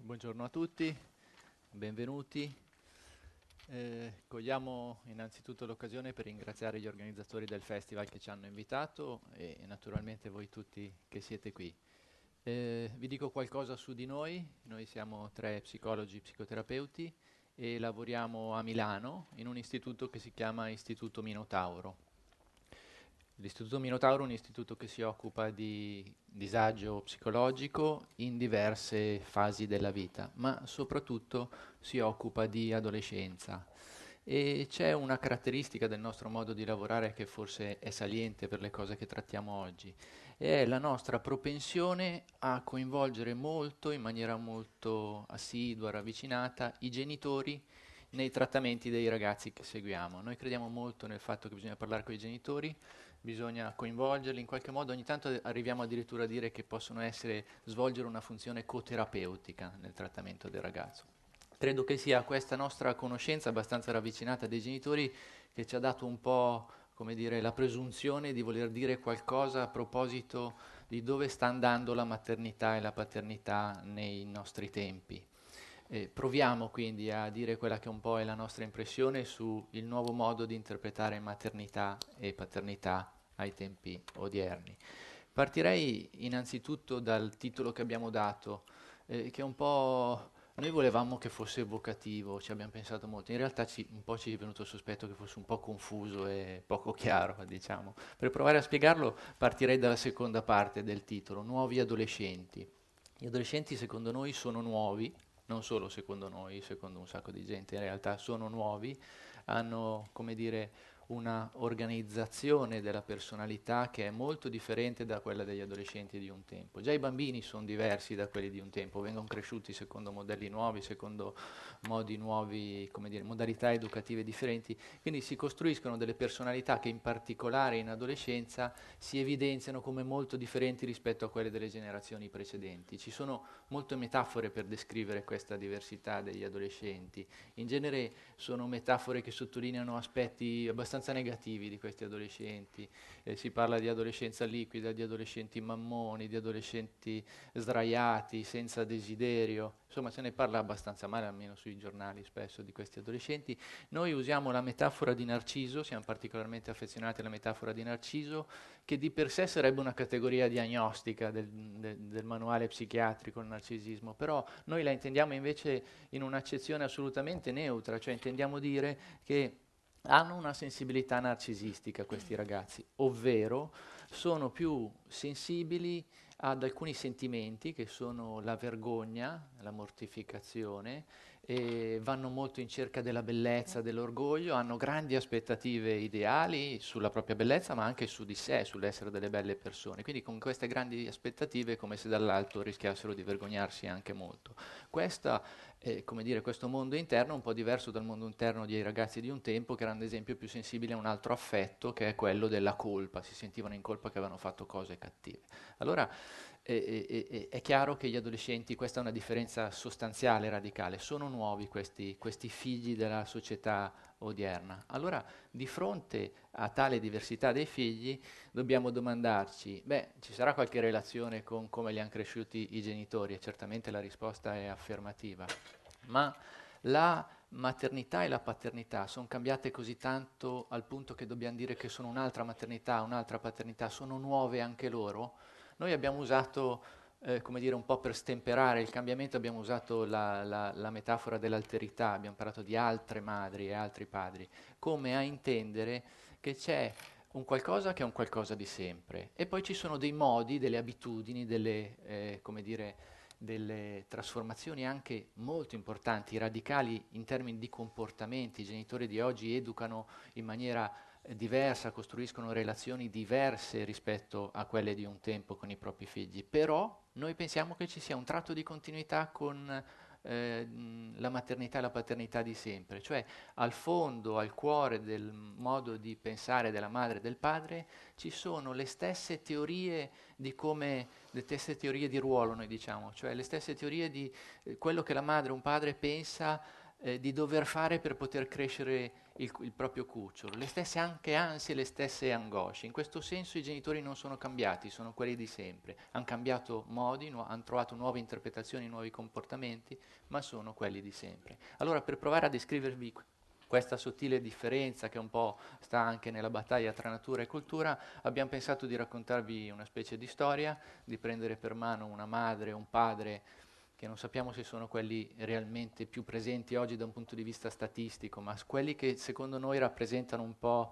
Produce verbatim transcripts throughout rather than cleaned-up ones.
Buongiorno a tutti, benvenuti. Eh, cogliamo innanzitutto l'occasione per ringraziare gli organizzatori del festival che ci hanno invitato e naturalmente voi tutti che siete qui. Eh, vi dico qualcosa su di noi. Noi siamo tre psicologi psicoterapeuti e lavoriamo a Milano in un istituto che si chiama Istituto Minotauro. L'Istituto Minotauro è un istituto che si occupa di disagio psicologico in diverse fasi della vita, ma soprattutto si occupa di adolescenza. E c'è una caratteristica del nostro modo di lavorare che forse è saliente per le cose che trattiamo oggi, e è la nostra propensione a coinvolgere molto, in maniera molto assidua, ravvicinata, i genitori nei trattamenti dei ragazzi che seguiamo. Noi crediamo molto nel fatto che bisogna parlare con i genitori, bisogna coinvolgerli in qualche modo, ogni tanto arriviamo addirittura a dire che possono essere, svolgere una funzione coterapeutica nel trattamento del ragazzo. Credo che sia questa nostra conoscenza abbastanza ravvicinata dei genitori che ci ha dato un po', come dire, la presunzione di voler dire qualcosa a proposito di dove sta andando la maternità e la paternità nei nostri tempi. Eh, proviamo quindi a dire quella che un po' è la nostra impressione sul nuovo modo di interpretare maternità e paternità ai tempi odierni. Partirei innanzitutto dal titolo che abbiamo dato, eh, che è un po'... Noi volevamo che fosse evocativo, ci abbiamo pensato molto, in realtà ci, un po' ci è venuto il sospetto che fosse un po' confuso e poco chiaro, diciamo. Per provare a spiegarlo partirei dalla seconda parte del titolo, Nuovi adolescenti. Gli adolescenti secondo noi sono nuovi, non solo secondo noi, secondo un sacco di gente, in realtà sono nuovi, hanno, come dire, una organizzazione della personalità che è molto differente da quella degli adolescenti di un tempo. Già i bambini sono diversi da quelli di un tempo, vengono cresciuti secondo modelli nuovi, secondo modi nuovi, come dire, modalità educative differenti, quindi si costruiscono delle personalità che in particolare in adolescenza si evidenziano come molto differenti rispetto a quelle delle generazioni precedenti. Ci sono molte metafore per descrivere questa diversità degli adolescenti. In genere sono metafore che sottolineano aspetti abbastanza negativi di questi adolescenti. Eh, si parla di adolescenza liquida, di adolescenti mammoni, di adolescenti sdraiati, senza desiderio. Insomma, se ne parla abbastanza male, almeno sui giornali spesso, di questi adolescenti. Noi usiamo la metafora di Narciso, siamo particolarmente affezionati alla metafora di Narciso, che di per sé sarebbe una categoria diagnostica del, del, del manuale psichiatrico, il narcisismo, però noi la intendiamo invece in un'accezione assolutamente neutra, cioè intendiamo dire che hanno una sensibilità narcisistica questi ragazzi, ovvero sono più sensibili ad alcuni sentimenti che sono la vergogna, la mortificazione, e vanno molto in cerca della bellezza, dell'orgoglio, hanno grandi aspettative ideali sulla propria bellezza, ma anche su di sé, sull'essere delle belle persone. Quindi con queste grandi aspettative è come se dall'alto rischiassero di vergognarsi anche molto. Questa, eh, come dire, questo mondo interno è un po' diverso dal mondo interno dei ragazzi di un tempo che erano ad esempio più sensibili a un altro affetto che è quello della colpa, si sentivano in colpa che avevano fatto cose cattive. Allora e- e- e- è chiaro che gli adolescenti, questa è una differenza sostanziale, radicale, sono nuovi questi, questi figli della società odierna. Allora, di fronte a tale diversità dei figli, dobbiamo domandarci, beh, ci sarà qualche relazione con come li hanno cresciuti i genitori? E certamente la risposta è affermativa. Ma la maternità e la paternità sono cambiate così tanto al punto che dobbiamo dire che sono un'altra maternità, un'altra paternità, sono nuove anche loro? Noi abbiamo usato, eh, come dire, un po' per stemperare il cambiamento, abbiamo usato la, la- la metafora dell'alterità, abbiamo parlato di altre madri e altri padri, come a intendere che c'è un qualcosa che è un qualcosa di sempre, e poi ci sono dei modi, delle abitudini, delle, eh, come dire, delle trasformazioni anche molto importanti, radicali in termini di comportamenti. I genitori di oggi educano in maniera eh, diversa, costruiscono relazioni diverse rispetto a quelle di un tempo con i propri figli, però noi pensiamo che ci sia un tratto di continuità con eh, mh, la maternità e la paternità di sempre, cioè al fondo, al cuore del modo di pensare della madre e del padre ci sono le stesse teorie di come, le stesse teorie di ruolo, noi diciamo, cioè le stesse teorie di eh, quello che la madre o un padre pensa eh, di dover fare per poter crescere il, il proprio cucciolo, le stesse anche ansie, le stesse angosce. In questo senso i genitori non sono cambiati, sono quelli di sempre. Hanno cambiato modi, nu- hanno trovato nuove interpretazioni, nuovi comportamenti, ma sono quelli di sempre. Allora, per provare a descrivervi que- questa sottile differenza che un po' sta anche nella battaglia tra natura e cultura, abbiamo pensato di raccontarvi una specie di storia, di prendere per mano una madre, un padre, che non sappiamo se sono quelli realmente più presenti oggi da un punto di vista statistico, ma s- quelli che secondo noi rappresentano un po'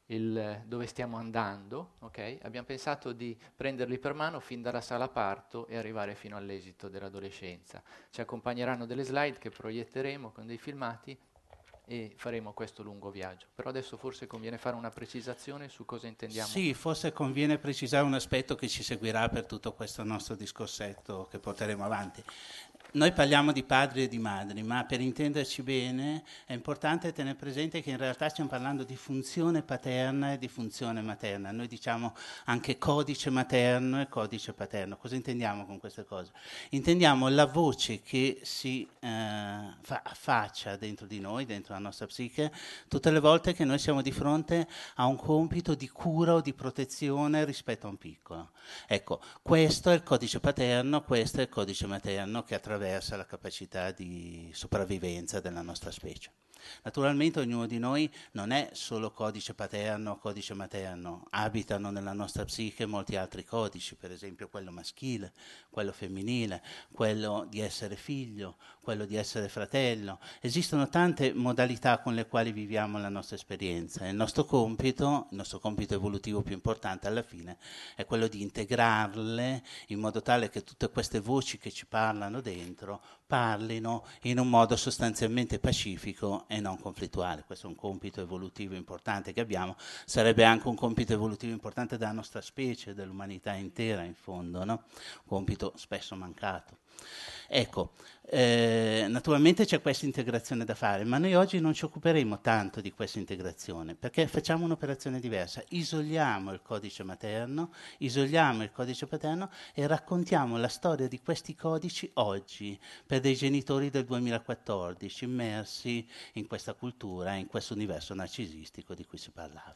il dove stiamo andando, ok? Abbiamo pensato di prenderli per mano fin dalla sala parto e arrivare fino all'esito dell'adolescenza. Ci accompagneranno delle slide che proietteremo con dei filmati e faremo questo lungo viaggio. Però adesso forse conviene fare una precisazione su cosa intendiamo. Sì, forse conviene precisare un aspetto che ci seguirà per tutto questo nostro discorsetto che porteremo avanti. Noi parliamo di padri e di madri, ma per intenderci bene è importante tenere presente che in realtà stiamo parlando di funzione paterna e di funzione materna. Noi diciamo anche codice materno e codice paterno. Cosa intendiamo con queste cose? Intendiamo la voce che si eh, fa, affaccia dentro di noi, dentro la nostra psiche, tutte le volte che noi siamo di fronte a un compito di cura o di protezione rispetto a un piccolo. Ecco, questo è il codice paterno, questo è il codice materno che attraversa la capacità di sopravvivenza della nostra specie. Naturalmente ognuno di noi non è solo codice paterno o codice materno, abitano nella nostra psiche molti altri codici, per esempio quello maschile, quello femminile, quello di essere figlio, quello di essere fratello. Esistono tante modalità con le quali viviamo la nostra esperienza. Il nostro compito, il nostro compito evolutivo più importante alla fine è quello di integrarle in modo tale che tutte queste voci che ci parlano dentro parlino in un modo sostanzialmente pacifico e non conflittuale. Questo è un compito evolutivo importante che abbiamo, sarebbe anche un compito evolutivo importante della nostra specie, dell'umanità intera in fondo, no? Un compito spesso mancato. Ecco, eh, naturalmente c'è questa integrazione da fare, ma noi oggi non ci occuperemo tanto di questa integrazione, perché facciamo un'operazione diversa, isoliamo il codice materno, isoliamo il codice paterno e raccontiamo la storia di questi codici oggi, per dei genitori del duemilaquattordici, immersi in questa cultura, in questo universo narcisistico di cui si parlava.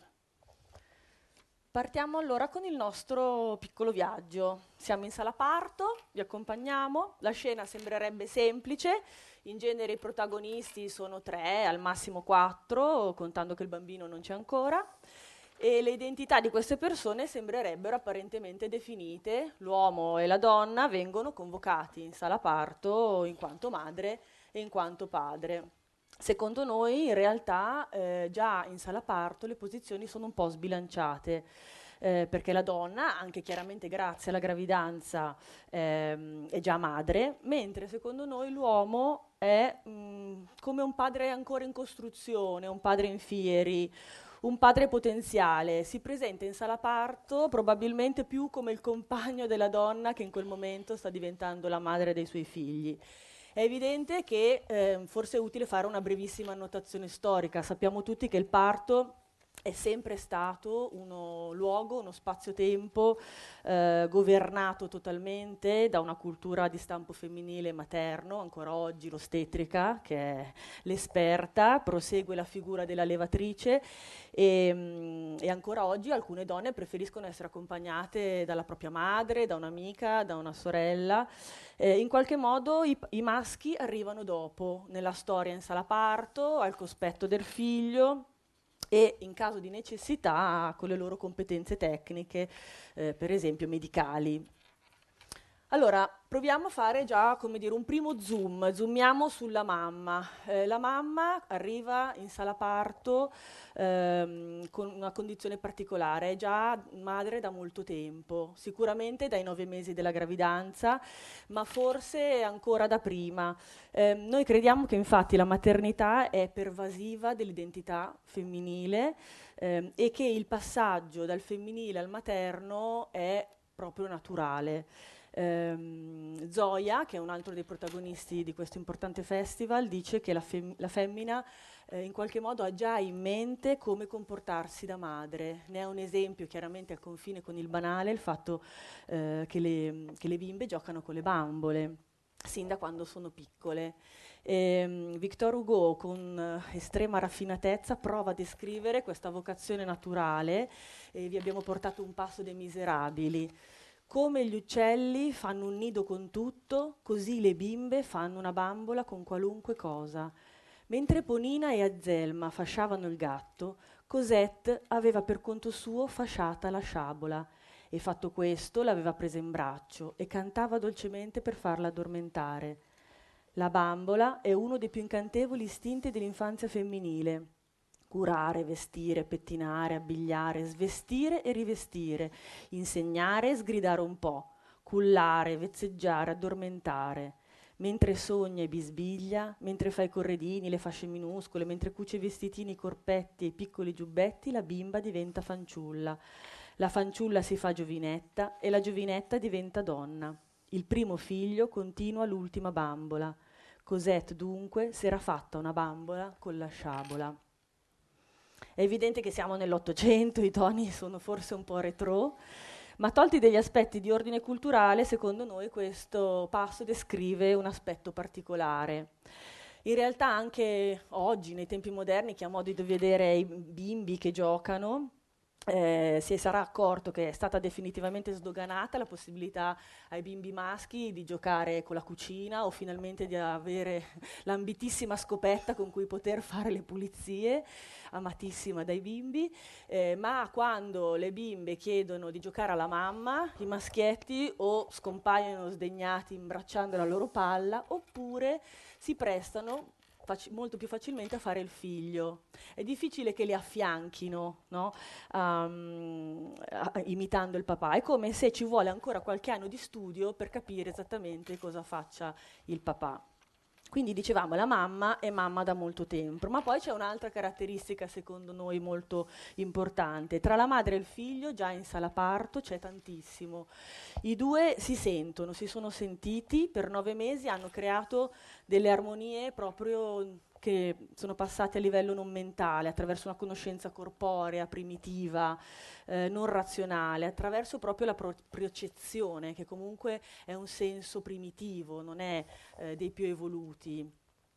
Partiamo allora con il nostro piccolo viaggio. Siamo in sala parto, vi accompagniamo, la scena sembrerebbe semplice, in genere i protagonisti sono tre, al massimo quattro, contando che il bambino non c'è ancora, e le identità di queste persone sembrerebbero apparentemente definite. L'uomo e la donna vengono convocati in sala parto in quanto madre e in quanto padre. Secondo noi, in realtà, eh, già in sala parto le posizioni sono un po' sbilanciate, eh, perché la donna, anche chiaramente grazie alla gravidanza, ehm, è già madre, mentre secondo noi l'uomo è mh, come un padre ancora in costruzione, un padre in fieri, un padre potenziale. Si presenta in sala parto probabilmente più come il compagno della donna che in quel momento sta diventando la madre dei suoi figli. È evidente che eh, forse è utile fare una brevissima annotazione storica. Sappiamo tutti che il parto è sempre stato uno luogo, uno spazio-tempo eh, governato totalmente da una cultura di stampo femminile e materno. Ancora oggi l'ostetrica, che è l'esperta, prosegue la figura della levatrice e, mh, e ancora oggi alcune donne preferiscono essere accompagnate dalla propria madre, da un'amica, da una sorella. Eh, in qualche modo i, i maschi arrivano dopo nella storia in sala parto, al cospetto del figlio e in caso di necessità con le loro competenze tecniche, eh, per esempio medicali. Allora, proviamo a fare già, come dire, un primo zoom, zoomiamo sulla mamma. Eh, la mamma arriva in sala parto ehm, con una condizione particolare, è già madre da molto tempo, sicuramente dai nove mesi della gravidanza, ma forse ancora da prima. Eh, noi crediamo che infatti la maternità è pervasiva dell'identità femminile ehm, e che il passaggio dal femminile al materno è proprio naturale. Ehm, Zoya, che è un altro dei protagonisti di questo importante festival, dice che la, fem- la femmina eh, in qualche modo ha già in mente come comportarsi da madre. Ne è un esempio chiaramente al confine con il banale, il fatto eh, che, le, che le bimbe giocano con le bambole. sin da quando sono piccole. E, Victor Hugo, con eh, estrema raffinatezza, prova a descrivere questa vocazione naturale, e vi abbiamo portato un passo dei Miserabili. Come gli uccelli fanno un nido con tutto, così le bimbe fanno una bambola con qualunque cosa. Mentre Ponina e Azelma fasciavano il gatto, Cosette aveva per conto suo fasciata la sciabola, e fatto questo l'aveva presa in braccio e cantava dolcemente per farla addormentare. La bambola è uno dei più incantevoli istinti dell'infanzia femminile. Curare, vestire, pettinare, abbigliare, svestire e rivestire, insegnare e sgridare un po', cullare, vezzeggiare, addormentare. Mentre sogna e bisbiglia, mentre fa i corredini, le fasce minuscole, mentre cuce i vestitini, i corpetti e i piccoli giubbetti, la bimba diventa fanciulla. La fanciulla si fa giovinetta e la giovinetta diventa donna. Il primo figlio continua l'ultima bambola. Cosette dunque s'era fatta una bambola con la sciabola. È evidente che siamo nell'Ottocento, i toni sono forse un po' retrò, ma tolti degli aspetti di ordine culturale, secondo noi questo passo descrive un aspetto particolare. In realtà anche oggi, nei tempi moderni, chi ha modo di vedere i bimbi che giocano, Eh, si sarà accorto che è stata definitivamente sdoganata la possibilità ai bimbi maschi di giocare con la cucina o finalmente di avere l'ambitissima scopetta con cui poter fare le pulizie, amatissima dai bimbi, eh, ma quando le bimbe chiedono di giocare alla mamma, i maschietti o scompaiono sdegnati imbracciando la loro palla oppure si prestano Faci- molto più facilmente a fare il figlio. È difficile che li affianchino, no? Um, a- imitando il papà. È come se ci vuole ancora qualche anno di studio per capire esattamente cosa faccia il papà. Quindi dicevamo la mamma è mamma da molto tempo, ma poi c'è un'altra caratteristica secondo noi molto importante. Tra la madre e il figlio, già in sala parto, c'è tantissimo. I due si sentono, si sono sentiti, per nove mesi hanno creato delle armonie proprio che sono passate a livello non mentale, attraverso una conoscenza corporea, primitiva, eh, non razionale, attraverso proprio la pro- procezione, che comunque è un senso primitivo, non è eh, dei più evoluti,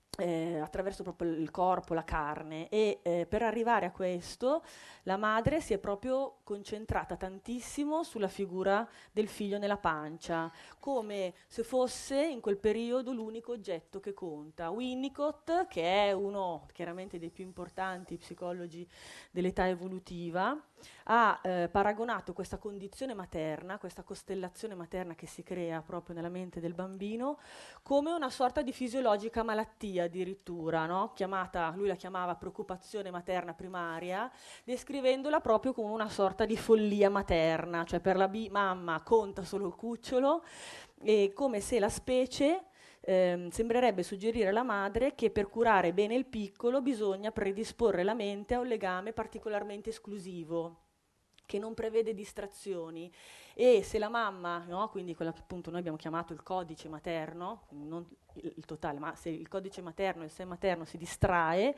eh, attraverso proprio il corpo, la carne. E eh, per arrivare a questo la madre si è proprio concentrata tantissimo sulla figura del figlio nella pancia, come se fosse in quel periodo l'unico oggetto che conta. Winnicott, che è uno chiaramente dei più importanti psicologi dell'età evolutiva, ha eh, paragonato questa condizione materna, questa costellazione materna che si crea proprio nella mente del bambino, come una sorta di fisiologica malattia addirittura, no? Chiamata, lui la chiamava preoccupazione materna primaria, descrivendola proprio come una sorta di follia materna, cioè per la bi- mamma conta solo il cucciolo, e come se la specie ehm, sembrerebbe suggerire alla madre che per curare bene il piccolo bisogna predisporre la mente a un legame particolarmente esclusivo, che non prevede distrazioni, e se la mamma, no, quindi quella che appunto noi abbiamo chiamato il codice materno, non il, il totale, ma se il codice materno, il sé materno si distrae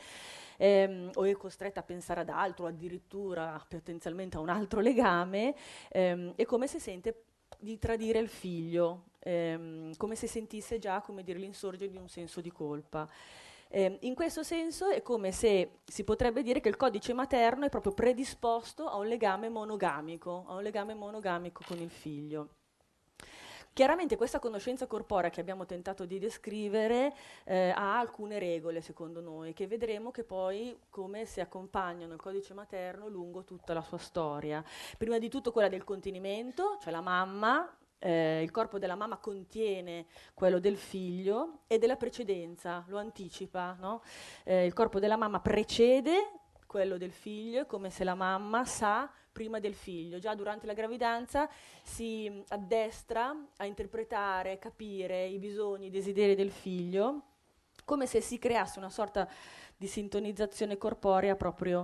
ehm, o è costretta a pensare ad altro, addirittura potenzialmente a un altro legame, ehm, è come se sente di tradire il figlio, ehm, come se sentisse già, come dire, l'insorgere di un senso di colpa. Eh, in questo senso è come se si potrebbe dire che il codice materno è proprio predisposto a un legame monogamico, a un legame monogamico con il figlio. Chiaramente questa conoscenza corporea che abbiamo tentato di descrivere eh, ha alcune regole, secondo noi, che vedremo che poi come si accompagnano il codice materno lungo tutta la sua storia. Prima di tutto quella del contenimento, cioè la mamma, eh, il corpo della mamma contiene quello del figlio, e della precedenza, lo anticipa, no? Eh, il corpo della mamma precede quello del figlio, è come se la mamma sa prima del figlio. Già durante la gravidanza si addestra a interpretare, capire i bisogni, i desideri del figlio, come se si creasse una sorta di sintonizzazione corporea proprio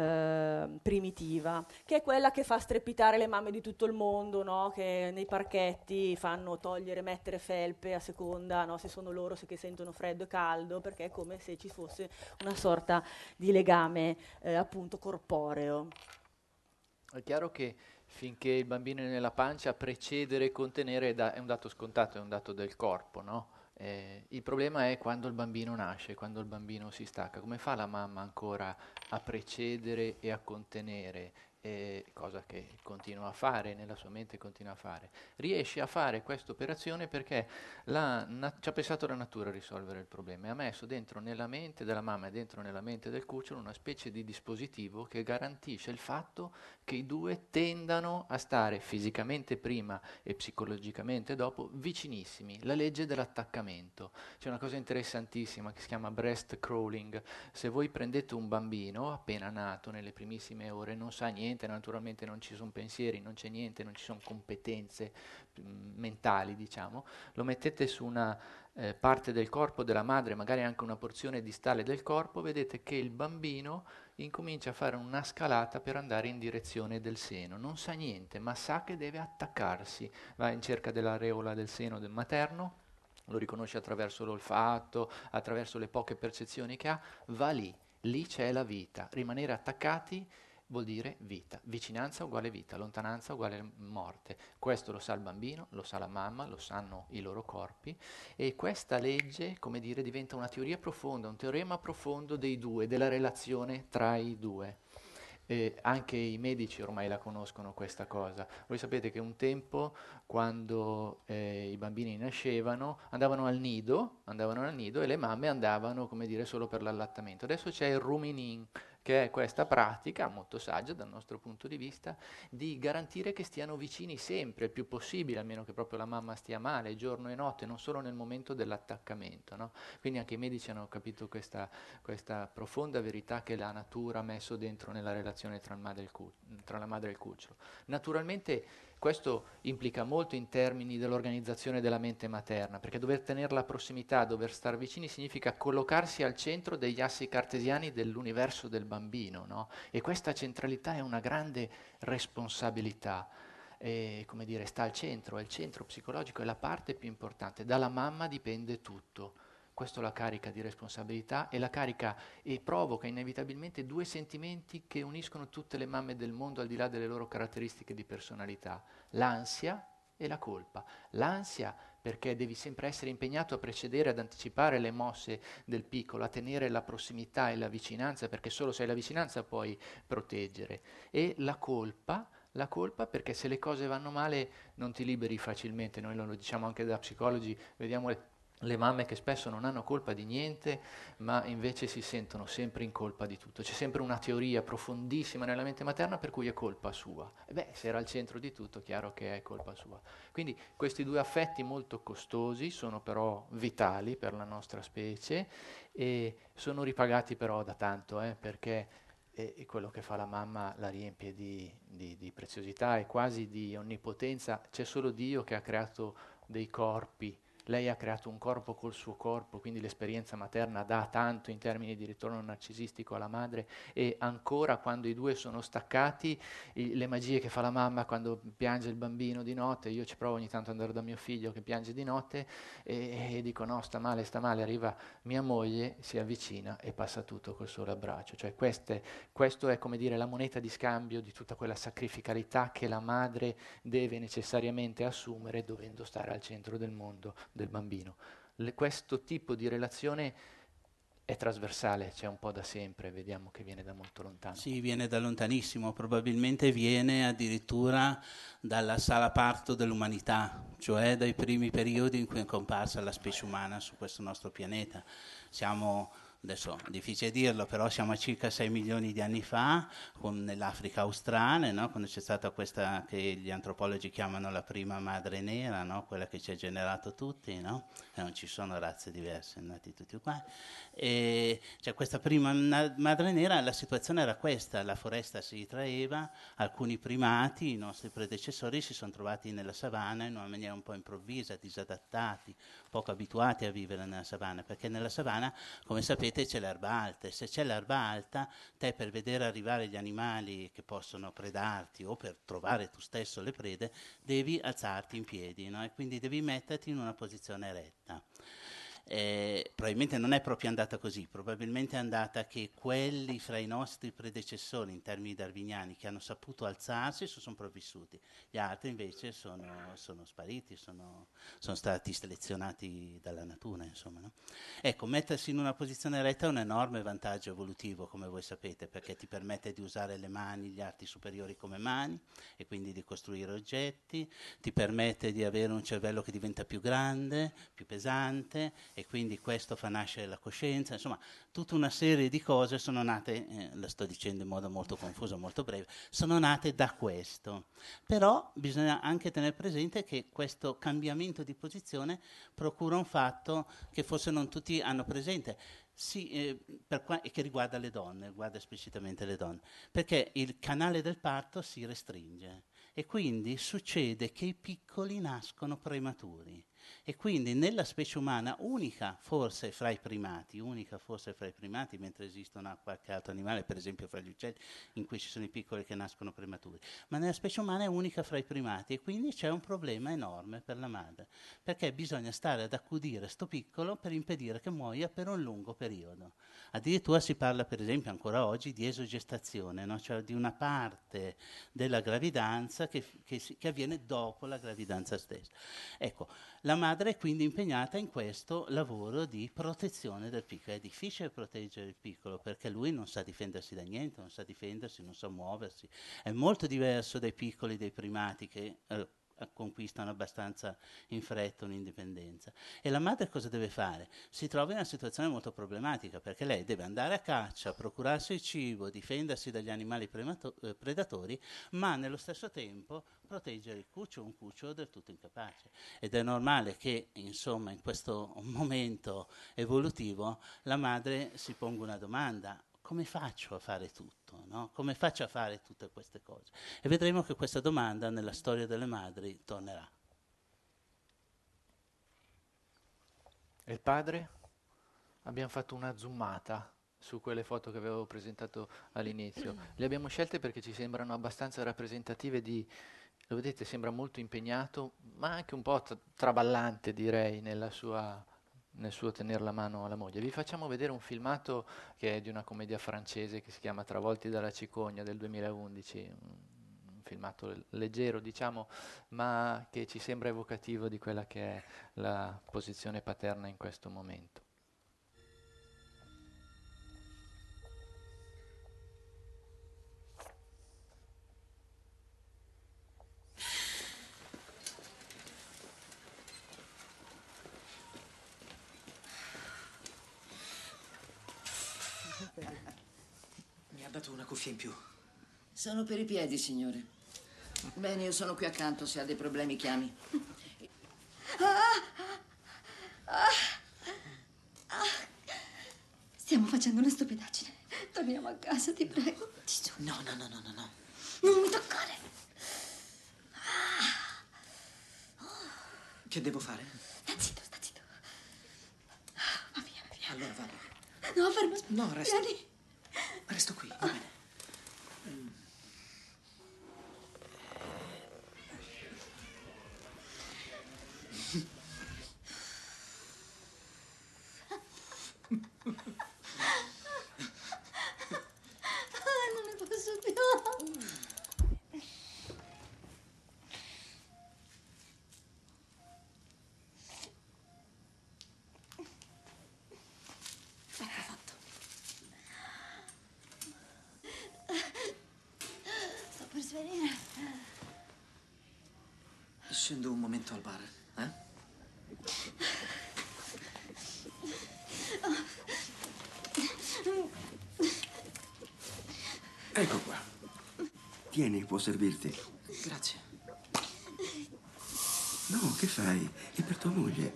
eh, primitiva, che è quella che fa strepitare le mamme di tutto il mondo, no? Che nei parchetti fanno togliere, mettere felpe a seconda, no? Se sono loro se che sentono freddo e caldo, perché è come se ci fosse una sorta di legame eh, appunto corporeo. È chiaro che finché il bambino è nella pancia, precedere e contenere è, da- è un dato scontato, è un dato del corpo, no? Eh, il problema è quando il bambino nasce, quando il bambino si stacca. Come fa la mamma ancora a precedere e a contenere, eh, cosa che continua a fare, nella sua mente continua a fare? Riesce a fare questa operazione perché la na- ci ha pensato la natura a risolvere il problema e ha messo dentro nella mente della mamma e dentro nella mente del cucciolo una specie di dispositivo che garantisce il fatto che i due tendano a stare fisicamente prima e psicologicamente dopo vicinissimi, la legge dell'attaccamento. C'è una cosa interessantissima che si chiama breast crawling. Se voi prendete un bambino appena nato nelle primissime ore, non sa niente, naturalmente non ci sono pensieri, non c'è niente, non ci sono competenze mm, mentali, diciamo, lo mettete su una eh, parte del corpo della madre, magari anche una porzione distale del corpo, vedete che il bambino incomincia a fare una scalata per andare in direzione del seno. Non sa niente, ma sa che deve attaccarsi. Va in cerca dell'areola del seno del materno, lo riconosce attraverso l'olfatto, attraverso le poche percezioni che ha, va lì. Lì c'è la vita. Rimanere attaccati vuol dire vita. Vicinanza uguale vita, lontananza uguale morte. Questo lo sa il bambino, lo sa la mamma, lo sanno i loro corpi e questa legge, come dire, diventa una teoria profonda, un teorema profondo dei due, della relazione tra i due. E anche i medici ormai la conoscono questa cosa. Voi sapete che un tempo, quando eh, i bambini nascevano, andavano al nido, andavano al nido e le mamme andavano, come dire, solo per l'allattamento. Adesso c'è il rooming in, che è questa pratica, molto saggia dal nostro punto di vista, di garantire che stiano vicini sempre, il più possibile, almeno che proprio la mamma stia male, giorno e notte, non solo nel momento dell'attaccamento, no? Quindi anche i medici hanno capito questa, questa profonda verità che la natura ha messo dentro nella relazione tra, il madre e il cu- tra la madre e il cucciolo. Naturalmente questo implica molto in termini dell'organizzazione della mente materna, perché dover tenere la prossimità, dover stare vicini significa collocarsi al centro degli assi cartesiani dell'universo del bambino, no? E questa centralità è una grande responsabilità. E, come dire, sta al centro, è il centro psicologico, è la parte più importante. Dalla mamma dipende tutto. Questo la carica di responsabilità e la carica e provoca inevitabilmente due sentimenti che uniscono tutte le mamme del mondo al di là delle loro caratteristiche di personalità, l'ansia e la colpa. L'ansia perché devi sempre essere impegnato a precedere, ad anticipare le mosse del piccolo, a tenere la prossimità e la vicinanza, perché solo se hai la vicinanza puoi proteggere. E la colpa, la colpa perché se le cose vanno male non ti liberi facilmente, noi lo diciamo anche da psicologi, vediamo le le mamme che spesso non hanno colpa di niente, ma invece si sentono sempre in colpa di tutto. C'è sempre una teoria profondissima nella mente materna per cui è colpa sua. E beh, se era al centro di tutto, chiaro che è colpa sua. Quindi questi due affetti molto costosi sono però vitali per la nostra specie e sono ripagati però da tanto, eh, perché e, e quello che fa la mamma la riempie di, di, di preziosità e quasi di onnipotenza. C'è solo Dio che ha creato dei corpi. Lei ha creato un corpo col suo corpo, quindi l'esperienza materna dà tanto in termini di ritorno narcisistico alla madre e ancora quando i due sono staccati, i- le magie che fa la mamma quando piange il bambino di notte, io ci provo ogni tanto ad andare da mio figlio che piange di notte e, e dico no, sta male, sta male, arriva mia moglie, si avvicina e passa tutto col solo abbraccio. Cioè queste, questo è come dire la moneta di scambio di tutta quella sacrificalità che la madre deve necessariamente assumere dovendo stare al centro del mondo del bambino. Le- questo tipo di relazione è trasversale, c'è un po' da sempre, vediamo che viene da molto lontano. Sì, viene da lontanissimo, probabilmente viene addirittura dalla sala parto dell'umanità, cioè dai primi periodi in cui è comparsa la specie umana su questo nostro pianeta. Siamo, adesso è difficile dirlo, però siamo a circa sei milioni di anni fa, con, nell'Africa australe, no? Quando c'è stata questa che gli antropologi chiamano la prima madre nera, no? Quella che ci ha generato tutti, no? E non ci sono razze diverse, nati tutti uguali. E cioè questa prima na- madre nera, la situazione era questa, la foresta si ritraeva, alcuni primati, i nostri predecessori, si sono trovati nella savana in una maniera un po' improvvisa, disadattati, poco abituati a vivere nella savana, perché nella savana, come sapete, c'è l'erba alta, e se c'è l'erba alta, te per vedere arrivare gli animali che possono predarti o per trovare tu stesso le prede, devi alzarti in piedi, no? E quindi devi metterti in una posizione eretta. Eh, probabilmente non è proprio andata così, probabilmente è andata che quelli fra i nostri predecessori in termini darwiniani che hanno saputo alzarsi sono sopravvissuti, gli altri invece sono, sono spariti, sono, sono stati selezionati dalla natura, insomma, no? Ecco, mettersi in una posizione retta è un enorme vantaggio evolutivo, come voi sapete, perché ti permette di usare le mani, gli arti superiori come mani e quindi di costruire oggetti, ti permette di avere un cervello che diventa più grande, più pesante, e quindi questo fa nascere la coscienza, insomma tutta una serie di cose sono nate, eh, la sto dicendo in modo molto confuso, molto breve, sono nate da questo. Però bisogna anche tenere presente che questo cambiamento di posizione procura un fatto che forse non tutti hanno presente, sì, eh, per qua- e che riguarda le donne, riguarda esplicitamente le donne, perché il canale del parto si restringe e quindi succede che i piccoli nascono prematuri. E quindi nella specie umana, unica forse fra i primati, unica forse fra i primati, mentre esistono qualche altro animale, per esempio fra gli uccelli, in cui ci sono i piccoli che nascono prematuri, ma nella specie umana è unica fra i primati e quindi c'è un problema enorme per la madre, perché bisogna stare ad accudire sto piccolo per impedire che muoia per un lungo periodo. Addirittura si parla, per esempio, ancora oggi di esogestazione, no? Cioè di una parte della gravidanza che, che, si, che avviene dopo la gravidanza stessa. Ecco, la madre è quindi impegnata in questo lavoro di protezione del piccolo. È difficile proteggere il piccolo perché lui non sa difendersi da niente, non sa difendersi, non sa muoversi. È molto diverso dai piccoli dei primati che eh, conquistano abbastanza in fretta un'indipendenza. E la madre cosa deve fare? Si trova in una situazione molto problematica perché lei deve andare a caccia, procurarsi il cibo, difendersi dagli animali premato- eh, predatori, ma nello stesso tempo proteggere il cucciolo, un cucciolo del tutto incapace. Ed è normale che, insomma, in questo momento evolutivo la madre si ponga una domanda: come faccio a fare tutto? No? Come faccio a fare tutte queste cose? E vedremo che questa domanda nella storia delle madri tornerà. E il padre? Abbiamo fatto una zoomata su quelle foto che avevo presentato all'inizio. Le abbiamo scelte perché ci sembrano abbastanza rappresentative di, lo vedete, sembra molto impegnato, ma anche un po' tra- traballante, direi, nella sua, nel suo tenere la mano alla moglie. Vi facciamo vedere un filmato che è di una commedia francese che si chiama Travolti dalla cicogna del duemilaundici, un un filmato l- leggero, diciamo, ma che ci sembra evocativo di quella che è la posizione paterna in questo momento. Mi ha dato una cuffia in più. Sono per i piedi, signore. Bene, io sono qui accanto, se ha dei problemi chiami. Stiamo facendo una stupidaggine. Torniamo a casa, ti prego. Ti giuro. No, no, no, no, no, no. Non mi toccare. Che devo fare? Sta zitto, sta zitto. Va via, va via. Allora vado. No, fermo, aspetta. No, resto. Vieni. Resto qui, va bene. Ah, non ne posso più. Ecco fatto. Sto per svenire. Scendo un momento al bar, eh? Ecco qua. Tieni, può servirti. Grazie. No, che fai? È per tua moglie.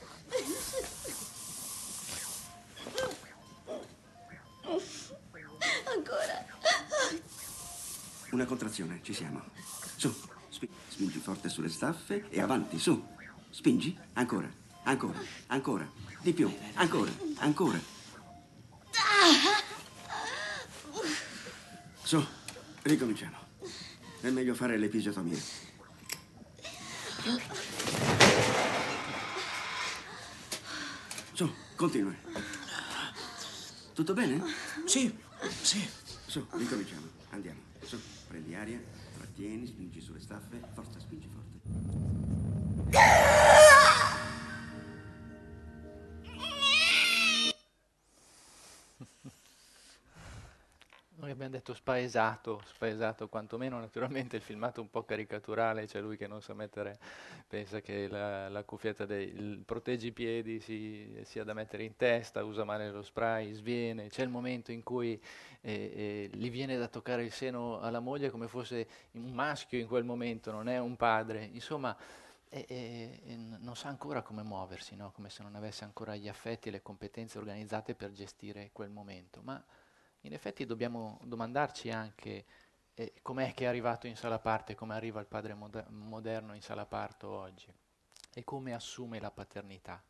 Ancora. Una contrazione, ci siamo. Su, spi- spingi forte sulle staffe e avanti, su. Spingi, ancora, ancora, ancora. Di più, ancora, ancora. Su, ricominciamo. È meglio fare l'episiotomia. Su, continua. Tutto bene? Sì, sì. Su, ricominciamo. Andiamo. Su, prendi aria, trattieni, spingi sulle staffe. Forza, spingi forte. Noi abbiamo detto spaesato, spaesato quantomeno, naturalmente il filmato è un po' caricaturale, c'è lui che non sa mettere, pensa che la, la cuffietta del proteggipiedi si, sia da mettere in testa, usa male lo spray, sviene, c'è il momento in cui eh, eh, gli viene da toccare il seno alla moglie come fosse un maschio in quel momento, non è un padre, insomma e, e, e non sa ancora come muoversi, no? Come se non avesse ancora gli affetti e le competenze organizzate per gestire quel momento, ma in effetti dobbiamo domandarci anche eh, com'è che è arrivato in sala parte, come arriva il padre moder- moderno in sala parto oggi e come assume la paternità.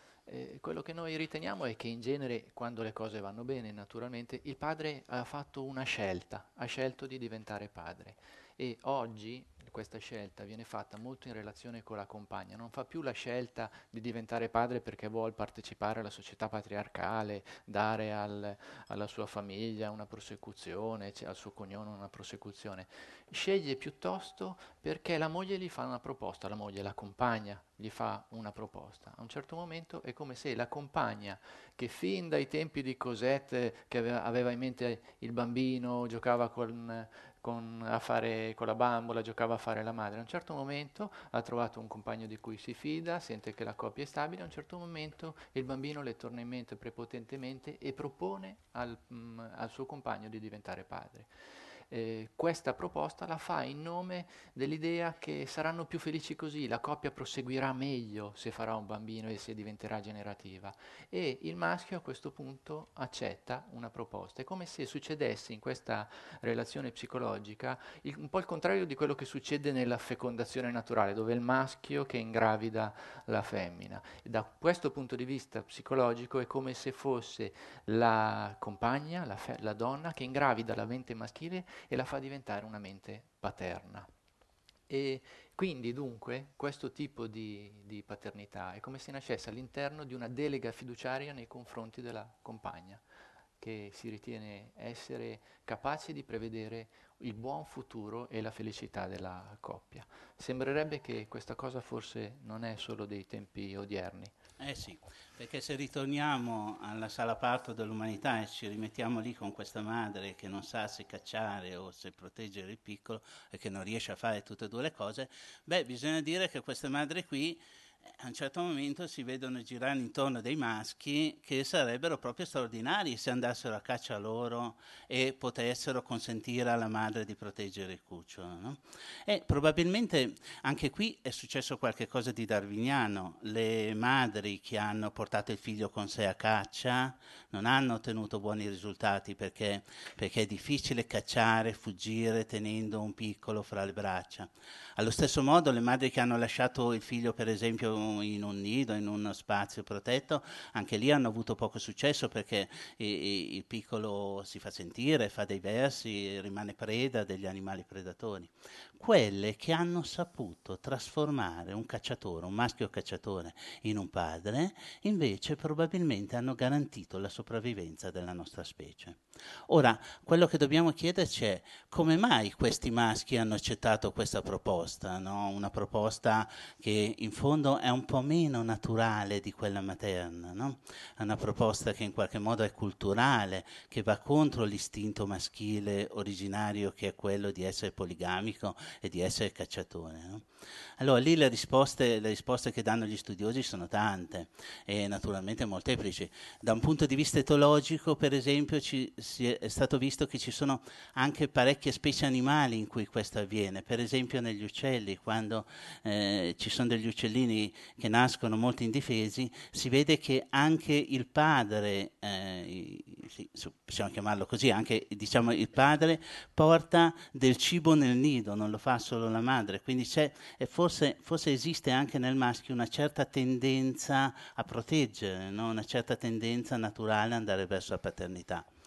Eh, quello che noi riteniamo è che in genere, quando le cose vanno bene, naturalmente, il padre ha fatto una scelta, ha scelto di diventare padre e oggi questa scelta viene fatta molto in relazione con la compagna, non fa più la scelta di diventare padre perché vuole partecipare alla società patriarcale, dare al, alla sua famiglia una prosecuzione, cioè al suo cognome una prosecuzione, sceglie piuttosto perché la moglie gli fa una proposta, la moglie, la compagna gli fa una proposta. A un certo momento è come se la compagna, che fin dai tempi di Cosette, che aveva, aveva in mente il bambino, giocava con, con, a fare, con la bambola, giocava a fare la madre, a un certo momento ha trovato un compagno di cui si fida, sente che la coppia è stabile, a un certo momento il bambino le torna in mente prepotentemente e propone al, mh, al suo compagno di diventare padre. Eh, questa proposta la fa in nome dell'idea che saranno più felici così, la coppia proseguirà meglio se farà un bambino e se diventerà generativa. E il maschio a questo punto accetta una proposta. È come se succedesse in questa relazione psicologica il, un po' il contrario di quello che succede nella fecondazione naturale, dove è il maschio che ingravida la femmina. E da questo punto di vista psicologico è come se fosse la compagna, la, fe- la donna, che ingravida la mente maschile e la fa diventare una mente paterna. E quindi dunque questo tipo di, di paternità è come se nascesse all'interno di una delega fiduciaria nei confronti della compagna, che si ritiene essere capace di prevedere il buon futuro e la felicità della coppia. Sembrerebbe che questa cosa forse non è solo dei tempi odierni. Eh sì, perché se ritorniamo alla sala parto dell'umanità e ci rimettiamo lì con questa madre che non sa se cacciare o se proteggere il piccolo e che non riesce a fare tutte e due le cose, beh, bisogna dire che queste madri qui a un certo momento si vedono girare intorno dei maschi che sarebbero proprio straordinari se andassero a caccia loro e potessero consentire alla madre di proteggere il cucciolo, no? E probabilmente anche qui è successo qualche cosa di darwiniano. Le madri che hanno portato il figlio con sé a caccia non hanno ottenuto buoni risultati perché, perché è difficile cacciare, fuggire tenendo un piccolo fra le braccia. Allo stesso modo le madri che hanno lasciato il figlio per esempio in un nido, in uno spazio protetto, anche lì hanno avuto poco successo perché il, il piccolo si fa sentire, fa dei versi, rimane preda degli animali predatori. Quelle che hanno saputo trasformare un cacciatore, un maschio cacciatore, in un padre, invece probabilmente hanno garantito la sopravvivenza della nostra specie. Ora, quello che dobbiamo chiederci è come mai questi maschi hanno accettato questa proposta, no? Una proposta che in fondo è un po' meno naturale di quella materna, no? È una proposta che in qualche modo è culturale, che va contro l'istinto maschile originario che è quello di essere poligamico e di essere cacciatore, no? Allora lì le risposte, le risposte che danno gli studiosi sono tante e naturalmente molteplici. Da un punto di vista etologico, per esempio, ci, si è, è stato visto che ci sono anche parecchie specie animali in cui questo avviene. Per esempio negli uccelli, quando eh, ci sono degli uccellini che nascono molto indifesi, si vede che anche il padre, eh, sì, possiamo chiamarlo così, anche diciamo il padre porta del cibo nel nido, non lo fa solo la madre, quindi c'è, e forse, forse esiste anche nel maschio una certa tendenza a proteggere, no? Una certa tendenza naturale ad andare verso la paternità.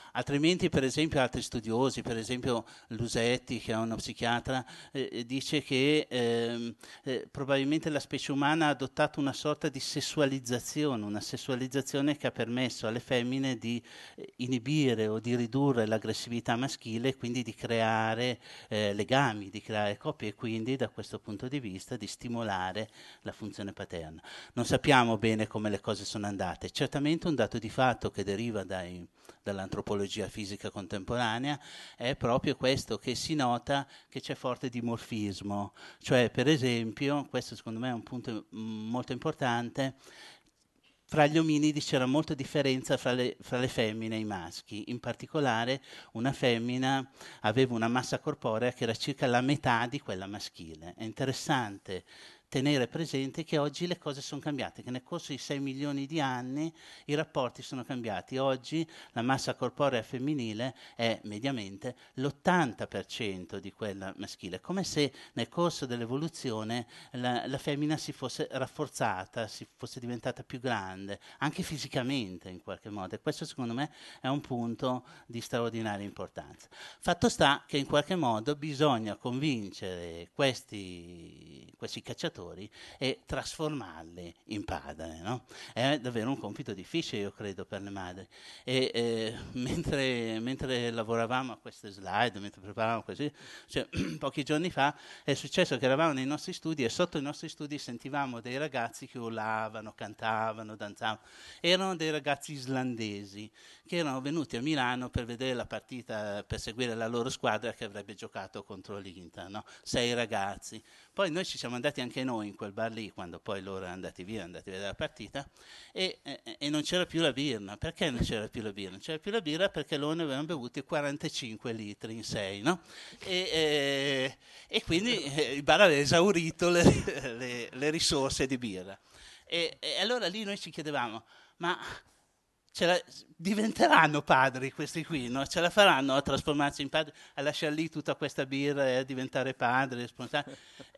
Altrimenti, per esempio, altri studiosi, per esempio Lusetti, che è uno psichiatra, eh, dice che ehm, eh, probabilmente la specie umana ha adottato una sorta di sessualizzazione, una sessualizzazione che ha permesso alle femmine di eh, inibire o di ridurre l'aggressività maschile e quindi di creare eh, legami, di creare coppie e quindi da questo punto di vista di stimolare la funzione paterna. Non sappiamo bene come le cose sono andate, certamente un dato di fatto che deriva dai dall'antropologia fisica contemporanea è proprio questo, che si nota che c'è forte dimorfismo, cioè per esempio, questo secondo me è un punto m- molto importante, fra gli ominidi c'era molta differenza fra le, fra le femmine e i maschi, in particolare una femmina aveva una massa corporea che era circa la metà di quella maschile. È interessante tenere presente che oggi le cose sono cambiate, che nel corso di sei milioni di anni i rapporti sono cambiati. Oggi la massa corporea femminile è mediamente l'ottanta per cento di quella maschile, come se nel corso dell'evoluzione la, la femmina si fosse rafforzata, si fosse diventata più grande, anche fisicamente in qualche modo, e questo secondo me è un punto di straordinaria importanza. Fatto sta che in qualche modo bisogna convincere questi, questi cacciatori e trasformarli in padre, no? È davvero un compito difficile, io credo, per le madri. E eh, mentre, mentre lavoravamo a queste slide, mentre preparavamo questi, cioè, pochi giorni fa è successo che eravamo nei nostri studi e sotto i nostri studi sentivamo dei ragazzi che urlavano, cantavano, danzavano. Erano dei ragazzi islandesi che erano venuti a Milano per vedere la partita, per seguire la loro squadra che avrebbe giocato contro l'Inter, no? Sei ragazzi. Poi noi ci siamo andati anche noi in quel bar lì, quando poi loro erano andati via, andati a vedere la partita, e, e, e non c'era più la birra. Perché non c'era più la birra? Non c'era più la birra perché loro ne avevano bevuti quarantacinque litri in sei, no? E, e, e quindi eh, il bar aveva esaurito le, le, le risorse di birra. E, e allora lì noi ci chiedevamo, ma ce la, diventeranno padri questi qui, no? Ce la faranno a trasformarsi in padri, a lasciare lì tutta questa birra e a diventare padri? E,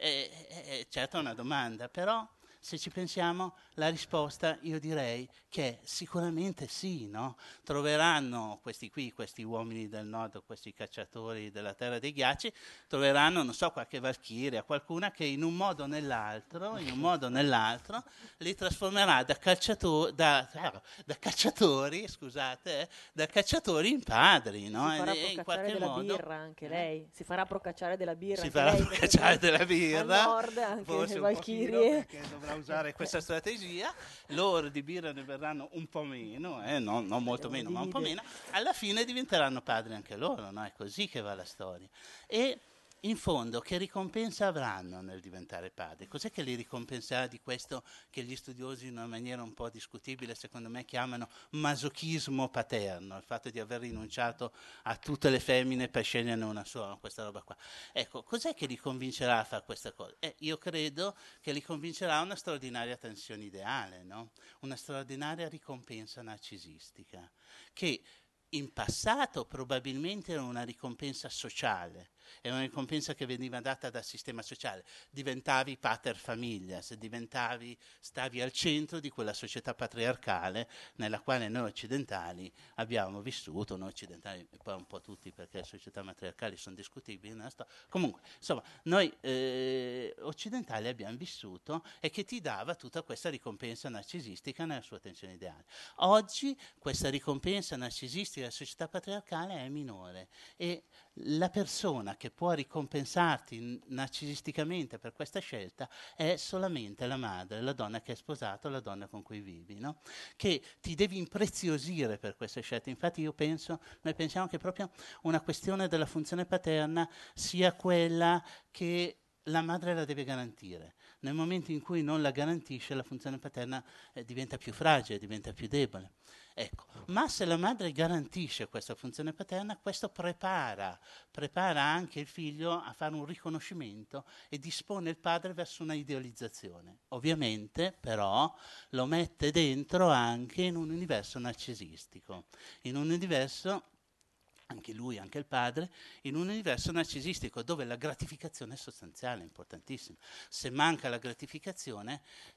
e, certo è una domanda, però se ci pensiamo la risposta io direi che sicuramente sì, no? Troveranno questi qui, questi uomini del nord, questi cacciatori della terra dei ghiacci, troveranno, non so, qualche valchiria, qualcuna che in un modo o nell'altro, in un modo o nell'altro, li trasformerà da, calciato- da, da cacciatori, scusate, eh, da cacciatori in padri, no? Si farà e, in procacciare della modo, birra anche lei, si farà procacciare della birra si anche farà lei, procacciare della birra, al nord anche forse le un pochino, valchirie. perché dovrà usare questa strategia, loro di birra ne verranno un po' meno, eh, no, non molto Devo meno, ma un po' dividere. meno, alla fine diventeranno padri anche loro, no? È così che va la storia. E in fondo che ricompensa avranno nel diventare padri? Cos'è che li ricompenserà di questo che gli studiosi in una maniera un po' discutibile secondo me chiamano masochismo paterno, il fatto di aver rinunciato a tutte le femmine per sceglierne una sola, questa roba qua. Ecco, cos'è che li convincerà a fare questa cosa? Eh, io credo che li convincerà una straordinaria tensione ideale, no? Una straordinaria ricompensa narcisistica, che in passato probabilmente era una ricompensa sociale, è una ricompensa che veniva data dal sistema sociale, diventavi pater familias, diventavi, stavi al centro di quella società patriarcale nella quale noi occidentali abbiamo vissuto, noi occidentali e poi un po' tutti perché le società matriarcali sono discutibili nella storia, comunque insomma noi eh, occidentali abbiamo vissuto e che ti dava tutta questa ricompensa narcisistica nella sua tensione ideale. Oggi questa ricompensa narcisistica della società patriarcale è minore e la persona che può ricompensarti narcisisticamente per questa scelta è solamente la madre, la donna che hai sposato, la donna con cui vivi, no? Che ti devi impreziosire per queste scelte. Infatti io penso, noi pensiamo che proprio una questione della funzione paterna sia quella che la madre la deve garantire. Nel momento in cui non la garantisce, la funzione paterna eh, diventa più fragile, diventa più debole. Ecco, ma se la madre garantisce questa funzione paterna, questo prepara, prepara anche il figlio a fare un riconoscimento e dispone il padre verso una idealizzazione. Ovviamente, però, lo mette dentro anche in un universo narcisistico, in un universo, anche lui, anche il padre, in un universo narcisistico dove la gratificazione è sostanziale, è importantissima. Se manca la gratificazione,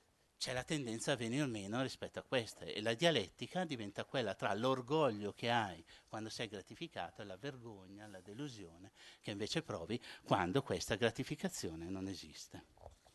c'è la tendenza a venire meno rispetto a queste, e la dialettica diventa quella tra l'orgoglio che hai quando sei gratificato e la vergogna, la delusione che invece provi quando questa gratificazione non esiste.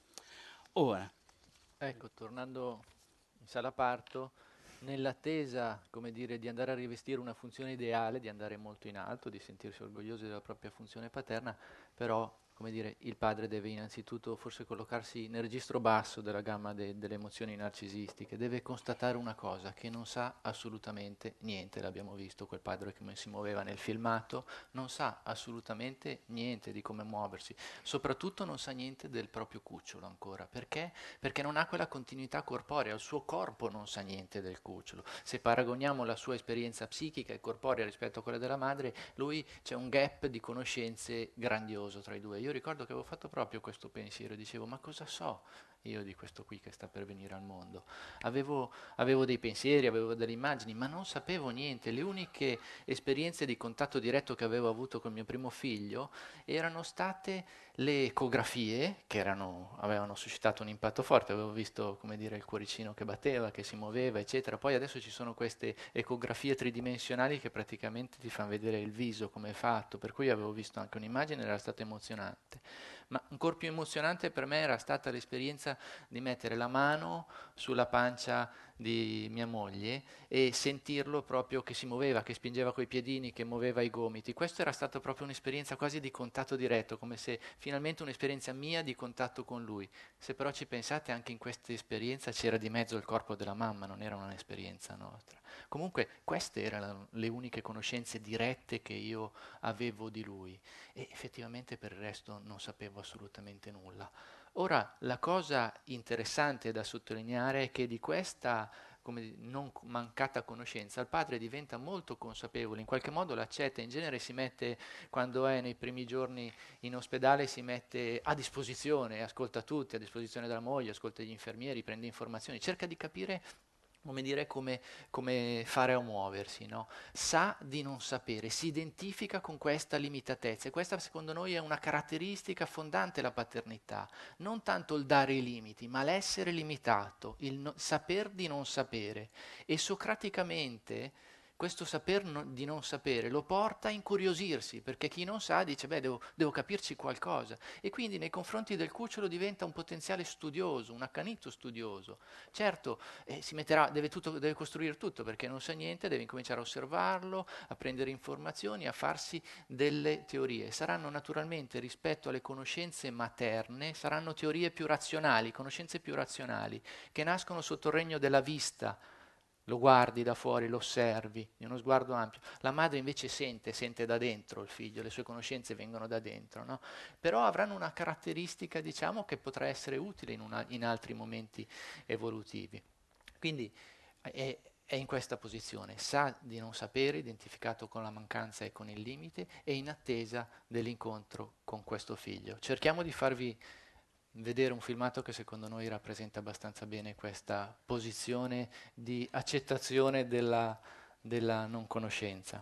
Ora, ecco, tornando in sala parto, nell'attesa, come dire, di andare a rivestire una funzione ideale, di andare molto in alto, di sentirsi orgogliosi della propria funzione paterna, però, come dire, il padre deve innanzitutto forse collocarsi nel registro basso della gamma de- delle emozioni narcisistiche, deve constatare una cosa, che non sa assolutamente niente, l'abbiamo visto, quel padre come si muoveva nel filmato, non sa assolutamente niente di come muoversi, soprattutto non sa niente del proprio cucciolo ancora, perché? Perché non ha quella continuità corporea, il suo corpo non sa niente del cucciolo. Se paragoniamo la sua esperienza psichica e corporea rispetto a quella della madre, lui c'è un gap di conoscenze grandioso tra i due. Io ricordo che avevo fatto proprio questo pensiero, dicevo ma cosa so io di questo qui che sta per venire al mondo? Avevo, avevo dei pensieri, avevo delle immagini, ma non sapevo niente. Le uniche esperienze di contatto diretto che avevo avuto col mio primo figlio erano state le ecografie, che erano, avevano suscitato un impatto forte, avevo visto, come dire, il cuoricino che batteva, che si muoveva, eccetera. Poi adesso ci sono queste ecografie tridimensionali che praticamente ti fanno vedere il viso, come è fatto, per cui avevo visto anche un'immagine, era stato emozionante. Ma ancora più emozionante per me era stata l'esperienza di mettere la mano sulla pancia di mia moglie e sentirlo proprio che si muoveva, che spingeva coi piedini, che muoveva i gomiti. Questo era stata proprio un'esperienza quasi di contatto diretto, come se finalmente un'esperienza mia di contatto con lui. Se però ci pensate, anche in questa esperienza c'era di mezzo il corpo della mamma, non era un'esperienza nostra. Comunque queste erano le uniche conoscenze dirette che io avevo di lui e effettivamente per il resto non sapevo assolutamente nulla. Ora, la cosa interessante da sottolineare è che di questa come non mancata conoscenza, il padre diventa molto consapevole, in qualche modo l'accetta, in genere si mette, quando è nei primi giorni in ospedale, si mette a disposizione, ascolta tutti, a disposizione della moglie, ascolta gli infermieri, prende informazioni, cerca di capire come dire, come, come fare a muoversi, no? Sa di non sapere, si identifica con questa limitatezza e questa secondo noi è una caratteristica fondante della paternità, non tanto il dare i limiti, ma l'essere limitato, il no, saper di non sapere e socraticamente questo saper no, di non sapere lo porta a incuriosirsi, perché chi non sa dice beh devo, devo capirci qualcosa e quindi nei confronti del cucciolo diventa un potenziale studioso, un accanito studioso. Certo, eh, si metterà, deve, tutto, deve costruire tutto perché non sa niente, deve incominciare a osservarlo, a prendere informazioni, a farsi delle teorie. Saranno naturalmente rispetto alle conoscenze materne, saranno teorie più razionali, conoscenze più razionali, che nascono sotto il regno della vista. Lo guardi da fuori, lo osservi, di uno sguardo ampio. La madre invece sente, sente da dentro il figlio, le sue conoscenze vengono da dentro, no? Però avranno una caratteristica, diciamo, che potrà essere utile in, una, in altri momenti evolutivi. Quindi è, è in questa posizione, sa di non sapere, identificato con la mancanza e con il limite, e in attesa dell'incontro con questo figlio. Cerchiamo di farvi vedere un filmato che secondo noi rappresenta abbastanza bene questa posizione di accettazione della, della non conoscenza.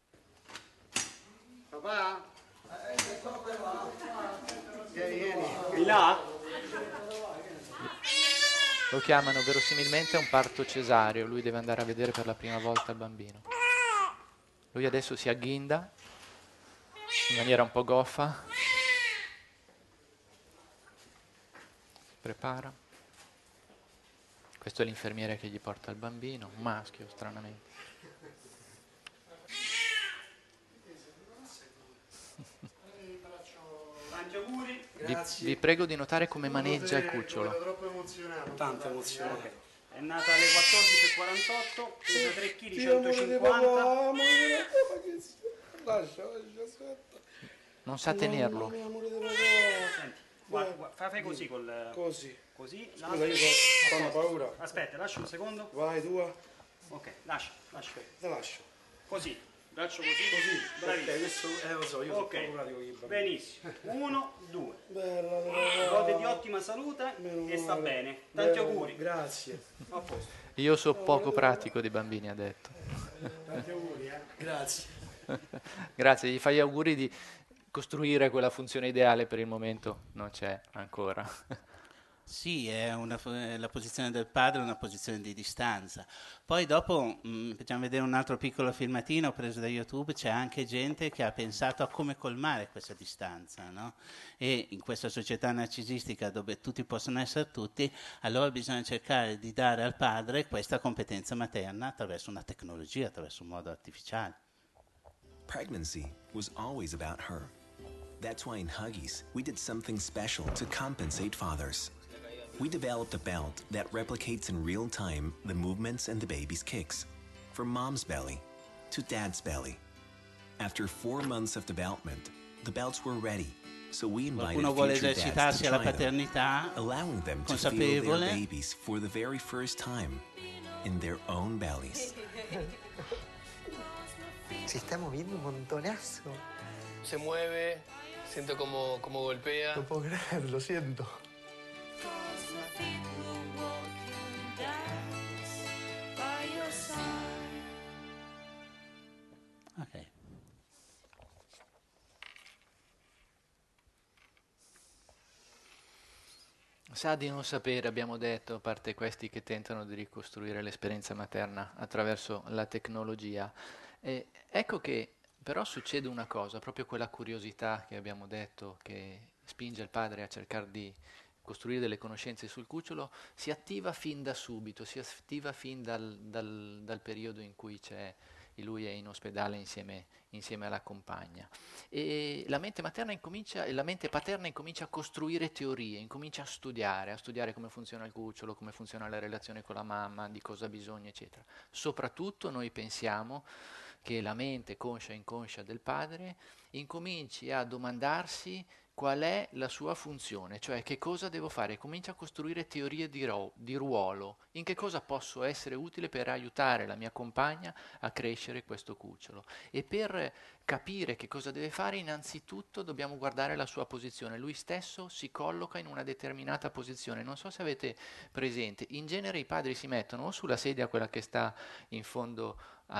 Papà? Vieni, vieni. Di là? Lo chiamano verosimilmente un parto cesareo, lui deve andare a vedere per la prima volta il bambino. Lui adesso si agghinda in maniera un po' goffa. Prepara. Questo è l'infermiere che gli porta il bambino, un maschio stranamente. Tanti auguri. Vi, vi prego di notare come maneggia il cucciolo. Sono troppo emozionato. Tanta emozione. Okay. È nata alle quattordici e quarantotto, pesa tre chili centocinquanta. Lascia, lascia, aspetta. Non sa tenerlo. Senti. Guarda, guarda, fai così col... Così. Così. Scusa, io ho paura. Aspetta, lascia un secondo. Vai, tua. Ok, lascia, lascia. Te lascio. Così. Braccio così. Così. Bravissimo. Ok, questo, eh, lo so, io okay. sono paura di benissimo. Uno, due. Bella, bella. Gode di ottima salute Meno e sta male. Bene. Tanti Bella. Auguri. Grazie. A posto. Io so poco pratico di bambini, ha detto. Tanti auguri, eh. Grazie. Grazie, gli fai gli auguri di costruire quella funzione ideale, per il momento non c'è ancora. Sì, è una, eh, la posizione del padre è una posizione di distanza. Poi dopo mh, facciamo vedere un altro piccolo filmatino preso da YouTube, c'è anche gente che ha pensato a come colmare questa distanza, no? E in questa società narcisistica dove tutti possono essere tutti, allora bisogna cercare di dare al padre questa competenza materna attraverso una tecnologia, attraverso un modo artificiale. Pregnancy was always about her. That's why in Huggies, we did something special to compensate fathers. We developed a belt that replicates in real time the movements and the baby's kicks, from mom's belly to dad's belly. After four months of development, the belts were ready, so we invited Qualcuno vuole future dads esercitarsi to alla try them, paternità allowing them to feel their consapevole. babies for the very first time in their own bellies. Se está moviendo un montonazo. Se mueve, siento como, como golpea. No puedo creer, lo siento. Ok. Sa di non sapere, abbiamo detto, a parte questi che tentano di ricostruire l'esperienza materna attraverso la tecnologia. E ecco che però succede una cosa, proprio quella curiosità che abbiamo detto, che spinge il padre a cercare di costruire delle conoscenze sul cucciolo, si attiva fin da subito, si attiva fin dal, dal, dal periodo in cui c'è, lui è in ospedale insieme, insieme alla compagna. E la mente materna incomincia, e la mente paterna incomincia a costruire teorie, incomincia a studiare, a studiare come funziona il cucciolo, come funziona la relazione con la mamma, di cosa ha bisogno, eccetera. Soprattutto noi pensiamo che la mente conscia e inconscia del padre incominci a domandarsi qual è la sua funzione, cioè che cosa devo fare, comincia a costruire teorie di, ro- di ruolo, in che cosa posso essere utile per aiutare la mia compagna a crescere questo cucciolo. E per capire che cosa deve fare, innanzitutto dobbiamo guardare la sua posizione. Lui stesso si colloca in una determinata posizione. Non so se avete presente, in genere i padri si mettono o sulla sedia, quella che sta in fondo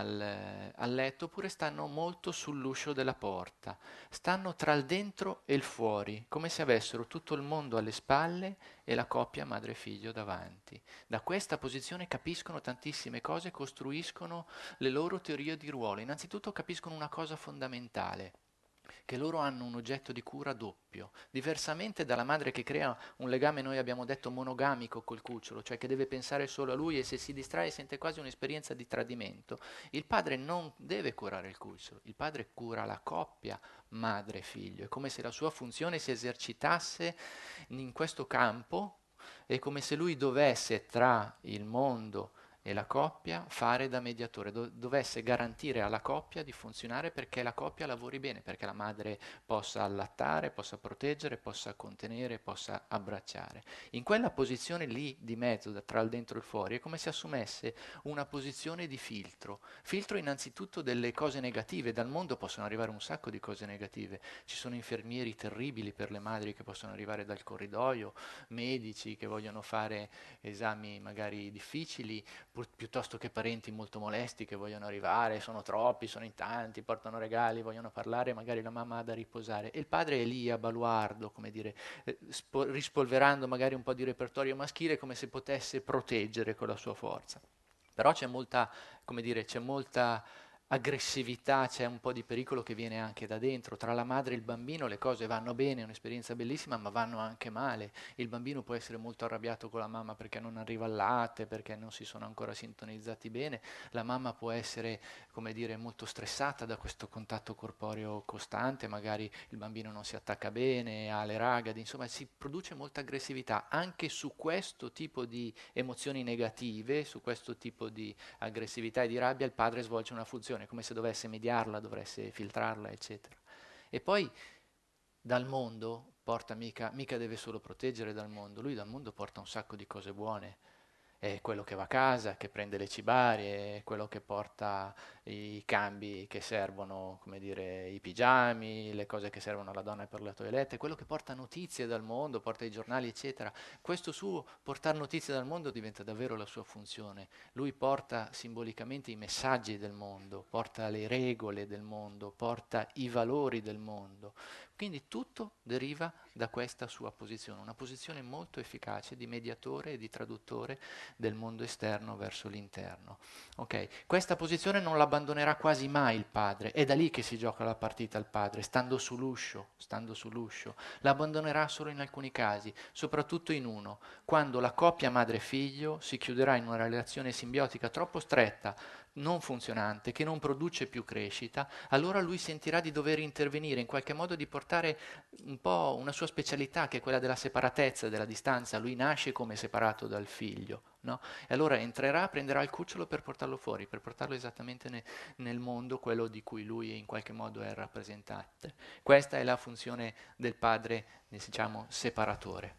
al, al letto, oppure stanno molto sull'uscio della porta. Stanno tra il dentro e il fuori, come se avessero tutto il mondo alle spalle e la coppia madre e figlio davanti. Da questa posizione capiscono tantissime cose, costruiscono le loro teorie di ruolo. Innanzitutto capiscono una cosa fondamentale, che loro hanno un oggetto di cura doppio, diversamente dalla madre che crea un legame, noi abbiamo detto, monogamico col cucciolo, cioè che deve pensare solo a lui e se si distrae sente quasi un'esperienza di tradimento. Il padre non deve curare il cucciolo, il padre cura la coppia madre e figlio, è come se la sua funzione si esercitasse in questo campo, è come se lui dovesse tra il mondo e la coppia fare da mediatore, do- dovesse garantire alla coppia di funzionare perché la coppia lavori bene, perché la madre possa allattare, possa proteggere, possa contenere, possa abbracciare. In quella posizione lì di mezzo, da- tra il dentro e il fuori, è come se assumesse una posizione di filtro. Filtro innanzitutto delle cose negative, dal mondo possono arrivare un sacco di cose negative, ci sono infermieri terribili per le madri che possono arrivare dal corridoio, medici che vogliono fare esami magari difficili, pu- piuttosto che parenti molto molesti che vogliono arrivare, sono troppi, sono in tanti, portano regali, vogliono parlare, magari la mamma ha da riposare e il padre è lì a baluardo, come dire, eh, spo- rispolverando magari un po' di repertorio maschile come se potesse proteggere con la sua forza. Però c'è molta, come dire, c'è molta aggressività, c'è un po' di pericolo che viene anche da dentro. Tra la madre e il bambino le cose vanno bene, è un'esperienza bellissima, ma vanno anche male. Il bambino può essere molto arrabbiato con la mamma perché non arriva il latte, perché non si sono ancora sintonizzati bene. La mamma può essere, come dire, molto stressata da questo contatto corporeo costante, magari il bambino non si attacca bene, ha le ragadi, insomma si produce molta aggressività. Anche su questo tipo di emozioni negative, su questo tipo di aggressività e di rabbia, il padre svolge una funzione, come se dovesse mediarla, dovesse filtrarla, eccetera. E poi dal mondo porta mica, mica deve solo proteggere dal mondo, lui dal mondo porta un sacco di cose buone. È quello che va a casa, che prende le cibarie, è quello che porta i cambi che servono, come dire, i pigiami, le cose che servono alla donna per la toilette, è quello che porta notizie dal mondo, porta i giornali, eccetera. Questo suo portare notizie dal mondo diventa davvero la sua funzione. Lui porta simbolicamente i messaggi del mondo, porta le regole del mondo, porta i valori del mondo. Quindi tutto deriva da questa sua posizione, una posizione molto efficace di mediatore e di traduttore del mondo esterno verso l'interno. Okay? Questa posizione non l'abbandonerà quasi mai il padre, è da lì che si gioca la partita il padre, stando sull'uscio, stando sull'uscio. L'abbandonerà solo in alcuni casi, soprattutto in uno, quando la coppia madre-figlio si chiuderà in una relazione simbiotica troppo stretta, non funzionante, che non produce più crescita, allora lui sentirà di dover intervenire, in qualche modo di portare un po' una sua specialità, che è quella della separatezza, della distanza. Lui nasce come separato dal figlio, no? E allora entrerà, prenderà il cucciolo per portarlo fuori, per portarlo esattamente ne, nel mondo, quello di cui lui in qualche modo è il rappresentante. Questa è la funzione del padre, diciamo, separatore.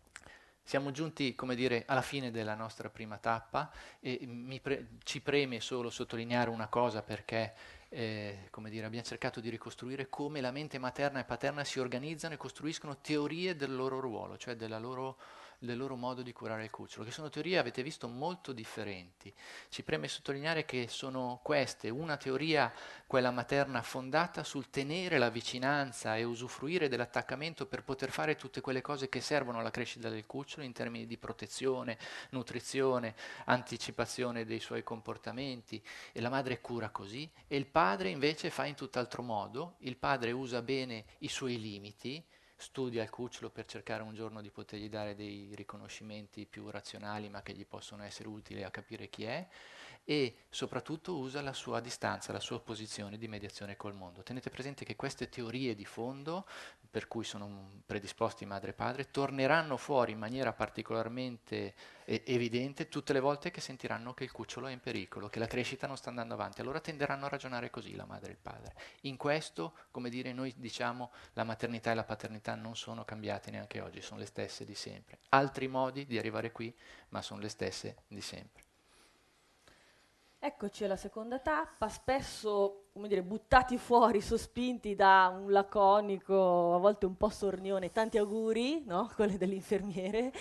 Siamo giunti, come dire, alla fine della nostra prima tappa e mi pre- ci preme solo sottolineare una cosa, perché eh, come dire, abbiamo cercato di ricostruire come la mente materna e paterna si organizzano e costruiscono teorie del loro ruolo, cioè della loro, del loro modo di curare il cucciolo, che sono teorie, avete visto, molto differenti. Ci preme sottolineare che sono queste: una teoria, quella materna, fondata sul tenere la vicinanza e usufruire dell'attaccamento per poter fare tutte quelle cose che servono alla crescita del cucciolo in termini di protezione, nutrizione, anticipazione dei suoi comportamenti, e la madre cura così, e il padre invece fa in tutt'altro modo. Il padre usa bene i suoi limiti, studia il cucciolo per cercare un giorno di potergli dare dei riconoscimenti più razionali, ma che gli possono essere utili a capire chi è, e soprattutto usa la sua distanza, la sua posizione di mediazione col mondo. Tenete presente che queste teorie di fondo, per cui sono predisposti madre e padre, torneranno fuori in maniera particolarmente eh, evidente tutte le volte che sentiranno che il cucciolo è in pericolo, che la crescita non sta andando avanti. Allora tenderanno a ragionare così la madre e il padre. In questo, come dire, noi diciamo la maternità e la paternità non sono cambiate neanche oggi, sono le stesse di sempre. Altri modi di arrivare qui, ma sono le stesse di sempre. Eccoci alla seconda tappa, spesso, come dire, buttati fuori, sospinti da un laconico, a volte un po' sornione, tanti auguri, no? Quelle dell'infermiere,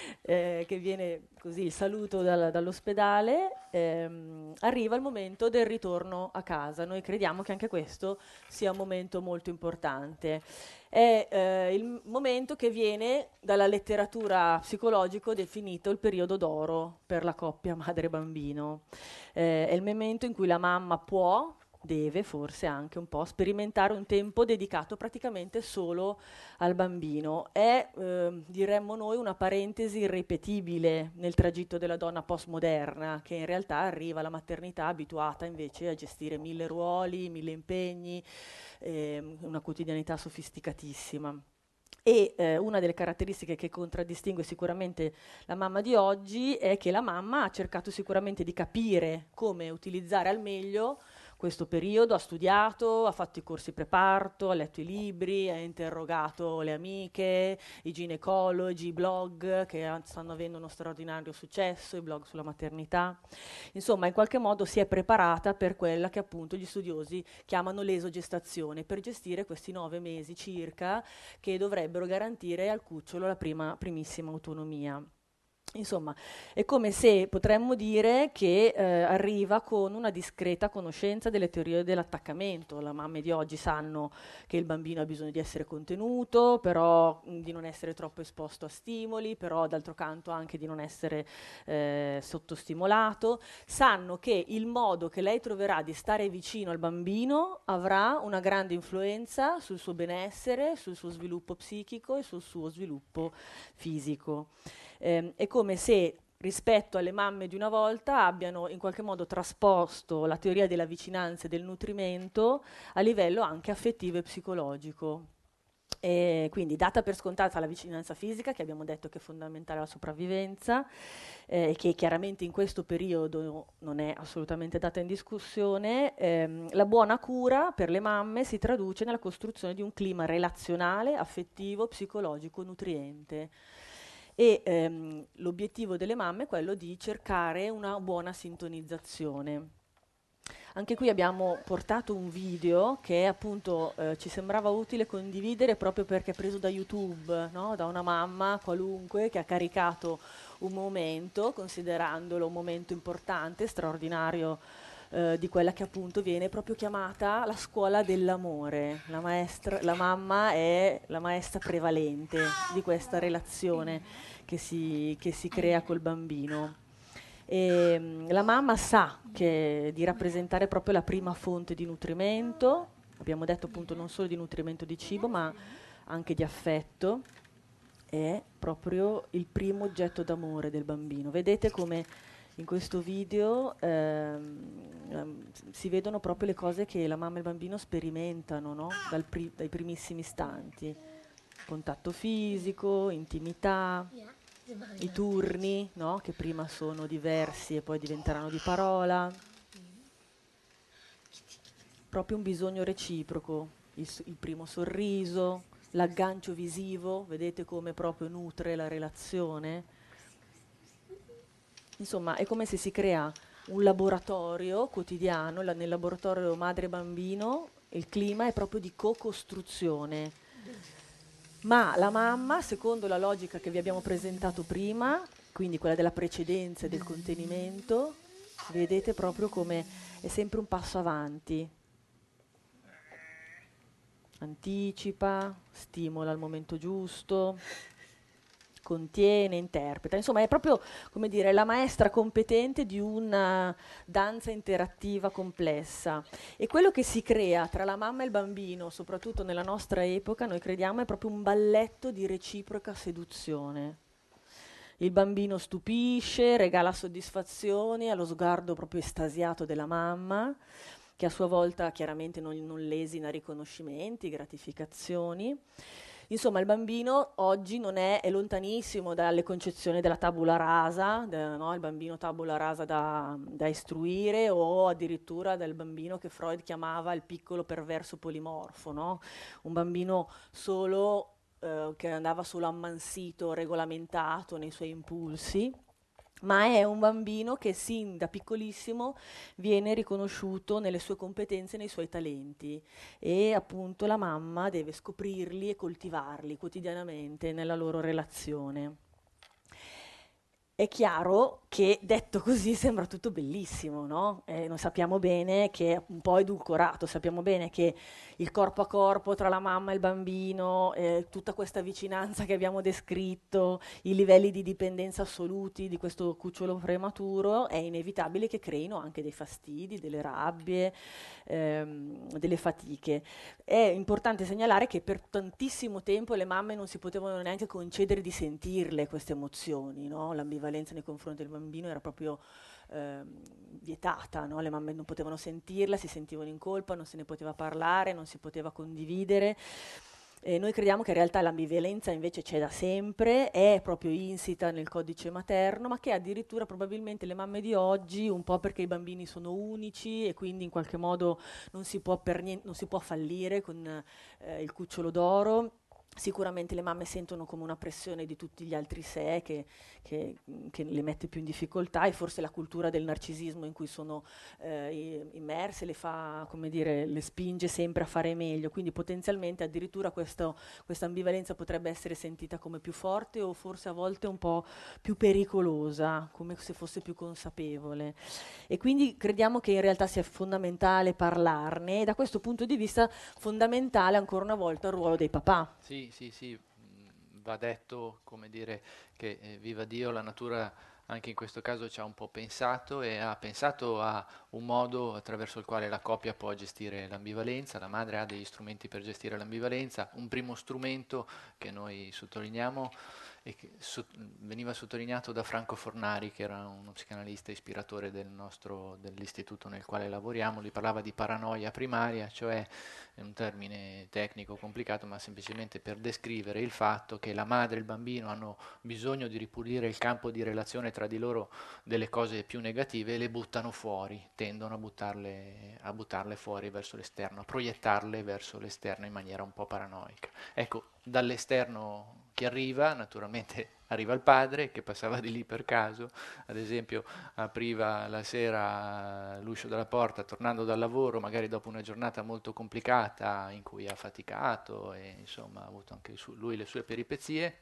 eh, che viene così il saluto dal, dall'ospedale, ehm, arriva il momento del ritorno a casa. Noi crediamo che anche questo sia un momento molto importante. È eh, il momento che viene dalla letteratura psicologica definito il periodo d'oro per la coppia madre-bambino. Eh, è il momento in cui la mamma può, deve forse anche un po' sperimentare un tempo dedicato praticamente solo al bambino. È, eh, diremmo noi, una parentesi irripetibile nel tragitto della donna postmoderna, che in realtà arriva alla maternità abituata invece a gestire mille ruoli, mille impegni, eh, una quotidianità sofisticatissima. E eh, una delle caratteristiche che contraddistingue sicuramente la mamma di oggi è che la mamma ha cercato sicuramente di capire come utilizzare al meglio questo periodo, ha studiato, ha fatto i corsi preparto, ha letto i libri, ha interrogato le amiche, i ginecologi, i blog che ha, stanno avendo uno straordinario successo, i blog sulla maternità. Insomma, in qualche modo si è preparata per quella che appunto gli studiosi chiamano l'esogestazione, per gestire questi nove mesi circa che dovrebbero garantire al cucciolo la prima, primissima autonomia. Insomma, è come se potremmo dire che eh, arriva con una discreta conoscenza delle teorie dell'attaccamento. Le mamme di oggi sanno che il bambino ha bisogno di essere contenuto, però mh, di non essere troppo esposto a stimoli, però d'altro canto anche di non essere eh, sottostimolato. Sanno che il modo che lei troverà di stare vicino al bambino avrà una grande influenza sul suo benessere, sul suo sviluppo psichico e sul suo sviluppo fisico. Eh, è come se rispetto alle mamme di una volta abbiano in qualche modo trasposto la teoria della vicinanza e del nutrimento a livello anche affettivo e psicologico. E quindi, data per scontata la vicinanza fisica, che abbiamo detto che è fondamentale alla sopravvivenza, e eh, che chiaramente in questo periodo non è assolutamente data in discussione, ehm, la buona cura per le mamme si traduce nella costruzione di un clima relazionale, affettivo, psicologico, nutriente. E ehm, l'obiettivo delle mamme è quello di cercare una buona sintonizzazione. Anche qui abbiamo portato un video che appunto eh, ci sembrava utile condividere proprio perché è preso da YouTube, no? Da una mamma qualunque che ha caricato un momento, considerandolo un momento importante, straordinario eh, di quella che appunto viene proprio chiamata la scuola dell'amore. La maestra, la mamma è la maestra prevalente di questa relazione che si, che si crea col bambino. E, mh, la mamma sa che di rappresentare proprio la prima fonte di nutrimento, abbiamo detto appunto non solo di nutrimento di cibo, ma anche di affetto, è proprio il primo oggetto d'amore del bambino. Vedete come in questo video ehm, ehm, si vedono proprio le cose che la mamma e il bambino sperimentano, no? Dal pri- dai primissimi istanti. Contatto fisico, intimità, i turni, no? Che prima sono diversi e poi diventeranno di parola. Proprio un bisogno reciproco, il, s- il primo sorriso, l'aggancio visivo, vedete come proprio nutre la relazione. Insomma, è come se si crea un laboratorio quotidiano, la- nel laboratorio madre-bambino il clima è proprio di co-costruzione. Ma la mamma, secondo la logica che vi abbiamo presentato prima, quindi quella della precedenza e del contenimento, vedete proprio come è sempre un passo avanti. Anticipa, stimola al momento giusto, contiene, interpreta. Insomma, è proprio, come dire, la maestra competente di una danza interattiva complessa. E quello che si crea tra la mamma e il bambino, soprattutto nella nostra epoca, noi crediamo, è proprio un balletto di reciproca seduzione. Il bambino stupisce, regala soddisfazioni allo sguardo proprio estasiato della mamma, che a sua volta chiaramente non, non lesina riconoscimenti, gratificazioni. Insomma, il bambino oggi non è, è lontanissimo dalle concezioni della tabula rasa, de, no? Il bambino tabula rasa da, da istruire, o addirittura del bambino che Freud chiamava il piccolo perverso polimorfo, no? Un bambino solo, eh, che andava solo ammansito, regolamentato nei suoi impulsi. Ma è un bambino che sin da piccolissimo viene riconosciuto nelle sue competenze e nei suoi talenti, e appunto la mamma deve scoprirli e coltivarli quotidianamente nella loro relazione. È chiaro che detto così sembra tutto bellissimo, no? Eh, noi sappiamo bene che è un po' edulcorato, sappiamo bene che il corpo a corpo tra la mamma e il bambino, eh, tutta questa vicinanza che abbiamo descritto, i livelli di dipendenza assoluti di questo cucciolo prematuro, è inevitabile che creino anche dei fastidi, delle rabbie, ehm, delle fatiche. È importante segnalare che per tantissimo tempo le mamme non si potevano neanche concedere di sentirle queste emozioni, no? L'ambivalenza nei confronti del bambino era proprio ehm, vietata, no? Le mamme non potevano sentirla, si sentivano in colpa, non se ne poteva parlare, non si poteva condividere. E noi crediamo che in realtà l'ambivalenza invece c'è da sempre, è proprio insita nel codice materno, ma che addirittura probabilmente le mamme di oggi, un po' perché i bambini sono unici e quindi in qualche modo non si può, per niente, non si può fallire con eh, il cucciolo d'oro. Sicuramente le mamme sentono come una pressione di tutti gli altri sé che, che, che le mette più in difficoltà, e forse la cultura del narcisismo in cui sono eh, immerse le fa, come dire, le spinge sempre a fare meglio, quindi potenzialmente addirittura questa ambivalenza potrebbe essere sentita come più forte, o forse a volte un po' più pericolosa, come se fosse più consapevole. E quindi crediamo che in realtà sia fondamentale parlarne, e da questo punto di vista fondamentale ancora una volta il ruolo dei papà. Sì, sì, sì, mh, va detto, come dire, che eh, viva Dio, la natura anche in questo caso ci ha un po' pensato, e ha pensato a un modo attraverso il quale la coppia può gestire l'ambivalenza. La madre ha degli strumenti per gestire l'ambivalenza. Un primo strumento che noi sottolineiamo e che so- veniva sottolineato da Franco Fornari, che era uno psicanalista ispiratore del nostro, dell'istituto nel quale lavoriamo. Lui parlava di paranoia primaria, cioè è un termine tecnico complicato, ma semplicemente per descrivere il fatto che la madre e il bambino hanno bisogno di ripulire il campo di relazione tra di loro delle cose più negative, e le buttano fuori, tendono a buttarle, a buttarle fuori verso l'esterno, a proiettarle verso l'esterno in maniera un po' paranoica. Ecco, dall'esterno chi arriva, naturalmente arriva il padre che passava di lì per caso, ad esempio apriva la sera l'uscio della porta tornando dal lavoro, magari dopo una giornata molto complicata in cui ha faticato e insomma ha avuto anche su- lui le sue peripezie,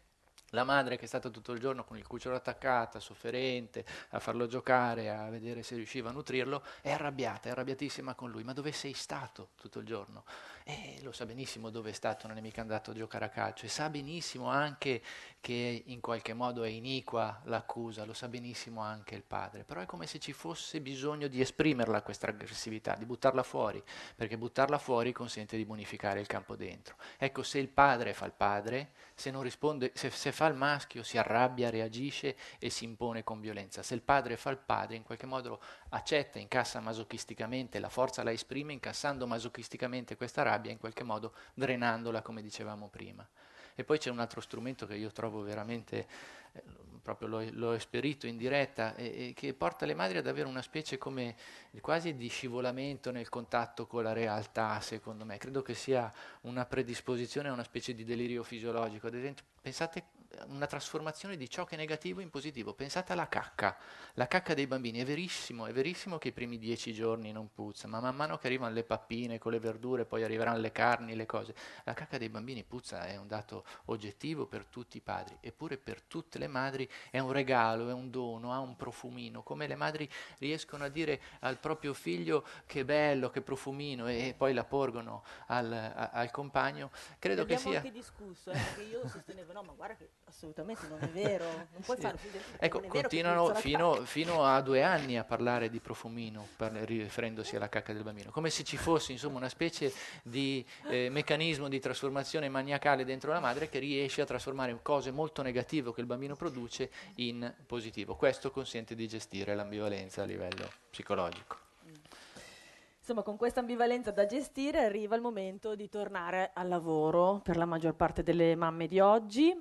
La madre che è stata tutto il giorno con il cucciolo attaccato, sofferente, a farlo giocare, a vedere se riusciva a nutrirlo, è arrabbiata, è arrabbiatissima con lui. Ma dove sei stato tutto il giorno? E lo sa benissimo dove è stato, non è mica andato a giocare a calcio. E sa benissimo anche che in qualche modo è iniqua l'accusa, lo sa benissimo anche il padre. Però è come se ci fosse bisogno di esprimerla questa aggressività, di buttarla fuori, perché buttarla fuori consente di bonificare il campo dentro. Ecco, se il padre fa il padre, se non risponde, se, se fa il maschio si arrabbia, reagisce e si impone con violenza. Se il padre fa il padre, in qualche modo accetta, incassa masochisticamente, la forza la esprime incassando masochisticamente questa rabbia, in qualche modo drenandola, come dicevamo prima. E poi c'è un altro strumento che io trovo veramente, eh, proprio l'ho, l'ho esperito in diretta, e, e che porta le madri ad avere una specie come quasi di scivolamento nel contatto con la realtà, secondo me. Credo che sia una predisposizione a una specie di delirio fisiologico. Ad esempio, pensate una trasformazione di ciò che è negativo in positivo. Pensate alla cacca, la cacca dei bambini. È verissimo, è verissimo che i primi dieci giorni non puzza, ma man mano che arrivano le pappine con le verdure, poi arriveranno le carni, le cose, la cacca dei bambini puzza, è un dato oggettivo per tutti i padri, eppure per tutte le madri è un regalo, è un dono, ha un profumino. Come le madri riescono a dire al proprio figlio che bello, che profumino, e poi la porgono al, a, al compagno, credo che Abbiamo sia... anche discusso, eh, perché io sostenevo no, ma guarda che assolutamente non è vero, non puoi Sì. farlo figlio, Ecco, non è vero che continuano puzza la fino, cacca. fino a due anni a parlare di profumino, per, riferendosi alla cacca del bambino, come se ci fosse insomma una specie di eh, meccanismo di trasformazione maniacale dentro la madre che riesce a trasformare cose molto negative che il bambino produce in positivo. Questo consente di gestire l'ambivalenza a livello psicologico. Insomma, con questa ambivalenza da gestire arriva il momento di tornare al lavoro per la maggior parte delle mamme di oggi.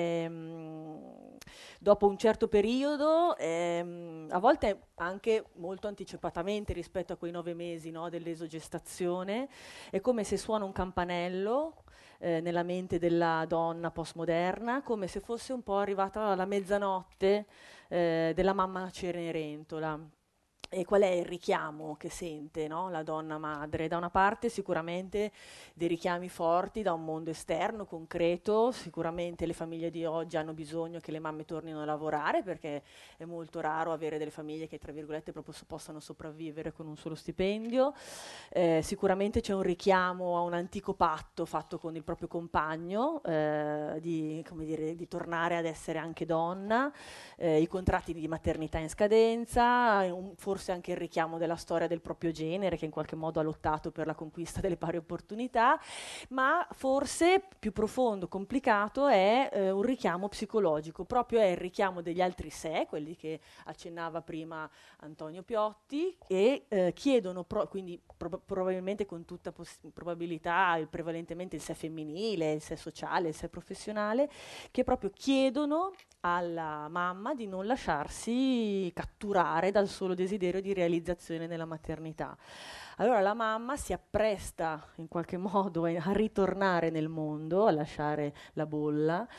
Ehm, dopo un certo periodo, ehm, a volte anche molto anticipatamente rispetto a quei nove mesi, no, dell'esogestazione, è come se suona un campanello eh, nella mente della donna postmoderna, come se fosse un po' arrivata la mezzanotte eh, della mamma Cenerentola. E qual è il richiamo che sente, no, la donna madre? Da una parte sicuramente dei richiami forti da un mondo esterno, concreto. Sicuramente le famiglie di oggi hanno bisogno che le mamme tornino a lavorare, perché è molto raro avere delle famiglie che, tra virgolette, proprio so- possano sopravvivere con un solo stipendio. Eh, sicuramente c'è un richiamo a un antico patto fatto con il proprio compagno, eh, di, come dire, di tornare ad essere anche donna, eh, i contratti di maternità in scadenza, un, forse anche il richiamo della storia del proprio genere che in qualche modo ha lottato per la conquista delle pari opportunità, ma forse più profondo, complicato è eh, un richiamo psicologico, proprio è il richiamo degli altri sé, quelli che accennava prima Antonio Piotti, e eh, chiedono, pro- quindi pro- probabilmente con tutta poss- probabilità il, prevalentemente il sé femminile, il sé sociale, il sé professionale, che proprio chiedono alla mamma di non lasciarsi catturare dal solo desiderio di realizzazione nella maternità. Allora la mamma si appresta in qualche modo a ritornare nel mondo, a lasciare la bolla,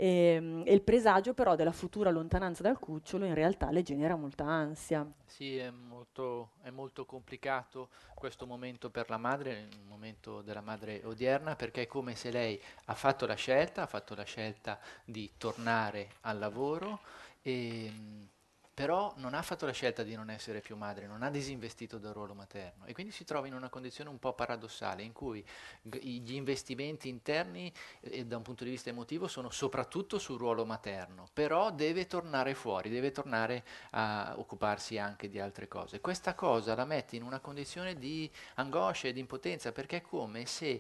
e, e il presagio però della futura lontananza dal cucciolo in realtà le genera molta ansia. Sì, è molto, è molto complicato questo momento per la madre, il momento della madre odierna, perché è come se lei ha fatto la scelta, ha fatto la scelta di tornare al lavoro, e, mh, però non ha fatto la scelta di non essere più madre, non ha disinvestito dal ruolo materno e quindi si trova in una condizione un po' paradossale in cui g- gli investimenti interni eh, da un punto di vista emotivo sono soprattutto sul ruolo materno, però deve tornare fuori, deve tornare a occuparsi anche di altre cose. Questa cosa la mette in una condizione di angoscia e di impotenza, perché è come se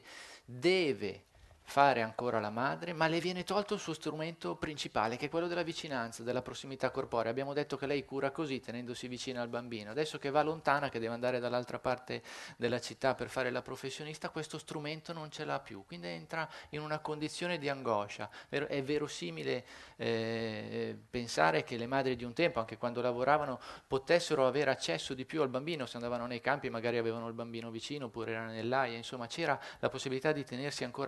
deve fare ancora la madre, ma le viene tolto il suo strumento principale, che è quello della vicinanza, della prossimità corporea. Abbiamo detto che lei cura così, tenendosi vicina al bambino. Adesso che va lontana, che deve andare dall'altra parte della città per fare la professionista, questo strumento non ce l'ha più, quindi entra in una condizione di angoscia. Ver- È verosimile eh, pensare che le madri di un tempo, anche quando lavoravano, potessero avere accesso di più al bambino, se andavano nei campi magari avevano il bambino vicino, oppure era nell'aia, insomma c'era la possibilità di tenersi ancora abbastanza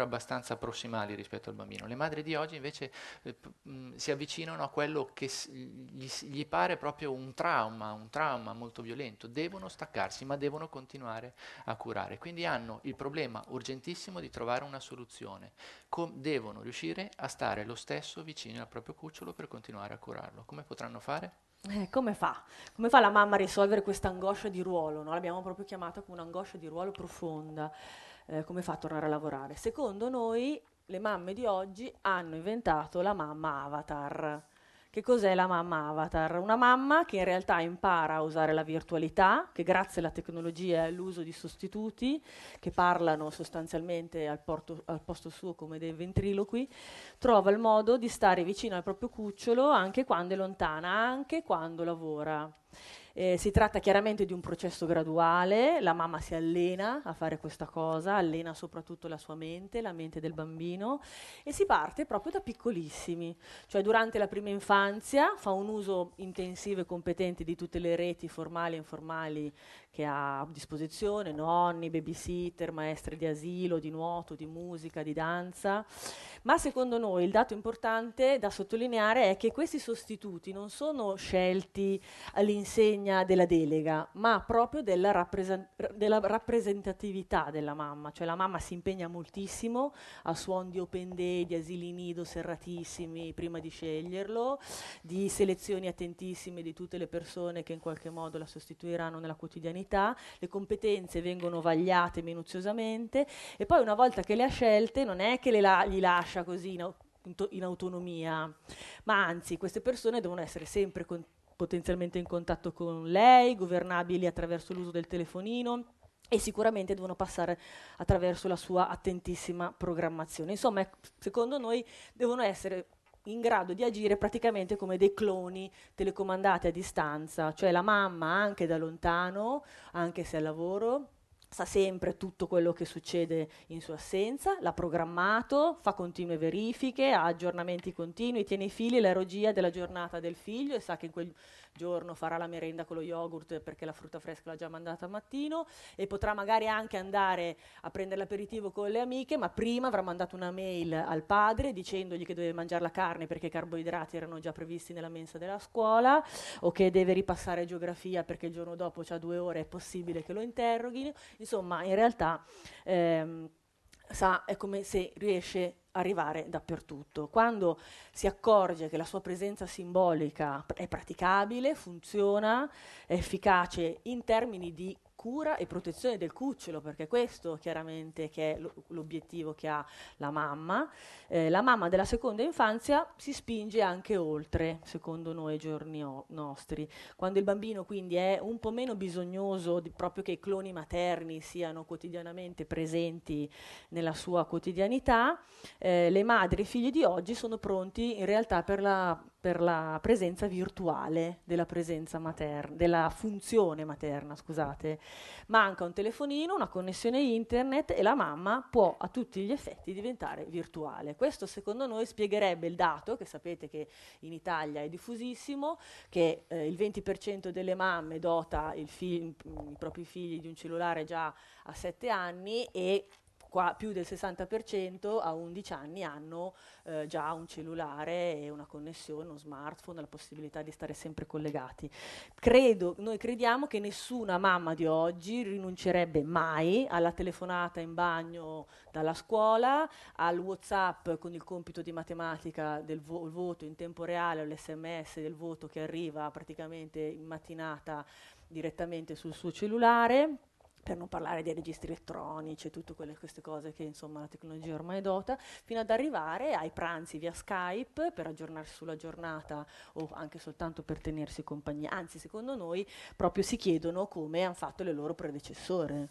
abbastanza prossimali rispetto al bambino. Le madri di oggi invece eh, p- mh, si avvicinano a quello che s- gli, s- gli pare proprio un trauma, un trauma molto violento. Devono staccarsi, ma devono continuare a curare. Quindi hanno il problema urgentissimo di trovare una soluzione. Com- devono riuscire a stare lo stesso vicino al proprio cucciolo per continuare a curarlo. Come potranno fare? Eh, come fa? Come fa la mamma a risolvere questa angoscia di ruolo? No? L'abbiamo proprio chiamata come un'angoscia di ruolo profonda. Eh, come fa a tornare a lavorare? Secondo noi, le mamme di oggi hanno inventato la mamma avatar. Che cos'è la mamma avatar? Una mamma che in realtà impara a usare la virtualità, che grazie alla tecnologia e all'uso di sostituti che parlano sostanzialmente al, porto, al posto suo come dei ventriloqui, trova il modo di stare vicino al proprio cucciolo anche quando è lontana, anche quando lavora. Eh, si tratta chiaramente di un processo graduale, la mamma si allena a fare questa cosa, allena soprattutto la sua mente, la mente del bambino, e si parte proprio da piccolissimi, cioè durante la prima infanzia fa un uso intensivo e competente di tutte le reti formali e informali che ha a disposizione, nonni, babysitter, maestre di asilo, di nuoto, di musica, di danza, ma secondo noi il dato importante da sottolineare è che questi sostituti non sono scelti all'insegna della delega, ma proprio della, rappresen- della rappresentatività della mamma, cioè la mamma si impegna moltissimo a suon di open day, di asili nido serratissimi prima di sceglierlo, di selezioni attentissime di tutte le persone che in qualche modo la sostituiranno nella quotidianità, le competenze vengono vagliate minuziosamente e poi una volta che le ha scelte non è che le la- gli lascia così in, au- in to- in autonomia, ma anzi queste persone devono essere sempre con- potenzialmente in contatto con lei, governabili attraverso l'uso del telefonino e sicuramente devono passare attraverso la sua attentissima programmazione. Insomma, ec- secondo noi devono essere in grado di agire praticamente come dei cloni telecomandati a distanza, cioè la mamma anche da lontano, anche se al lavoro, sa sempre tutto quello che succede in sua assenza, l'ha programmato, fa continue verifiche, ha aggiornamenti continui, tiene i figli la regia della giornata del figlio e sa che in quel giorno farà la merenda con lo yogurt perché la frutta fresca l'ha già mandata al mattino e potrà magari anche andare a prendere l'aperitivo con le amiche, ma prima avrà mandato una mail al padre dicendogli che deve mangiare la carne perché i carboidrati erano già previsti nella mensa della scuola o che deve ripassare geografia perché il giorno dopo c'ha due ore, è possibile che lo interroghino. Insomma, in realtà ehm, sa, è come se riesce a arrivare dappertutto. Quando si accorge che la sua presenza simbolica è praticabile, funziona, è efficace in termini di cura e protezione del cucciolo, perché questo chiaramente che è lo, l'obiettivo che ha la mamma. Eh, la mamma della seconda infanzia si spinge anche oltre, secondo noi, ai giorni o- nostri. Quando il bambino quindi è un po' meno bisognoso di proprio che i cloni materni siano quotidianamente presenti nella sua quotidianità, eh, le madri e i figli di oggi sono pronti in realtà per la, per la presenza virtuale della presenza materna, della funzione materna, scusate. Manca un telefonino, una connessione internet e la mamma può a tutti gli effetti diventare virtuale. Questo secondo noi spiegherebbe il dato, che sapete che in Italia è diffusissimo, che eh, il venti per cento delle mamme dota il fi- i propri figli di un cellulare già a sette anni e qua più del sessanta per cento a undici anni hanno eh, già un cellulare e una connessione, uno smartphone, la possibilità di stare sempre collegati. Credo, noi crediamo che nessuna mamma di oggi rinuncerebbe mai alla telefonata in bagno dalla scuola, al WhatsApp con il compito di matematica del vo- voto in tempo reale, all'esse emme esse del voto che arriva praticamente in mattinata direttamente sul suo cellulare, per non parlare dei registri elettronici e tutte quelle, queste cose che insomma la tecnologia ormai dota, fino ad arrivare ai pranzi via Skype per aggiornarsi sulla giornata o anche soltanto per tenersi compagnia. Anzi, secondo noi proprio si chiedono come hanno fatto le loro predecessore.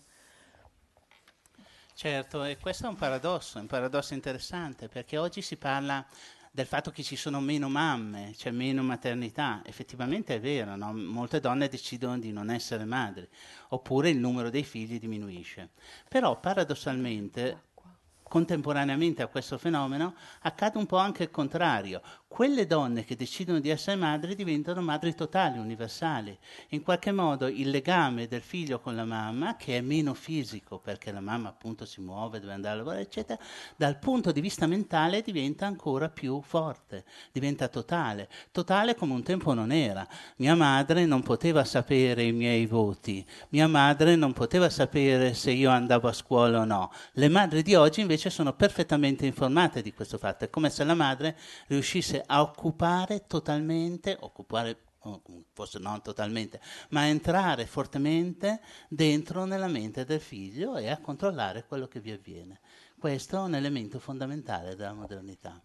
Certo, e questo è un paradosso, è un paradosso interessante, perché oggi si parla del fatto che ci sono meno mamme, c'è meno maternità. Effettivamente è vero, no? Molte donne decidono di non essere madri, oppure il numero dei figli diminuisce. Però paradossalmente, contemporaneamente a questo fenomeno, accade un po' anche il contrario. quelle donne che decidono di essere madri diventano madri totali, universali. In qualche modo il legame del figlio con la mamma, che è meno fisico perché la mamma appunto si muove, deve andare a lavorare, eccetera, dal punto di vista mentale diventa ancora più forte, diventa totale, totale come un tempo non era. Mia madre non poteva sapere i miei voti, mia madre non poteva sapere se io andavo a scuola o no. Le madri di oggi invece sono perfettamente informate di questo fatto, è come se la madre riuscisse a occupare totalmente, occupare forse non totalmente, ma a entrare fortemente dentro nella mente del figlio e a controllare quello che vi avviene. Questo è un elemento fondamentale della modernità.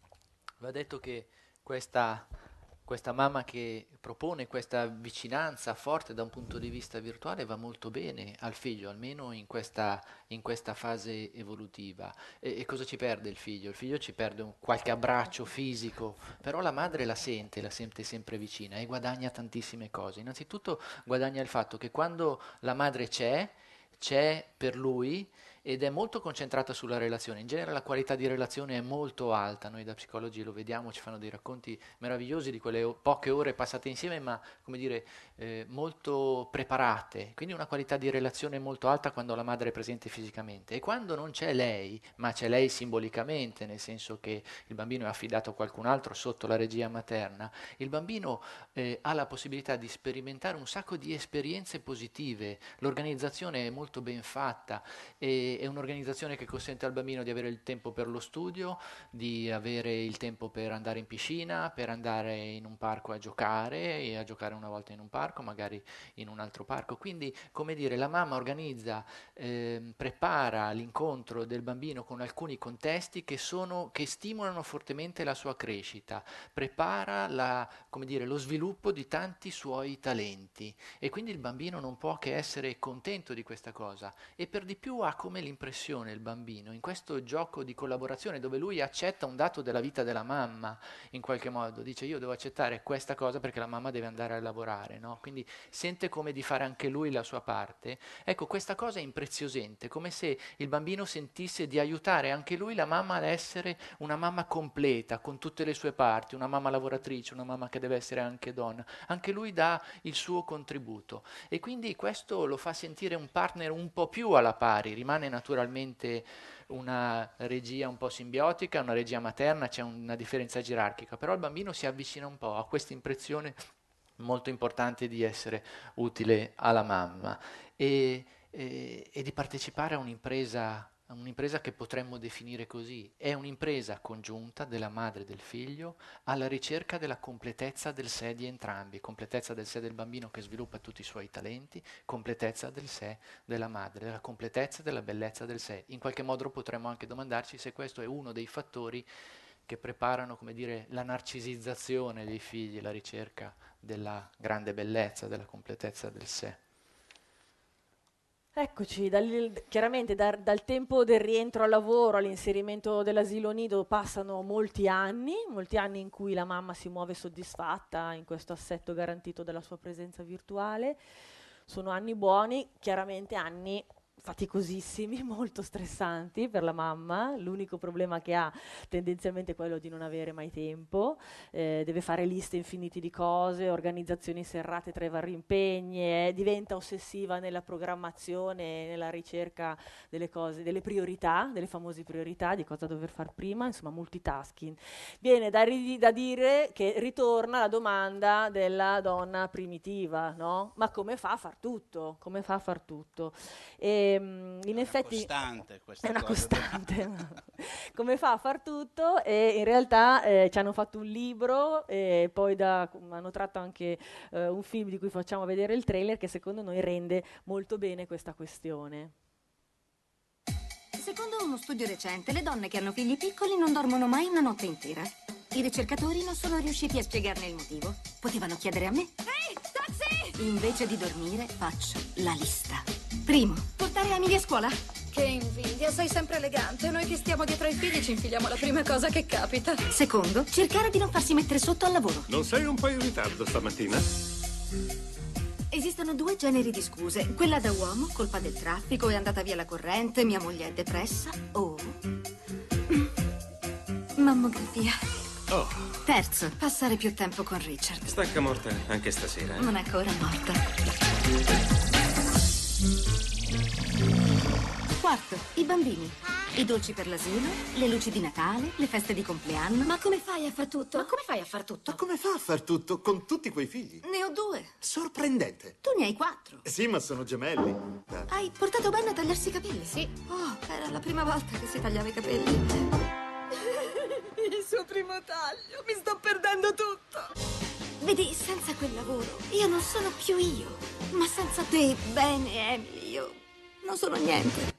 Va detto che questa, questa mamma che propone questa vicinanza forte da un punto di vista virtuale va molto bene al figlio, almeno in questa, in questa fase evolutiva. E, e cosa ci perde il figlio? Il figlio ci perde un, qualche abbraccio fisico, però la madre la sente, la sente sempre vicina e guadagna tantissime cose. Innanzitutto guadagna il fatto che quando la madre c'è, c'è per lui ed è molto concentrata sulla relazione. In genere la qualità di relazione è molto alta, noi da psicologi lo vediamo, ci fanno dei racconti meravigliosi di quelle o- poche ore passate insieme, ma come dire, eh, molto preparate, quindi una qualità di relazione molto alta quando la madre è presente fisicamente. E quando non c'è lei, ma c'è lei simbolicamente, nel senso che il bambino è affidato a qualcun altro sotto la regia materna, il bambino eh, ha la possibilità di sperimentare un sacco di esperienze positive, l'organizzazione è molto ben fatta, e è un'organizzazione che consente al bambino di avere il tempo per lo studio, di avere il tempo per andare in piscina, per andare in un parco a giocare, e a giocare una volta in un parco, magari in un altro parco. Quindi, come dire, la mamma organizza, eh, prepara l'incontro del bambino con alcuni contesti che, sono, che stimolano fortemente la sua crescita, prepara la, come dire, lo sviluppo di tanti suoi talenti e quindi il bambino non può che essere contento di questa cosa e per di più ha come l'impressione il bambino in questo gioco di collaborazione dove lui accetta un dato della vita della mamma, in qualche modo dice io devo accettare questa cosa perché la mamma deve andare a lavorare, no? Quindi sente come di fare anche lui la sua parte. Ecco, questa cosa è impreziosente, come se il bambino sentisse di aiutare anche lui la mamma ad essere una mamma completa con tutte le sue parti, una mamma lavoratrice, una mamma che deve essere anche donna, anche lui dà il suo contributo e quindi questo lo fa sentire un partner un po' più alla pari, rimane naturalmente una regia un po' simbiotica, una regia materna, c'è una differenza gerarchica, però il bambino si avvicina un po' a questa impressione molto importante di essere utile alla mamma e, e, e di partecipare a un'impresa un'impresa che potremmo definire così, è un'impresa congiunta della madre e del figlio alla ricerca della completezza del sé di entrambi, completezza del sé del bambino che sviluppa tutti i suoi talenti, completezza del sé della madre, la completezza della bellezza del sé. In qualche modo potremmo anche domandarci se questo è uno dei fattori che preparano, come dire, la narcisizzazione dei figli, la ricerca della grande bellezza, della completezza del sé. Eccoci, dal, chiaramente da, dal tempo del rientro al lavoro all'inserimento dell'asilo nido passano molti anni, molti anni in cui la mamma si muove soddisfatta in questo assetto garantito dalla sua presenza virtuale. Sono anni buoni, chiaramente anni faticosissimi, molto stressanti per la mamma. L'unico problema che ha tendenzialmente è quello di non avere mai tempo, eh, deve fare liste infinite di cose, organizzazioni serrate tra i vari impegni, eh, diventa ossessiva nella programmazione, nella ricerca delle cose, delle priorità, delle famose priorità, di cosa dover fare prima, insomma multitasking. Viene da, ri- da dire che ritorna la domanda della donna primitiva, no? Ma come fa a far tutto? Come fa a far tutto? E, in è effetti una costante questa è una cosa. costante come fa a far tutto e in realtà eh, ci hanno fatto un libro e poi da, hanno tratto anche eh, un film di cui facciamo vedere il trailer che secondo noi rende molto bene questa questione. Secondo uno studio recente, le donne che hanno figli piccoli non dormono mai una notte intera. I ricercatori non sono riusciti a spiegarne il motivo. Potevano chiedere a me. Ehi, taxi! Invece di dormire, faccio la lista. Primo, portare Emily a scuola. Che invidia, sei sempre elegante. Noi che stiamo dietro ai figli ci infiliamo la prima cosa che capita. Secondo, cercare di non farsi mettere sotto al lavoro. Non sei un po' in ritardo stamattina? Esistono due generi di scuse. Quella da uomo, colpa del traffico, è andata via la corrente, mia moglie è depressa, o... mammografia. Oh, Terzo, passare più tempo con Richard. stanca morta anche stasera, eh? Non è ancora morta. Quarto, i bambini. I dolci per l'asilo, le luci di Natale, le feste di compleanno. Ma come fai a far tutto? Ma come fai a far tutto? Ma come fa a far tutto con tutti quei figli? Ne ho due. Sorprendente. Tu ne hai quattro. Sì, ma sono gemelli. Da- Hai portato Ben a tagliarsi i capelli? Sì. Oh, era la prima volta che si tagliava i capelli. Il suo primo taglio. Mi sto perdendo tutto. Vedi, senza quel lavoro, io non sono più io. Ma senza te, Ben e Emily, io non sono niente.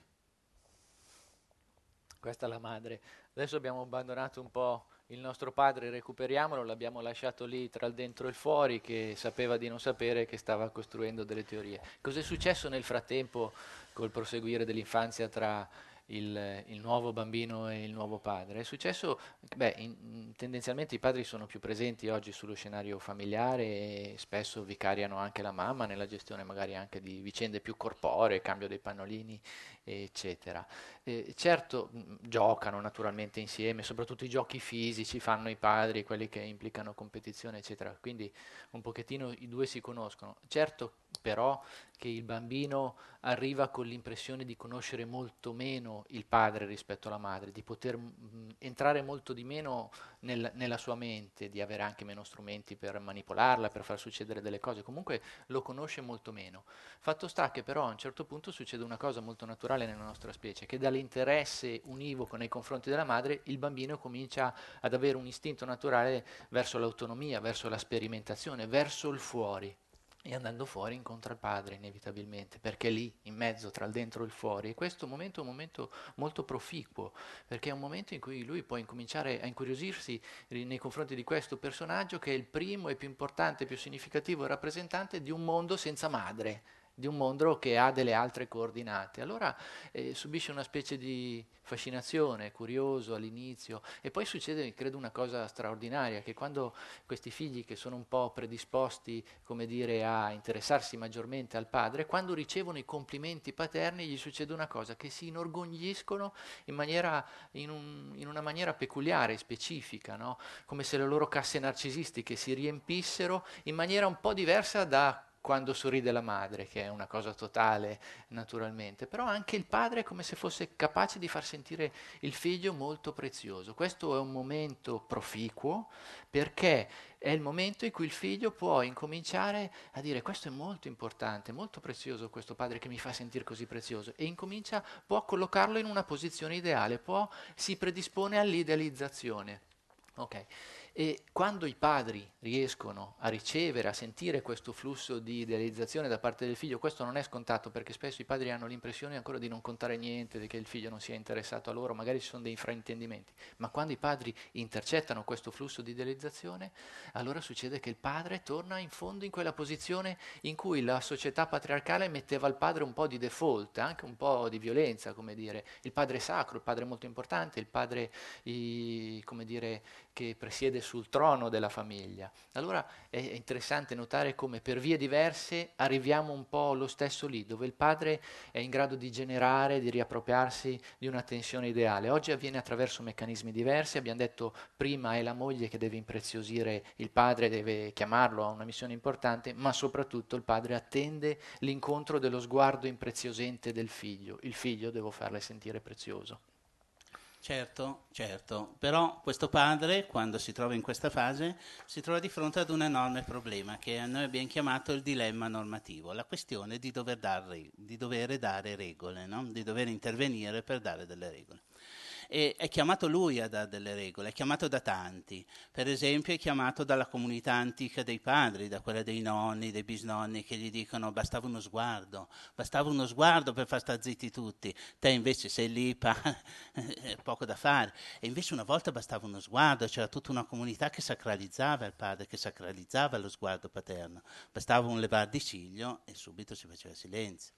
Questa è la madre. Adesso abbiamo abbandonato un po' il nostro padre, recuperiamolo, l'abbiamo lasciato lì tra il dentro e il fuori, che sapeva di non sapere, che stava costruendo delle teorie. Cos'è successo nel frattempo col proseguire dell'infanzia tra il, il nuovo bambino e il nuovo padre? È successo, beh, in, in, tendenzialmente i padri sono più presenti oggi sullo scenario familiare e spesso vicariano anche la mamma nella gestione magari anche di vicende più corporee, cambio dei pannolini, eccetera. Eh, certo, mh, giocano naturalmente insieme, soprattutto i giochi fisici fanno i padri, quelli che implicano competizione, eccetera, quindi un pochettino i due si conoscono. Certo però che il bambino arriva con l'impressione di conoscere molto meno il padre rispetto alla madre, di poter mh, entrare molto di meno nel, nella sua mente, di avere anche meno strumenti per manipolarla, per far succedere delle cose, comunque lo conosce molto meno. Fatto sta che però a un certo punto succede una cosa molto naturale nella nostra specie, che dall'interesse univoco nei confronti della madre il bambino comincia ad avere un istinto naturale verso l'autonomia, verso la sperimentazione, verso il fuori. E andando fuori incontra il padre inevitabilmente, perché è lì, in mezzo, tra il dentro e il fuori. E questo momento è un momento molto proficuo, perché è un momento in cui lui può incominciare a incuriosirsi nei confronti di questo personaggio che è il primo e più importante, più significativo rappresentante di un mondo senza madre, di un mondo che ha delle altre coordinate. Allora eh, subisce una specie di fascinazione, curioso all'inizio, e poi succede, credo, una cosa straordinaria, che quando questi figli che sono un po' predisposti, come dire, a interessarsi maggiormente al padre, quando ricevono i complimenti paterni gli succede una cosa, che si inorgogliscono in, maniera, in, un, in una maniera peculiare, specifica, no? Come se le loro casse narcisistiche si riempissero in maniera un po' diversa da quando sorride la madre, che è una cosa totale naturalmente, però anche il padre è come se fosse capace di far sentire il figlio molto prezioso. Questo è un momento proficuo, perché è il momento in cui il figlio può incominciare a dire: questo è molto importante, molto prezioso questo padre che mi fa sentire così prezioso, e incomincia, può collocarlo in una posizione ideale, può, si predispone all'idealizzazione. Ok. E quando i padri riescono a ricevere, a sentire questo flusso di idealizzazione da parte del figlio, questo non è scontato, perché spesso i padri hanno l'impressione ancora di non contare niente, di che il figlio non sia interessato a loro, magari ci sono dei fraintendimenti, ma quando i padri intercettano questo flusso di idealizzazione, allora succede che il padre torna in fondo in quella posizione in cui la società patriarcale metteva al padre un po' di default, anche un po' di violenza, come dire, il padre sacro, il padre molto importante, il padre, i, come dire, che presiede sul trono della famiglia. Allora è interessante notare come per vie diverse arriviamo un po' allo stesso lì, dove il padre è in grado di generare, di riappropriarsi di una tensione ideale. Oggi avviene attraverso meccanismi diversi, abbiamo detto prima è la moglie che deve impreziosire il padre, deve chiamarlo a una missione importante, ma soprattutto il padre attende l'incontro dello sguardo impreziosente del figlio. Il figlio devo farle sentire prezioso. Certo, certo, però questo padre, quando si trova in questa fase, si trova di fronte ad un enorme problema che noi abbiamo chiamato il dilemma normativo, la questione di dover dare, di dover dare regole, no? Di dover intervenire per dare delle regole. E è chiamato lui a dare delle regole, è chiamato da tanti, per esempio è chiamato dalla comunità antica dei padri, da quella dei nonni, dei bisnonni, che gli dicono bastava uno sguardo, bastava uno sguardo per far stare zitti tutti, te invece sei lì, pa- poco da fare, e invece una volta bastava uno sguardo, c'era tutta una comunità che sacralizzava il padre, che sacralizzava lo sguardo paterno, bastava un levar di ciglio e subito si faceva silenzio.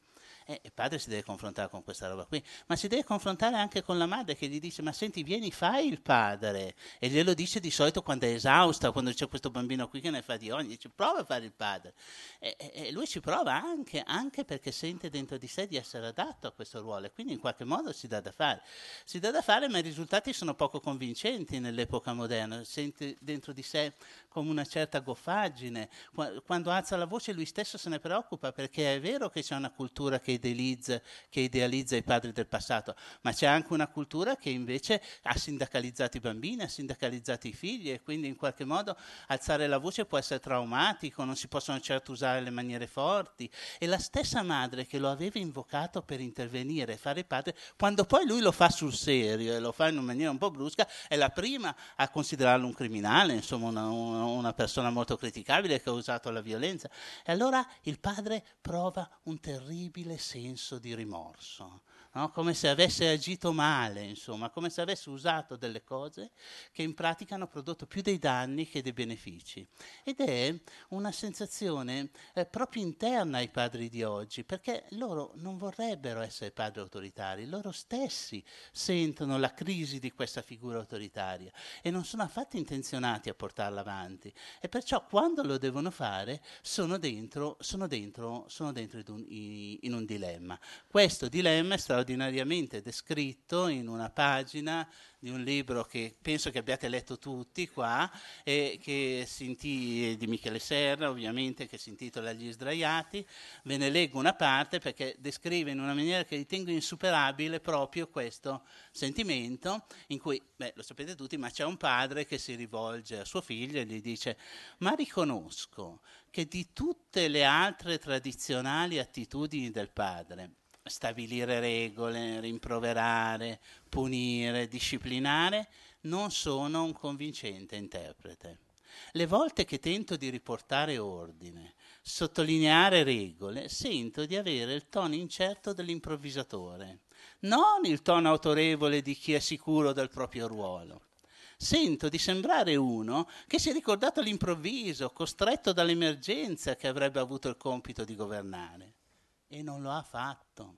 E il padre si deve confrontare con questa roba qui, ma si deve confrontare anche con la madre che gli dice: ma senti, vieni, fai il padre. E glielo dice di solito quando è esausta, quando c'è questo bambino qui che ne fa di ogni, dice: prova a fare il padre. E, e, e lui ci prova anche, anche perché sente dentro di sé di essere adatto a questo ruolo, e quindi in qualche modo si dà da fare. Si dà da fare, ma i risultati sono poco convincenti nell'epoca moderna. Sente dentro di sé come una certa goffaggine. Quando alza la voce lui stesso se ne preoccupa, perché è vero che c'è una cultura che idealizza, che idealizza i padri del passato, ma c'è anche una cultura che invece ha sindacalizzato i bambini, ha sindacalizzato i figli, e quindi in qualche modo alzare la voce può essere traumatico, non si possono certo usare le maniere forti. E la stessa madre che lo aveva invocato per intervenire e fare il padre, quando poi lui lo fa sul serio e lo fa in una maniera un po' brusca, è la prima a considerarlo un criminale, insomma una, una, una persona molto criticabile che ha usato la violenza. E allora il padre prova un terribile senso di rimorso, no? Come se avesse agito male, insomma, come se avesse usato delle cose che in pratica hanno prodotto più dei danni che dei benefici. Ed è una sensazione eh, proprio interna ai padri di oggi, perché loro non vorrebbero essere padri autoritari, loro stessi sentono la crisi di questa figura autoritaria e non sono affatto intenzionati a portarla avanti, e perciò quando lo devono fare sono dentro, sono dentro, sono dentro in un, in un dilemma. Questo dilemma è straordinariamente descritto in una pagina di un libro che penso che abbiate letto tutti qua, e che si intitola, di Michele Serra ovviamente, che si intitola Gli sdraiati. Ve ne leggo una parte perché descrive in una maniera che ritengo insuperabile proprio questo sentimento, in cui, beh, lo sapete tutti, ma c'è un padre che si rivolge a suo figlio e gli dice: ma riconosco che di tutte le altre tradizionali attitudini del padre, stabilire regole, rimproverare, punire, disciplinare, non sono un convincente interprete. Le volte che tento di riportare ordine, sottolineare regole, sento di avere il tono incerto dell'improvvisatore, non il tono autorevole di chi è sicuro del proprio ruolo. Sento di sembrare uno che si è ricordato all'improvviso, costretto dall'emergenza, che avrebbe avuto il compito di governare. E non lo ha fatto.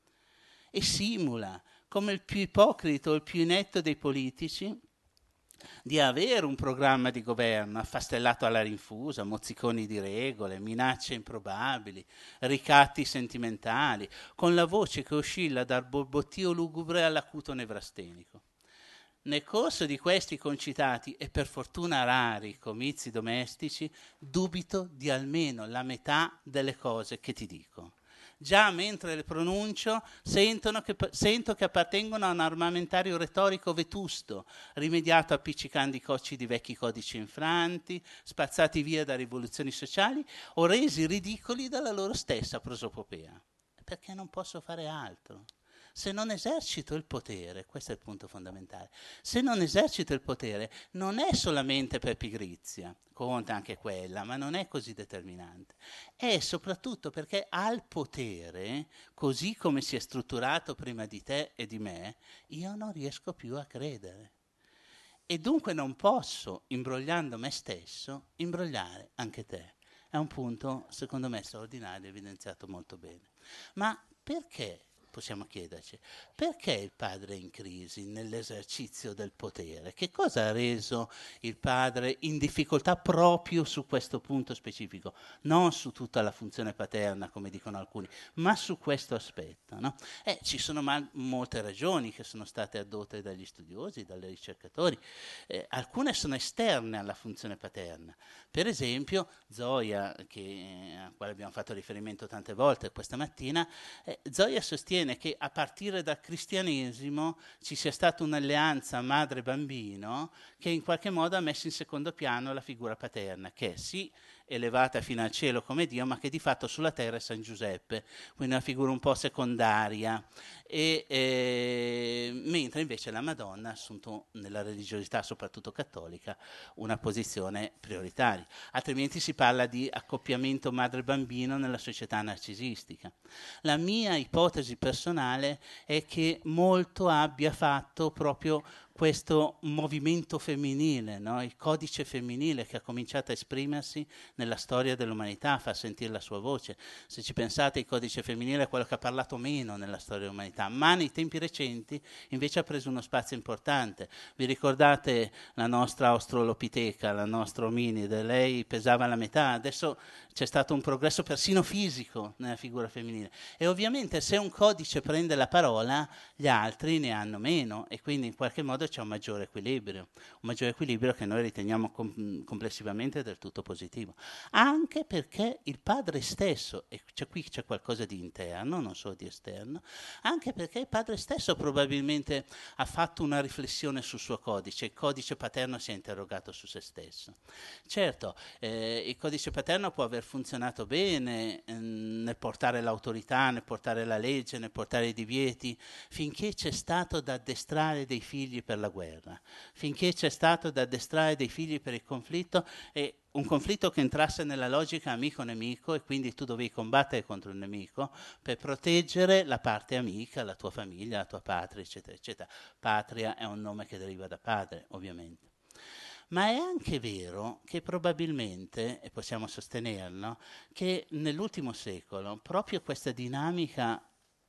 E simula, come il più ipocrita o il più inetto dei politici, di avere un programma di governo affastellato alla rinfusa, mozziconi di regole, minacce improbabili, ricatti sentimentali, con la voce che oscilla dal borbottio lugubre all'acuto nevrastenico. Nel corso di questi concitati e per fortuna rari comizi domestici, dubito di almeno la metà delle cose che ti dico. Già mentre le pronuncio sentono che, sento che appartengono a un armamentario retorico vetusto, rimediato appiccicando i cocci di vecchi codici infranti, spazzati via da rivoluzioni sociali o resi ridicoli dalla loro stessa prosopopea. Perché non posso fare altro. Se non esercito il potere, questo è il punto fondamentale, se non esercito il potere non è solamente per pigrizia, conta anche quella, ma non è così determinante, è soprattutto perché al potere, così come si è strutturato prima di te e di me, io non riesco più a credere. E dunque non posso, imbrogliando me stesso, imbrogliare anche te. È un punto, secondo me, straordinario, evidenziato molto bene. Ma perché? Possiamo chiederci, perché il padre è in crisi nell'esercizio del potere? Che cosa ha reso il padre in difficoltà proprio su questo punto specifico? Non su tutta la funzione paterna, come dicono alcuni, ma su questo aspetto, no? Eh, ci sono mal- molte ragioni che sono state addotte dagli studiosi, dai ricercatori. Eh, alcune sono esterne alla funzione paterna. Per esempio, Zoya, che, a quale abbiamo fatto riferimento tante volte questa mattina, eh, Zoya sostiene che a partire dal cristianesimo ci sia stata un'alleanza madre-bambino che in qualche modo ha messo in secondo piano la figura paterna, che è sì elevata fino al cielo come Dio, ma che di fatto sulla terra è San Giuseppe, quindi una figura un po' secondaria, e, e, mentre invece la Madonna ha assunto nella religiosità, soprattutto cattolica, una posizione prioritaria. Altrimenti si parla di accoppiamento madre-bambino nella società narcisistica. La mia ipotesi personale è che molto abbia fatto proprio questo movimento femminile, no? Il codice femminile che ha cominciato a esprimersi nella storia dell'umanità, a far sentire la sua voce. Se ci pensate, il codice femminile è quello che ha parlato meno nella storia dell'umanità, ma nei tempi recenti invece ha preso uno spazio importante. Vi ricordate la nostra Australopiteca, la nostra ominide? Lei pesava la metà, adesso c'è stato un progresso persino fisico nella figura femminile. E ovviamente se un codice prende la parola, gli altri ne hanno meno, e quindi in qualche modo c'è un maggiore equilibrio, un maggiore equilibrio che noi riteniamo com- complessivamente del tutto positivo. Anche perché il padre stesso, e c'è, qui c'è qualcosa di interno, non solo di esterno, anche perché il padre stesso probabilmente ha fatto una riflessione sul suo codice, il codice paterno si è interrogato su se stesso. Certo, eh, il codice paterno può aver funzionato bene ehm, nel portare l'autorità, nel portare la legge, nel portare i divieti, finché c'è stato da addestrare dei figli per la guerra, finché c'è stato da addestrare dei figli per il conflitto, e un conflitto che entrasse nella logica amico-nemico, e quindi tu dovevi combattere contro il nemico per proteggere la parte amica, la tua famiglia, la tua patria, eccetera, eccetera. Patria è un nome che deriva da padre, ovviamente. Ma è anche vero che probabilmente, e possiamo sostenerlo, che nell'ultimo secolo proprio questa dinamica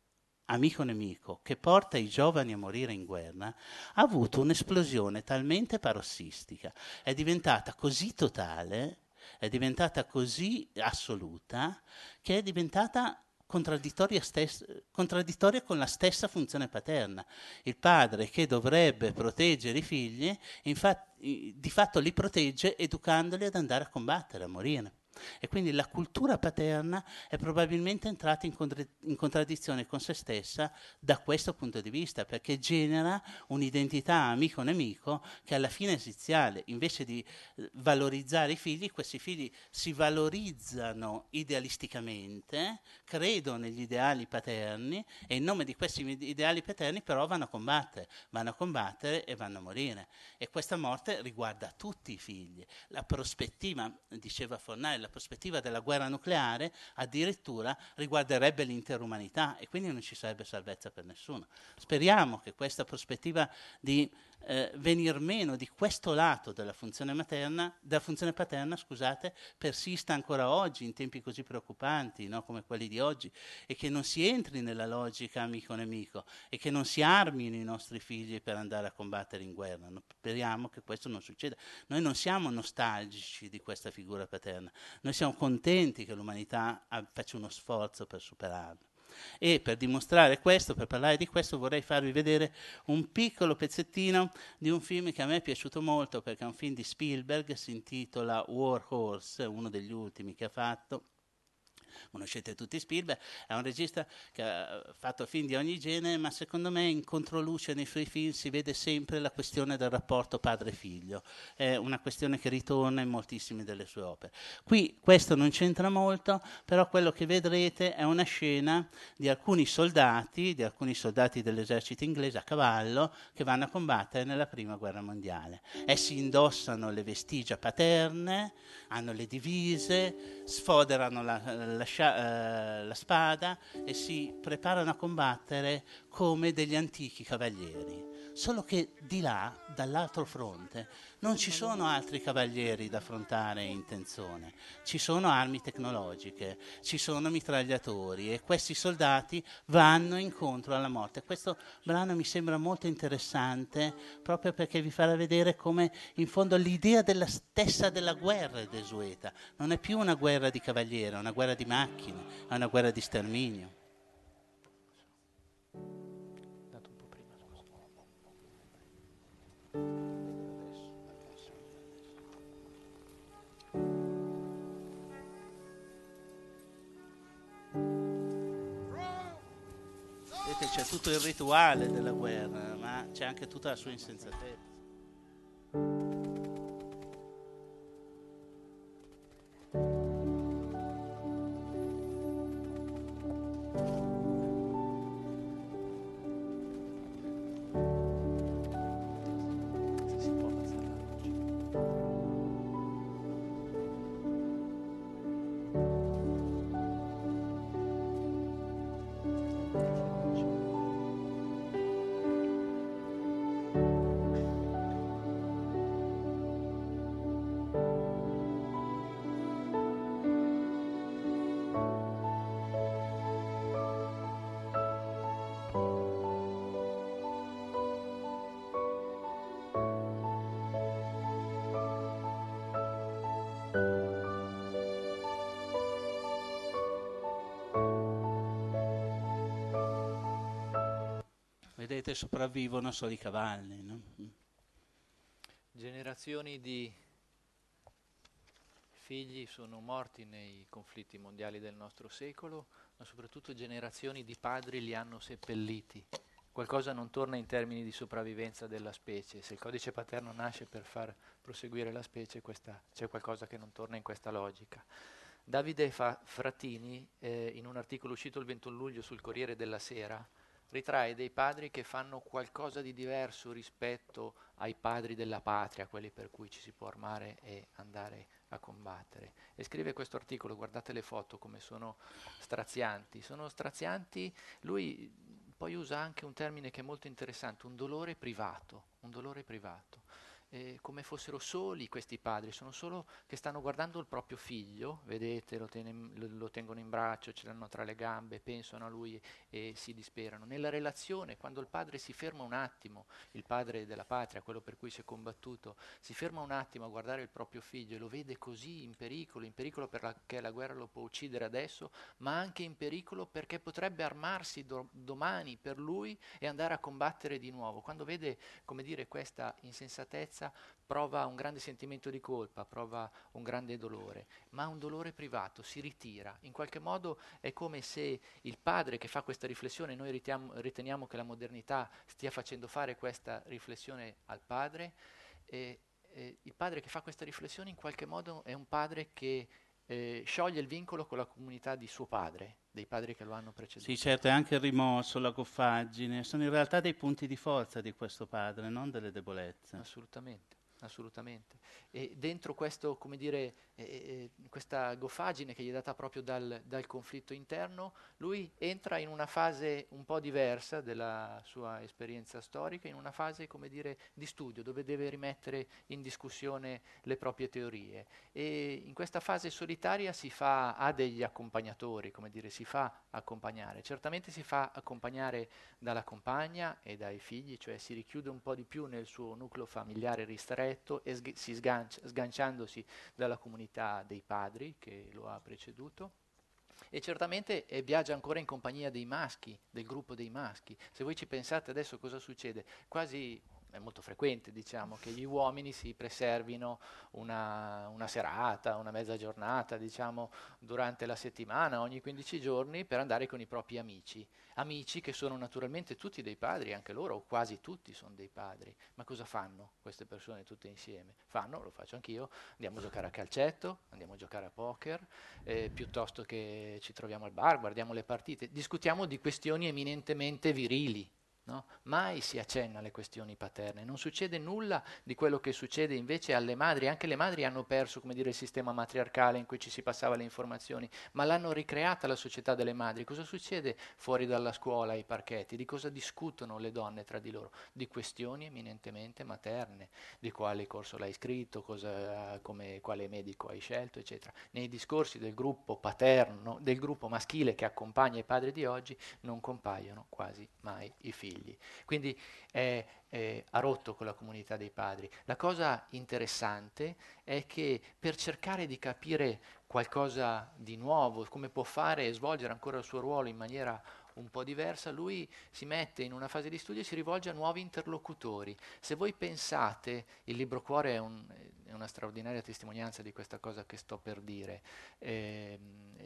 amico-nemico che porta i giovani a morire in guerra ha avuto un'esplosione talmente parossistica, è diventata così totale, è diventata così assoluta, che è diventata contraddittoria, stes- contraddittoria con la stessa funzione paterna. Il padre che dovrebbe proteggere i figli, infatti, di fatto li protegge educandoli ad andare a combattere, a morire. E quindi la cultura paterna è probabilmente entrata in, contra- in contraddizione con se stessa da questo punto di vista, perché genera un'identità amico-nemico che alla fine è esiziale. Invece di eh, valorizzare i figli, questi figli si valorizzano idealisticamente, credono negli ideali paterni, e in nome di questi ideali paterni però vanno a combattere, vanno a combattere e vanno a morire. E questa morte riguarda tutti i figli. La prospettiva, diceva Fornari, la prospettiva della guerra nucleare addirittura riguarderebbe l'intera umanità, e quindi non ci sarebbe salvezza per nessuno. Speriamo che questa prospettiva di eh, venir meno di questo lato della funzione materna, della funzione paterna, scusate, persista ancora oggi in tempi così preoccupanti, no, come quelli di oggi, e che non si entri nella logica amico-nemico e che non si armino i nostri figli per andare a combattere in guerra. No, speriamo che questo non succeda. Noi non siamo nostalgici di questa figura paterna. Noi siamo contenti che l'umanità faccia uno sforzo per superarlo. E per dimostrare questo, per parlare di questo, vorrei farvi vedere un piccolo pezzettino di un film che a me è piaciuto molto, perché è un film di Spielberg, si intitola War Horse, uno degli ultimi che ha fatto. Conoscete tutti Spielberg, è un regista che ha fatto film di ogni genere, ma secondo me in controluce nei suoi film si vede sempre la questione del rapporto padre-figlio, è una questione che ritorna in moltissime delle sue opere. Qui questo non c'entra molto, però quello che vedrete è una scena di alcuni soldati, di alcuni soldati dell'esercito inglese a cavallo che vanno a combattere nella prima guerra mondiale. Essi indossano le vestigia paterne, hanno le divise, sfoderano la, la la spada e si preparano a combattere come degli antichi cavalieri. Solo che di là, dall'altro fronte, non ci sono altri cavalieri da affrontare in tensione. Ci sono armi tecnologiche, ci sono mitragliatori, e questi soldati vanno incontro alla morte. Questo brano mi sembra molto interessante proprio perché vi farà vedere come in fondo l'idea della stessa della guerra è desueta. Non è più una guerra di cavalieri, è una guerra di macchine, è una guerra di sterminio. Vedete, c'è tutto il rituale della guerra, ma c'è anche tutta la sua insensatezza. vedete, sopravvivono solo i cavalli, no? Generazioni di figli sono morti nei conflitti mondiali del nostro secolo, ma soprattutto generazioni di padri li hanno seppelliti. Qualcosa non torna in termini di sopravvivenza della specie. Se il codice paterno nasce per far proseguire la specie, questa, c'è qualcosa che non torna in questa logica. Davide Fa- Frattini, eh, in un articolo uscito il ventuno luglio sul Corriere della Sera, ritrae dei padri che fanno qualcosa di diverso rispetto ai padri della patria, quelli per cui ci si può armare e andare a combattere. E scrive questo articolo, guardate le foto come sono strazianti. Sono strazianti, lui poi usa anche un termine che è molto interessante, un dolore privato, un dolore privato. Eh, come fossero soli questi padri, sono solo che stanno guardando il proprio figlio, vedete, lo, ten- lo, lo tengono in braccio, ce l'hanno tra le gambe, pensano a lui e, e si disperano. Nella relazione, quando il padre si ferma un attimo, il padre della patria, quello per cui si è combattuto, si ferma un attimo a guardare il proprio figlio e lo vede così in pericolo, in pericolo perché la guerra lo può uccidere adesso, ma anche in pericolo perché potrebbe armarsi do- domani per lui e andare a combattere di nuovo. Quando vede, come dire, questa insensatezza, prova un grande sentimento di colpa, prova un grande dolore, ma un dolore privato, si ritira. In qualche modo è come se il padre che fa questa riflessione, noi riteniamo, riteniamo che la modernità stia facendo fare questa riflessione al padre, e, e il padre che fa questa riflessione in qualche modo è un padre che eh, scioglie il vincolo con la comunità di suo padre, dei padri che lo hanno preceduto. Sì, certo, è anche il rimorso, la goffaggine, sono in realtà dei punti di forza di questo padre, non delle debolezze. Assolutamente. Assolutamente. E dentro questo, come dire, eh, eh, questa goffaggine che gli è data proprio dal, dal conflitto interno, lui entra in una fase un po' diversa della sua esperienza storica, in una fase, come dire, di studio, dove deve rimettere in discussione le proprie teorie. E in questa fase solitaria si fa, ha degli accompagnatori, come dire, si fa accompagnare. Certamente si fa accompagnare dalla compagna e dai figli, cioè si richiude un po' di più nel suo nucleo familiare ristretto e sg- si sgancia, sganciandosi dalla comunità dei padri che lo ha preceduto. E certamente eh, viaggia ancora in compagnia dei maschi, del gruppo dei maschi. Se voi ci pensate adesso cosa succede? Quasi è molto frequente, diciamo, che gli uomini si preservino una, una serata, una mezza giornata, diciamo, durante la settimana, ogni quindici giorni, per andare con i propri amici. Amici che sono naturalmente tutti dei padri, anche loro, o quasi tutti sono dei padri. Ma cosa fanno queste persone tutte insieme? Fanno, lo faccio anch'io, andiamo a giocare a calcetto, andiamo a giocare a poker, eh, piuttosto che ci troviamo al bar, guardiamo le partite, discutiamo di questioni eminentemente virili. No? Mai si accenna alle questioni paterne, non succede nulla di quello che succede invece alle madri. Anche le madri hanno perso, come dire, il sistema matriarcale in cui ci si passava le informazioni, ma l'hanno ricreata la società delle madri. Cosa succede fuori dalla scuola, ai parchetti? Di cosa discutono le donne tra di loro? Di questioni eminentemente materne, di quale corso l'hai iscritto, cosa, come, quale medico hai scelto, eccetera. Nei discorsi del gruppo paterno, del gruppo maschile che accompagna i padri di oggi, non compaiono quasi mai i figli. Quindi è, è, ha rotto con la comunità dei padri. La cosa interessante è che per cercare di capire qualcosa di nuovo, come può fare e svolgere ancora il suo ruolo in maniera un po' diversa, lui si mette in una fase di studio e si rivolge a nuovi interlocutori. Se voi pensate, il Libro Cuore è, un, è una straordinaria testimonianza di questa cosa che sto per dire. Eh,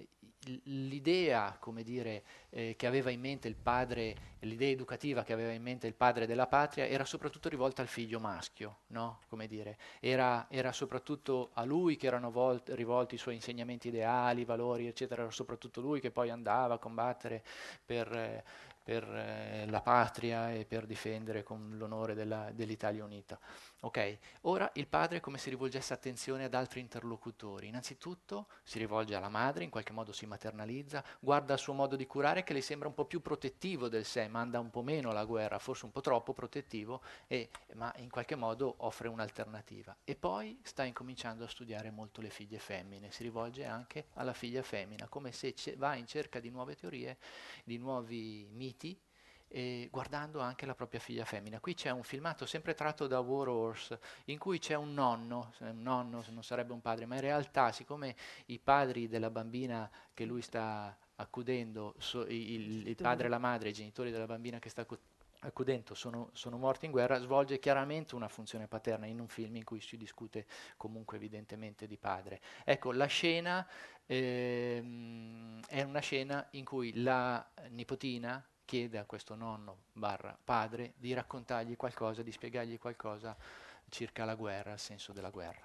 l'idea, come dire, eh, che aveva in mente il padre, l'idea educativa che aveva in mente il padre della patria era soprattutto rivolta al figlio maschio, no? Come dire, era, era soprattutto a lui che erano volt- rivolti i suoi insegnamenti ideali, valori, eccetera, era soprattutto lui che poi andava a combattere per, eh, per eh, la patria e per difendere con l'onore della, dell'Italia unita. Ok, ora il padre è come se rivolgesse attenzione ad altri interlocutori. Innanzitutto si rivolge alla madre, in qualche modo si maternalizza, guarda il suo modo di curare che le sembra un po' più protettivo del sé, manda un po' meno alla guerra, forse un po' troppo protettivo, e, ma in qualche modo offre un'alternativa. E poi sta incominciando a studiare molto le figlie femmine, si rivolge anche alla figlia femmina, come se ce- va in cerca di nuove teorie, di nuovi miti, e guardando anche la propria figlia femmina. Qui c'è un filmato sempre tratto da War Horse in cui c'è un nonno, un nonno non sarebbe un padre, ma in realtà siccome i padri della bambina che lui sta accudendo, so, il, il padre e la madre, i genitori della bambina che sta accudendo sono, sono morti in guerra, svolge chiaramente una funzione paterna in un film in cui si discute comunque evidentemente di padre. Ecco, la scena ehm, è una scena in cui la nipotina chiede a questo nonno barra padre di raccontargli qualcosa, di spiegargli qualcosa circa la guerra, il senso della guerra.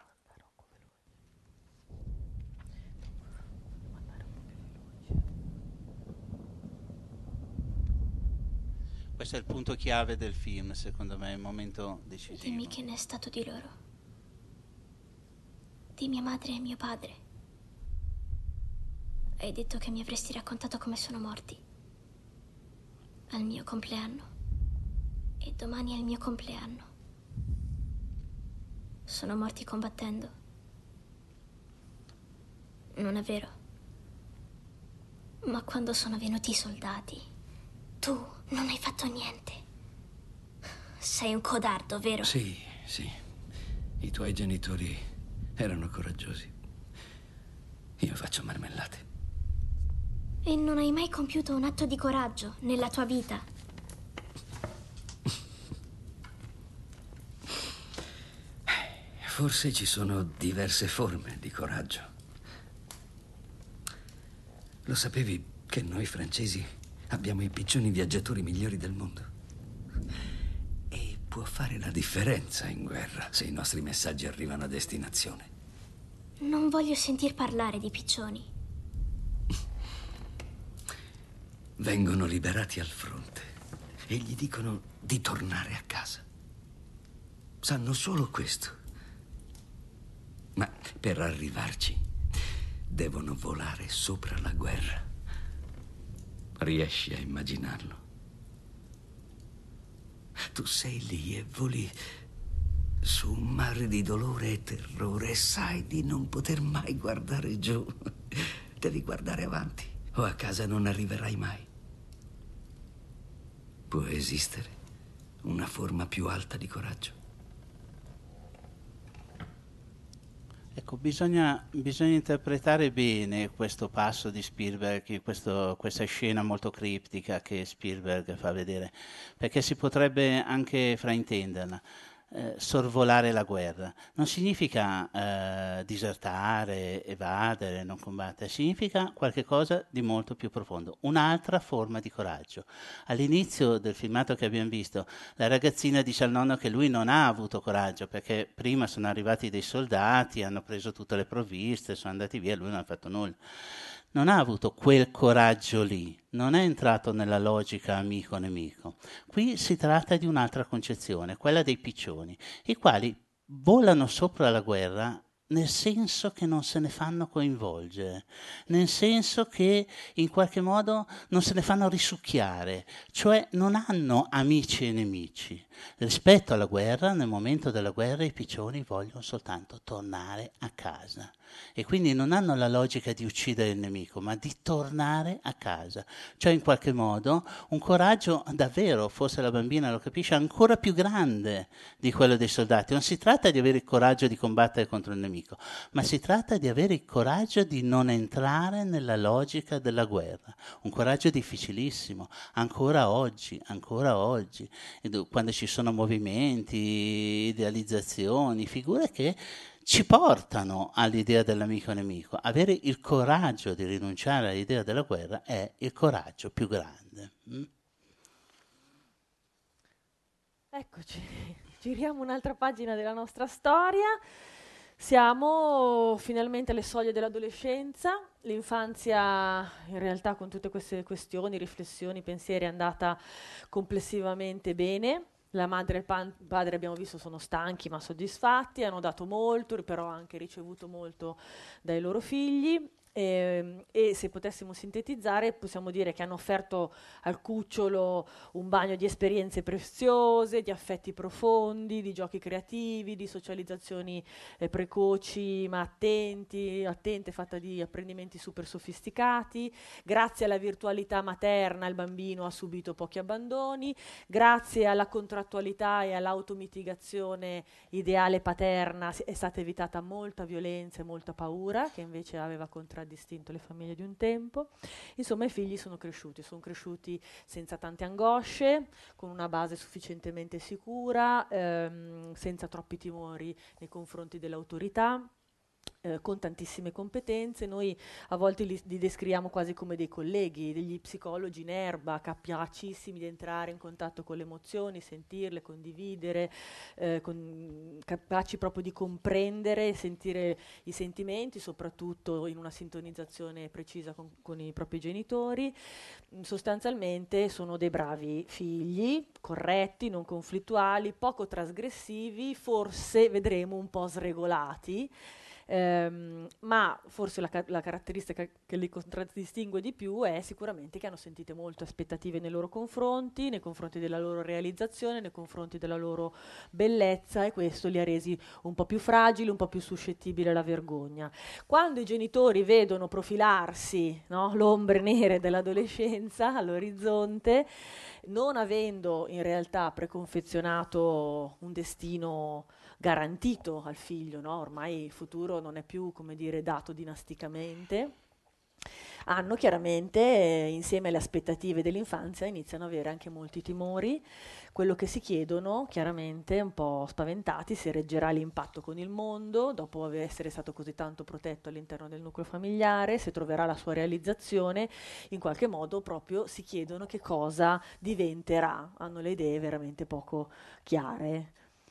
Questo è il punto chiave del film, secondo me, è il momento decisivo. Dimmi che ne è stato di loro. Di mia madre e mio padre. Hai detto che mi avresti raccontato come sono morti. Al mio compleanno. E domani è il mio compleanno. Sono morti combattendo. Non è vero. Ma quando sono venuti i soldati, tu non hai fatto niente. Sei un codardo, vero? Sì, sì. I tuoi genitori erano coraggiosi. Io faccio marmellate. E non hai mai compiuto un atto di coraggio nella tua vita? Forse ci sono diverse forme di coraggio. Lo sapevi che noi francesi abbiamo i piccioni viaggiatori migliori del mondo? E può fare la differenza in guerra se i nostri messaggi arrivano a destinazione. Non voglio sentir parlare di piccioni. Vengono liberati al fronte e gli dicono di tornare a casa. Sanno solo questo. Ma per arrivarci devono volare sopra la guerra. Riesci a immaginarlo? Tu sei lì e voli su un mare di dolore e terrore e sai di non poter mai guardare giù. Devi guardare avanti o a casa non arriverai mai. Può esistere una forma più alta di coraggio? Ecco, bisogna, bisogna interpretare bene questo passo di Spielberg, questo, questa scena molto criptica che Spielberg fa vedere, perché si potrebbe anche fraintenderla. Eh, sorvolare la guerra non significa eh, disertare, evadere, non combattere, significa qualche cosa di molto più profondo, un'altra forma di coraggio. All'inizio del filmato che abbiamo visto, la ragazzina dice al nonno che lui non ha avuto coraggio perché prima sono arrivati dei soldati, hanno preso tutte le provviste, sono andati via, lui non ha fatto nulla. Non ha avuto quel coraggio lì, non è entrato nella logica amico-nemico. Qui si tratta di un'altra concezione, quella dei piccioni, i quali volano sopra la guerra nel senso che non se ne fanno coinvolgere, nel senso che in qualche modo non se ne fanno risucchiare, cioè non hanno amici e nemici. Rispetto alla guerra, nel momento della guerra i piccioni vogliono soltanto tornare a casa e quindi non hanno la logica di uccidere il nemico, ma di tornare a casa. Cioè in qualche modo un coraggio davvero, forse la bambina lo capisce, ancora più grande di quello dei soldati. Non si tratta di avere il coraggio di combattere contro il nemico, ma si tratta di avere il coraggio di non entrare nella logica della guerra. Un coraggio difficilissimo, ancora oggi, ancora oggi, quando ci sono movimenti, idealizzazioni, figure che ci portano all'idea dell'amico nemico. Avere il coraggio di rinunciare all'idea della guerra è il coraggio più grande. Mm? Eccoci, giriamo un'altra pagina della nostra storia. Siamo finalmente alle soglie dell'adolescenza. L'infanzia, in realtà, con tutte queste questioni, riflessioni, pensieri, è andata complessivamente bene. La madre e il pan- padre, abbiamo visto, sono stanchi ma soddisfatti, hanno dato molto, però anche ricevuto molto dai loro figli. E, e se potessimo sintetizzare, possiamo dire che hanno offerto al cucciolo un bagno di esperienze preziose, di affetti profondi, di giochi creativi, di socializzazioni eh, precoci ma attenti, attente, fatta di apprendimenti super sofisticati. Grazie alla virtualità materna il bambino ha subito pochi abbandoni, grazie alla contrattualità e all'automitigazione ideale paterna è stata evitata molta violenza e molta paura che invece aveva contraddetto contraddistinto le famiglie di un tempo. Insomma, i figli sono cresciuti, sono cresciuti senza tante angosce, con una base sufficientemente sicura, ehm, senza troppi timori nei confronti dell'autorità, eh, con tantissime competenze. Noi a volte li, li descriviamo quasi come dei colleghi, degli psicologi in erba, capacissimi di entrare in contatto con le emozioni, sentirle, condividere, eh, con, capaci proprio di comprendere e sentire i sentimenti, soprattutto in una sintonizzazione precisa con, con i propri genitori. Mm, sostanzialmente sono dei bravi figli, corretti, non conflittuali, poco trasgressivi, forse vedremo un po' sregolati. Um, ma forse la, ca- la caratteristica che li contraddistingue di più è sicuramente che hanno sentite molte aspettative nei loro confronti, nei confronti della loro realizzazione, nei confronti della loro bellezza, e questo li ha resi un po' più fragili, un po' più suscettibili alla vergogna. Quando i genitori vedono profilarsi, no, l'ombre nere dell'adolescenza all'orizzonte, non avendo in realtà preconfezionato un destino garantito al figlio, no? Ormai il futuro non è più, come dire, dato dinasticamente, hanno chiaramente, eh, insieme alle aspettative dell'infanzia, iniziano ad avere anche molti timori. Quello che si chiedono, chiaramente, un po' spaventati, se reggerà l'impatto con il mondo, dopo essere stato così tanto protetto all'interno del nucleo familiare, se troverà la sua realizzazione, in qualche modo proprio si chiedono che cosa diventerà, hanno le idee veramente poco chiare.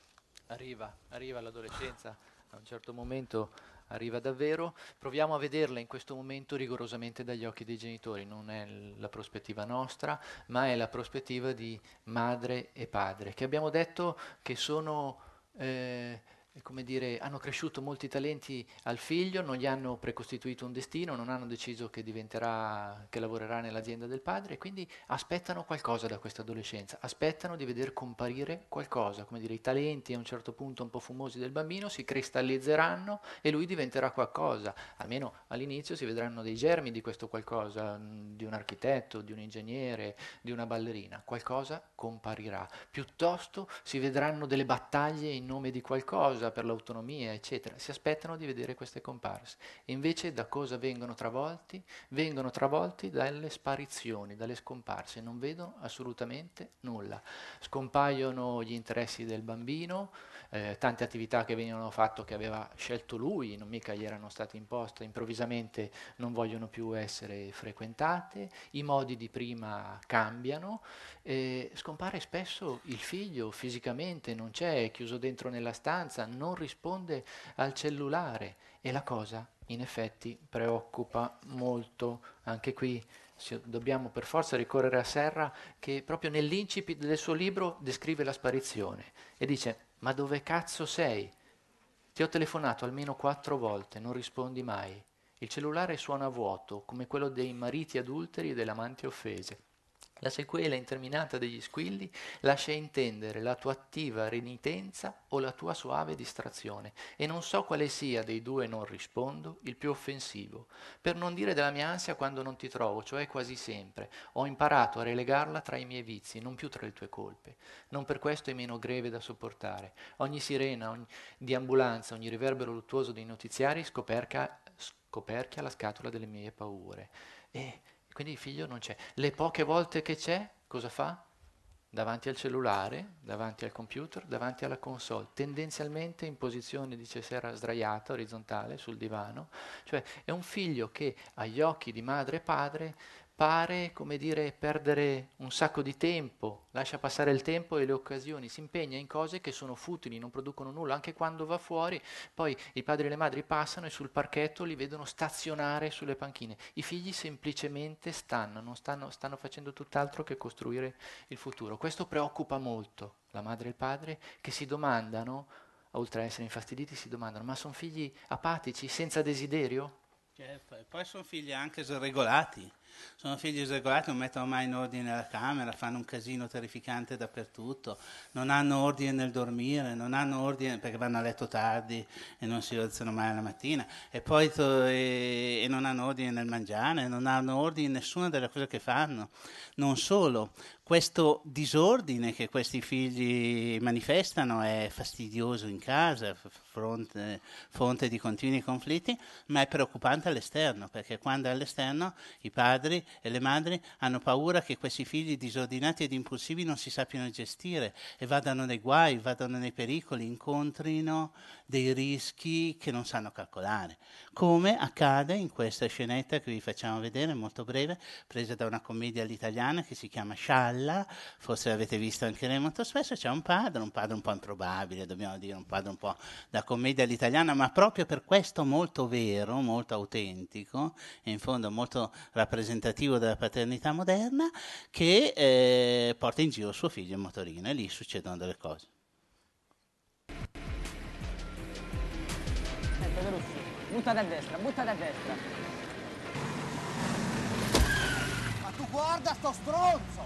Arriva, arriva l'adolescenza, a un certo momento arriva davvero. Proviamo a vederla in questo momento rigorosamente dagli occhi dei genitori, non è l- la prospettiva nostra, ma è la prospettiva di madre e padre, che abbiamo detto che sono, eh, come dire, hanno cresciuto molti talenti al figlio, non gli hanno precostituito un destino, non hanno deciso che diventerà, che lavorerà nell'azienda del padre, e quindi aspettano qualcosa da questa adolescenza, aspettano di veder comparire qualcosa, come dire, i talenti a un certo punto un po' fumosi del bambino si cristallizzeranno e lui diventerà qualcosa, almeno all'inizio si vedranno dei germi di questo qualcosa, mh, di un architetto, di un ingegnere, di una ballerina, qualcosa comparirà, piuttosto si vedranno delle battaglie in nome di qualcosa, per l'autonomia, eccetera. Si aspettano di vedere queste comparse. E invece da cosa vengono travolti? Vengono travolti dalle sparizioni, dalle scomparse. Non vedono assolutamente nulla. Scompaiono gli interessi del bambino, eh, tante attività che venivano fatte che aveva scelto lui, non mica gli erano state imposte, improvvisamente non vogliono più essere frequentate, i modi di prima cambiano, eh, scompare spesso il figlio fisicamente, non c'è, è chiuso dentro nella stanza, non risponde al cellulare, e la cosa in effetti preoccupa molto. Anche qui si- dobbiamo per forza ricorrere a Serra, che proprio nell'incipit del suo libro descrive la sparizione e dice: ma dove cazzo sei? Ti ho telefonato almeno quattro volte, non rispondi mai. Il cellulare suona a vuoto, come quello dei mariti adulteri e delle amanti offese. La sequela interminata degli squilli lascia intendere la tua attiva renitenza o la tua suave distrazione, e non so quale sia dei due non rispondo il più offensivo, per non dire della mia ansia quando non ti trovo, cioè quasi sempre. Ho imparato a relegarla tra i miei vizi, non più tra le tue colpe. Non per questo è meno greve da sopportare. Ogni sirena ogni, di ambulanza, ogni riverbero luttuoso dei notiziari scoperca, scoperchia la scatola delle mie paure. E quindi il figlio non c'è. Le poche volte che c'è, cosa fa? Davanti al cellulare, davanti al computer, davanti alla console, tendenzialmente in posizione, dice Serra, sdraiata, orizzontale, sul divano. Cioè è un figlio che agli occhi di madre e padre pare, come dire, perdere un sacco di tempo, lascia passare il tempo e le occasioni, si impegna in cose che sono futili, non producono nulla, anche quando va fuori, poi i padri e le madri passano e sul parchetto li vedono stazionare sulle panchine. I figli semplicemente stanno, non stanno, stanno facendo tutt'altro che costruire il futuro. Questo preoccupa molto la madre e il padre, che si domandano, oltre a essere infastiditi, si domandano: ma sono figli apatici, senza desiderio? Certo, e poi sono figli anche sregolati, Sono figli sregolati, non mettono mai in ordine la camera, fanno un casino terrificante dappertutto, non hanno ordine nel dormire, non hanno ordine perché vanno a letto tardi e non si alzano mai alla mattina, e poi to- e, e non hanno ordine nel mangiare, non hanno ordine in nessuna delle cose che fanno. Non solo, questo disordine che questi figli manifestano è fastidioso in casa, f- fronte, fonte di continui conflitti, ma è preoccupante all'esterno, perché quando è all'esterno i padri e le madri hanno paura che questi figli disordinati ed impulsivi non si sappiano gestire e vadano nei guai, vadano nei pericoli, incontrino dei rischi che non sanno calcolare, come accade in questa scenetta che vi facciamo vedere, molto breve, presa da una commedia all'italiana che si chiama Scialla, forse l'avete visto anche lei molto spesso. C'è un padre, un padre un po' improbabile, dobbiamo dire, un padre un po' da commedia all'italiana, ma proprio per questo molto vero, molto autentico e in fondo molto rappresentativo della paternità moderna, che eh, porta in giro suo figlio in motorino, e lì succedono delle cose. Buttati a destra, buttati a destra. Ma tu guarda sto stronzo!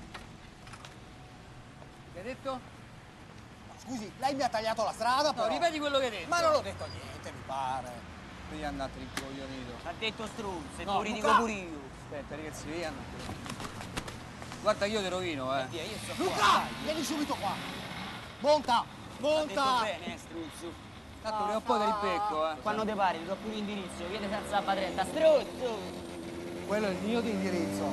Che hai detto? Ma scusi, lei mi ha tagliato la strada, No, però. ripeti quello che hai detto. Ma non ho detto niente, mi pare. Vedi andate rincoglionito. Ha detto stronzo, e No, tu Luca! dico pure io. Aspetta, ragazzi, via. Guarda che io ti rovino, eh. Via, io sto Luca! qua, Vieni subito qua! Monta! Ha detto Monta! bene, eh, struzzo. Tanto prima o poi te ripecco, eh. Quando te pari, ti do pure l'indirizzo, vieni senza la trenta, struzzo! Quello è il mio di indirizzo.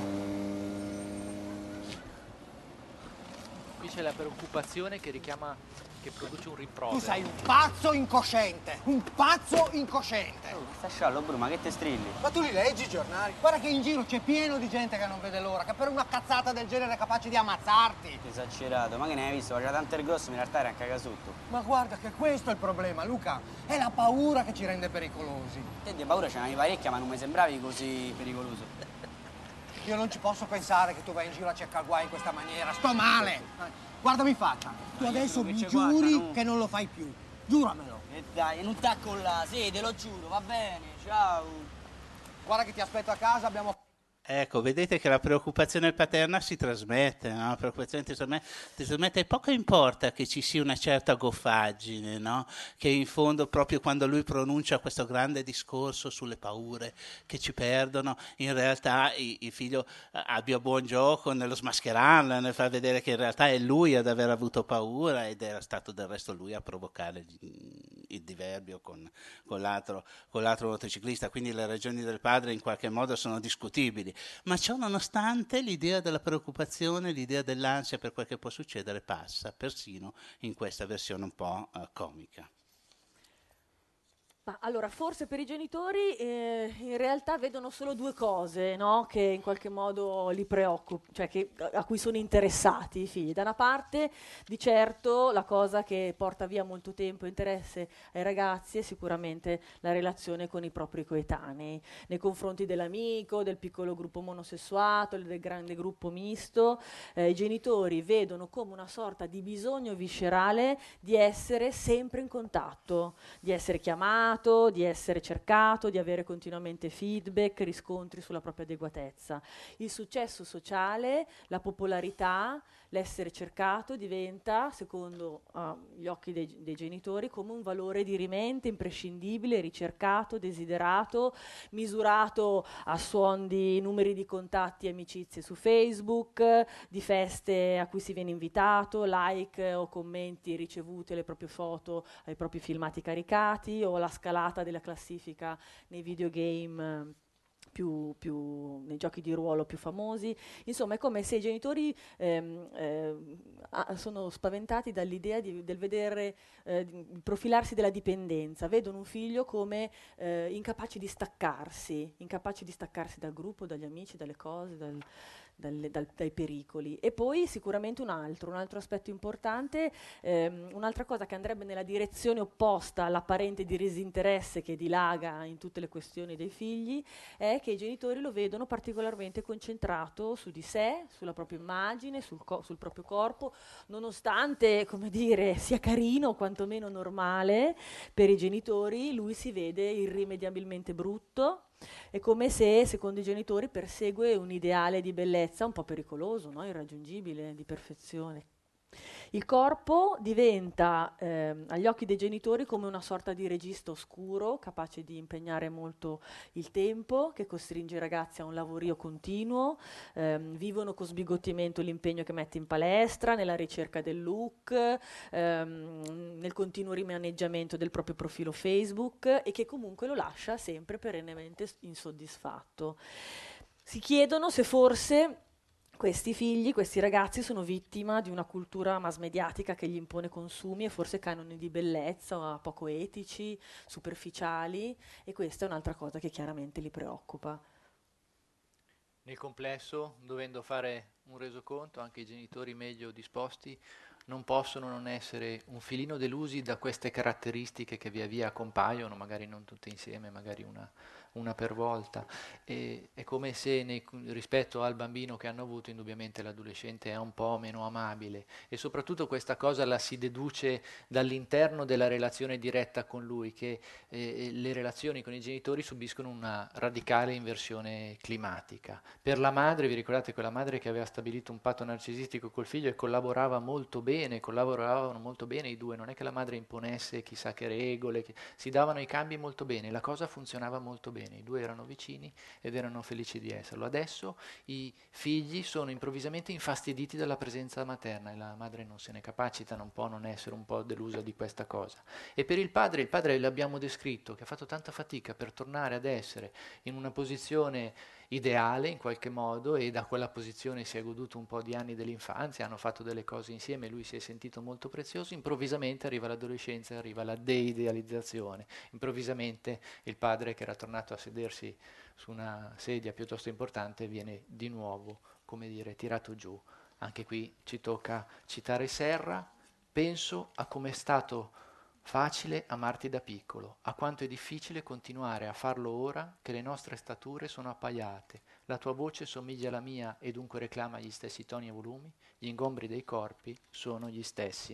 Qui c'è la preoccupazione che richiama, che produce un rimprovero. Tu sei un pazzo incosciente! Un pazzo incosciente! Oh, sta sciallo, Bruno, ma che te strilli? Ma tu li leggi i giornali? Guarda che in giro c'è pieno di gente che non vede l'ora, che per una cazzata del genere è capace di ammazzarti. Esagerato, ma che ne hai visto? Faceva tanto il grosso, ma in realtà era un cagasotto. Ma guarda che questo è il problema, Luca. È la paura che ci rende pericolosi. Te di paura ce n'avevi parecchia, ma non mi sembravi così pericoloso. Io non ci posso pensare che tu vai in giro a cercare guai in questa maniera. Sto male! Guardami in faccia. Tu adesso mi giuri che non lo fai più. Giuramelo. E dai, non t'accollà, sì, te lo giuro, va bene, ciao. Guarda che ti aspetto a casa, abbiamo... Ecco, vedete che la preoccupazione paterna si trasmette, no? La preoccupazione si trasmette, si trasmette, e poco importa che ci sia una certa goffaggine, no? Che in fondo proprio quando lui pronuncia questo grande discorso sulle paure che ci perdono, in realtà il, il figlio abbia buon gioco nello smascherarla, nel far vedere che in realtà è lui ad aver avuto paura ed era stato del resto lui a provocare il, il diverbio con, con, l'altro, con l'altro motociclista, quindi le ragioni del padre in qualche modo sono discutibili. Ma ciò nonostante l'idea della preoccupazione, l'idea dell'ansia per quel che può succedere passa, persino in questa versione un po' uh, comica. Ma allora, forse per i genitori eh, in realtà vedono solo due cose, no? Che in qualche modo li preoccupano, cioè che, a cui sono interessati i figli. Da una parte, di certo, la cosa che porta via molto tempo e interesse ai ragazzi è sicuramente la relazione con i propri coetanei, nei confronti dell'amico, del piccolo gruppo monosessuato, del grande gruppo misto. Eh, I genitori vedono come una sorta di bisogno viscerale di essere sempre in contatto, di essere chiamati, di essere cercato, di avere continuamente feedback, riscontri sulla propria adeguatezza. Il successo sociale, la popolarità, l'essere cercato diventa, secondo uh, gli occhi dei, dei genitori, come un valore dirimente, imprescindibile, ricercato, desiderato, misurato a suon di numeri di contatti e amicizie su Facebook, di feste a cui si viene invitato, like o commenti ricevuti alle proprie foto, ai propri filmati caricati, o la scalata della classifica nei videogame Più, più nei giochi di ruolo più famosi. Insomma, è come se i genitori ehm, eh, a, sono spaventati dall'idea di, del vedere eh, di profilarsi della dipendenza, vedono un figlio come eh, incapace di staccarsi, incapace di staccarsi dal gruppo, dagli amici, dalle cose, dal, dalle, dal, dai pericoli. E poi sicuramente un altro, un altro aspetto importante, ehm, un'altra cosa che andrebbe nella direzione opposta all'apparente disinteresse che dilaga in tutte le questioni dei figli, è che i genitori lo vedono particolarmente concentrato su di sé, sulla propria immagine, sul, co- sul proprio corpo, nonostante, come dire, sia carino o quantomeno normale per i genitori, lui si vede irrimediabilmente brutto, È come se, secondo i genitori, persegue un ideale di bellezza un po' pericoloso, no? Irraggiungibile, di perfezione. Il corpo diventa ehm, agli occhi dei genitori come una sorta di regista oscuro, capace di impegnare molto il tempo, che costringe i ragazzi a un lavorio continuo, ehm, vivono con sbigottimento l'impegno che mette in palestra, nella ricerca del look, ehm, nel continuo rimaneggiamento del proprio profilo Facebook e che comunque lo lascia sempre perennemente insoddisfatto. Si chiedono se forse questi figli, questi ragazzi sono vittima di una cultura mass mediatica che gli impone consumi e forse canoni di bellezza poco etici, superficiali, e questa è un'altra cosa che chiaramente li preoccupa. Nel complesso, dovendo fare un resoconto, anche i genitori meglio disposti non possono non essere un filino delusi da queste caratteristiche che via via compaiono, magari non tutte insieme, magari una, una per volta. E, è come se nei, rispetto al bambino che hanno avuto, indubbiamente l'adolescente è un po' meno amabile, e soprattutto questa cosa la si deduce dall'interno della relazione diretta con lui, che eh, le relazioni con i genitori subiscono una radicale inversione climatica. Per la madre, vi ricordate quella madre che aveva stabilito un patto narcisistico col figlio e collaborava molto bene, collaboravano molto bene i due, non è che la madre imponesse chissà che regole, che si davano i cambi molto bene, la cosa funzionava molto bene, i due erano vicini ed erano felici di esserlo. Adesso i figli sono improvvisamente infastiditi dalla presenza materna e la madre non se ne capacita, non può non essere un po' delusa di questa cosa. E per il padre, il padre l'abbiamo descritto, che ha fatto tanta fatica per tornare ad essere in una posizione ideale in qualche modo, e da quella posizione si è goduto un po' di anni dell'infanzia, hanno fatto delle cose insieme, lui si è sentito molto prezioso. Improvvisamente arriva l'adolescenza, arriva la deidealizzazione, improvvisamente il padre, che era tornato a sedersi su una sedia piuttosto importante, viene di nuovo, come dire, tirato giù. Anche qui ci tocca citare Serra: penso a come è stato facile amarti da piccolo, a quanto è difficile continuare a farlo ora che le nostre stature sono appaiate, la tua voce somiglia alla mia e dunque reclama gli stessi toni e volumi, gli ingombri dei corpi sono gli stessi.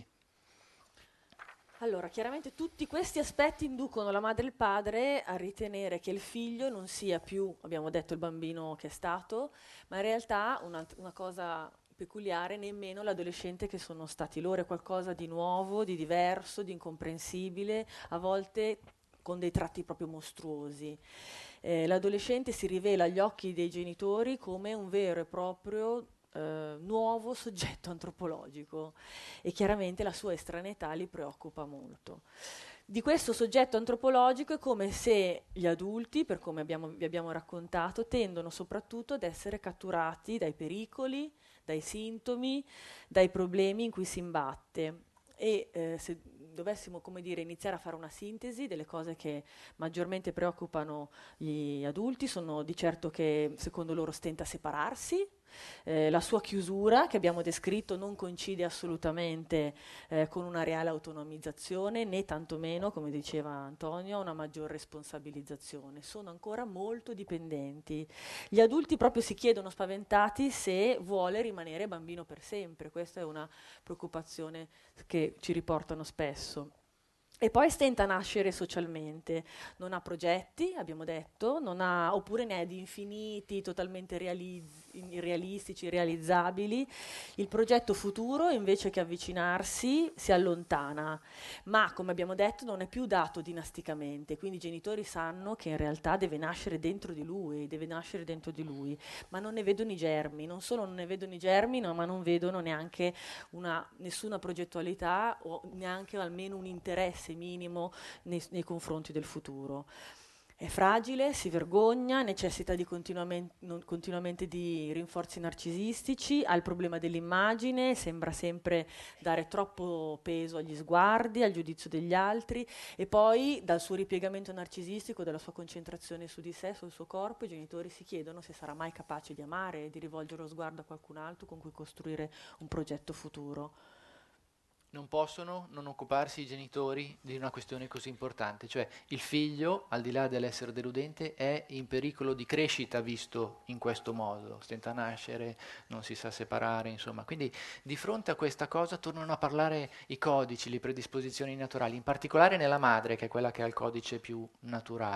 Allora, chiaramente tutti questi aspetti inducono la madre e il padre a ritenere che il figlio non sia più, abbiamo detto, il bambino che è stato, ma in realtà una, una cosa peculiare, nemmeno l'adolescente che sono stati loro, è qualcosa di nuovo, di diverso, di incomprensibile, a volte con dei tratti proprio mostruosi. Eh, l'adolescente si rivela agli occhi dei genitori come un vero e proprio eh, nuovo soggetto antropologico, e chiaramente la sua estraneità li preoccupa molto. Di questo soggetto antropologico è come se gli adulti, per come abbiamo, vi abbiamo raccontato, tendono soprattutto ad essere catturati dai pericoli, dai sintomi, dai problemi in cui si imbatte. E eh, se dovessimo, come dire, iniziare a fare una sintesi delle cose che maggiormente preoccupano gli adulti, sono di certo che secondo loro stenta a separarsi, eh, la sua chiusura, che abbiamo descritto, non coincide assolutamente eh, con una reale autonomizzazione, né tantomeno, come diceva Antonio, una maggior responsabilizzazione. Sono ancora molto dipendenti. Gli adulti proprio si chiedono spaventati se vuole rimanere bambino per sempre. Questa è una preoccupazione che ci riportano spesso. E poi stenta a nascere socialmente, non ha progetti, abbiamo detto, non ha, oppure ne ha di infiniti, totalmente realizz- realistici, realizzabili. Il progetto futuro, invece che avvicinarsi, si allontana, ma come abbiamo detto non è più dato dinasticamente, quindi i genitori sanno che in realtà deve nascere dentro di lui, deve nascere dentro di lui, ma non ne vedono i germi, non solo non ne vedono i germi, no, ma non vedono neanche una, nessuna progettualità o neanche almeno un interesse minimo nei, nei confronti del futuro. È fragile, si vergogna, necessita di continuamente, non, continuamente di rinforzi narcisistici, ha il problema dell'immagine, sembra sempre dare troppo peso agli sguardi, al giudizio degli altri, e poi dal suo ripiegamento narcisistico, dalla sua concentrazione su di sé, sul suo corpo, i genitori si chiedono se sarà mai capace di amare e di rivolgere lo sguardo a qualcun altro con cui costruire un progetto futuro. Non possono non occuparsi i genitori di una questione così importante, cioè il figlio, al di là dell'essere deludente, è in pericolo di crescita visto in questo modo, stenta a nascere, non si sa separare, insomma. Quindi di fronte a questa cosa tornano a parlare i codici, le predisposizioni naturali, in particolare nella madre, che è quella che ha il codice più naturale.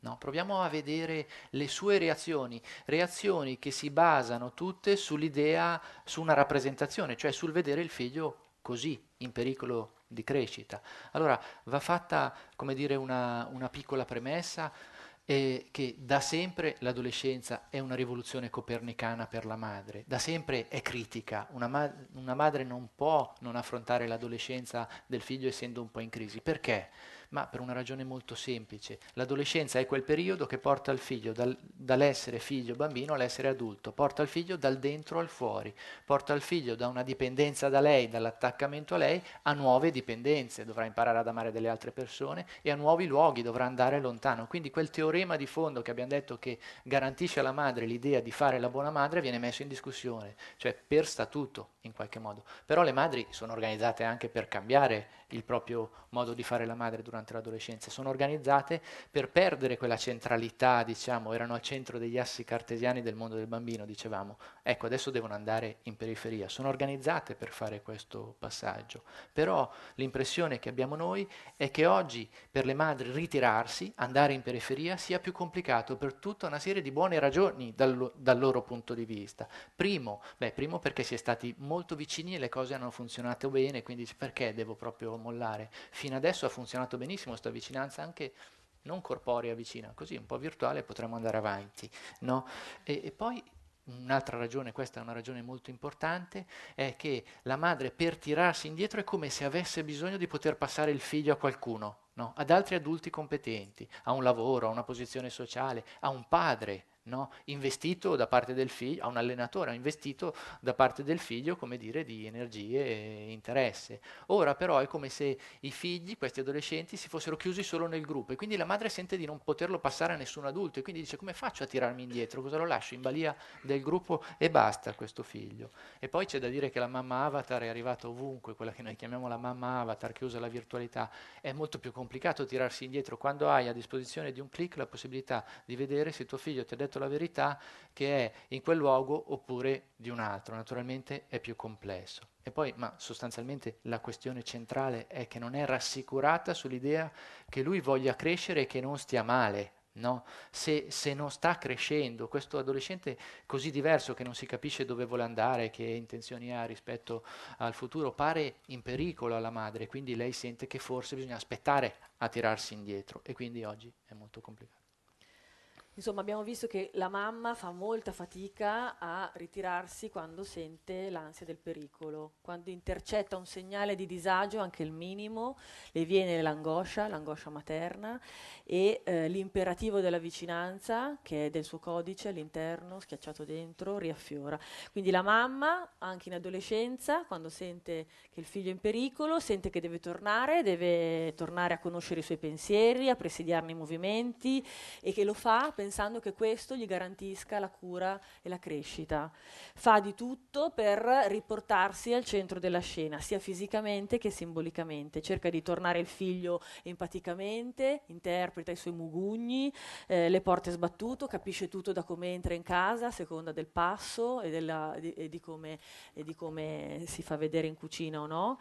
No, proviamo a vedere le sue reazioni, reazioni che si basano tutte sull'idea, su una rappresentazione, cioè sul vedere il figlio così, in pericolo di crescita. Allora va fatta, come dire, una, una piccola premessa, eh, che da sempre l'adolescenza è una rivoluzione copernicana per la madre, da sempre è critica, una, ma- una madre non può non affrontare l'adolescenza del figlio essendo un po' in crisi. Perché? Ma per una ragione molto semplice. L'adolescenza è quel periodo che porta il figlio dal, dall'essere figlio bambino all'essere adulto, porta il figlio dal dentro al fuori, porta il figlio da una dipendenza da lei, dall'attaccamento a lei, a nuove dipendenze, dovrà imparare ad amare delle altre persone e a nuovi luoghi, dovrà andare lontano. Quindi quel teorema di fondo che abbiamo detto che garantisce alla madre l'idea di fare la buona madre viene messo in discussione, cioè per statuto in qualche modo. Però le madri sono organizzate anche per cambiare il proprio modo di fare la madre durante l'adolescenza, sono organizzate per perdere quella centralità, diciamo, erano al centro degli assi cartesiani del mondo del bambino, dicevamo, ecco adesso devono andare in periferia, sono organizzate per fare questo passaggio, però l'impressione che abbiamo noi è che oggi per le madri ritirarsi, andare in periferia sia più complicato per tutta una serie di buone ragioni dal, dal loro punto di vista. Primo, beh, primo perché si è stati molto vicini e le cose hanno funzionato bene, quindi perché devo proprio mollare? Fino adesso ha funzionato benissimo questa vicinanza anche non corporea vicina, così un po' virtuale potremmo andare avanti, no? E, e poi un'altra ragione, questa è una ragione molto importante, è che la madre per tirarsi indietro è come se avesse bisogno di poter passare il figlio a qualcuno, no? Ad altri adulti competenti, a un lavoro, a una posizione sociale, a un padre, no? Investito da parte del figlio, a un allenatore, investito da parte del figlio, come dire, di energie e interesse. Ora però è come se i figli, questi adolescenti, si fossero chiusi solo nel gruppo e quindi la madre sente di non poterlo passare a nessun adulto e quindi dice: come faccio a tirarmi indietro? Cosa lo lascio in balia del gruppo e basta questo figlio? E poi c'è da dire che la mamma avatar è arrivata ovunque, quella che noi chiamiamo la mamma avatar che usa la virtualità. È molto più complicato tirarsi indietro quando hai a disposizione di un click la possibilità di vedere se tuo figlio ti ha detto la verità, che è in quel luogo oppure di un altro. Naturalmente è più complesso. E poi, ma sostanzialmente la questione centrale è che non è rassicurata sull'idea che lui voglia crescere e che non stia male. No? Se, se non sta crescendo, questo adolescente così diverso che non si capisce dove vuole andare, che intenzioni ha rispetto al futuro, pare in pericolo alla madre, quindi lei sente che forse bisogna aspettare a tirarsi indietro e quindi oggi è molto complicato. Insomma, abbiamo visto che la mamma fa molta fatica a ritirarsi quando sente l'ansia del pericolo, quando intercetta un segnale di disagio, anche il minimo, le viene l'angoscia, l'angoscia materna e eh, l'imperativo della vicinanza, che è del suo codice all'interno, schiacciato dentro, riaffiora. Quindi la mamma, anche in adolescenza, quando sente che il figlio è in pericolo, sente che deve tornare, deve tornare a conoscere i suoi pensieri, a presidiarne i movimenti e che lo fa pensando che questo gli garantisca la cura e la crescita. Fa di tutto per riportarsi al centro della scena, sia fisicamente che simbolicamente. Cerca di tornare il figlio empaticamente, interpreta i suoi mugugni, eh, le porte sbattuto, capisce tutto da come entra in casa, a seconda del passo e, della, di, e, di come, e di come si fa vedere in cucina o no.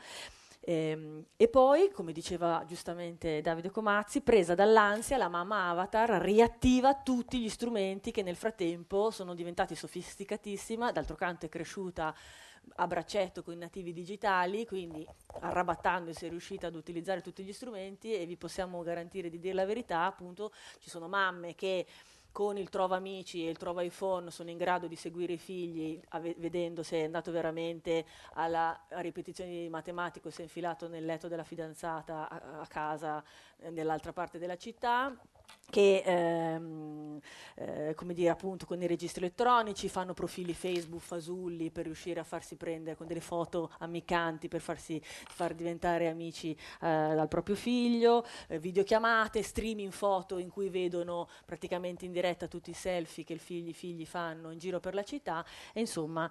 E, e poi, come diceva giustamente Davide Comazzi, presa dall'ansia, la mamma avatar riattiva tutti gli strumenti che nel frattempo sono diventati sofisticatissima, d'altro canto è cresciuta a braccetto con i nativi digitali, quindi arrabattandosi è riuscita ad utilizzare tutti gli strumenti e vi possiamo garantire di dire la verità, appunto ci sono mamme che con il Trova Amici e il Trova iPhone sono in grado di seguire i figli ave- vedendo se è andato veramente alla a ripetizione di matematico, se è infilato nel letto della fidanzata a, a casa eh, nell'altra parte della città, che ehm, eh, come dire, appunto con i registri elettronici fanno profili Facebook fasulli per riuscire a farsi prendere con delle foto amicanti per farsi far diventare amici eh, dal proprio figlio, eh, videochiamate, streaming foto in cui vedono praticamente in diretta tutti i selfie che i figli, i figli fanno in giro per la città e insomma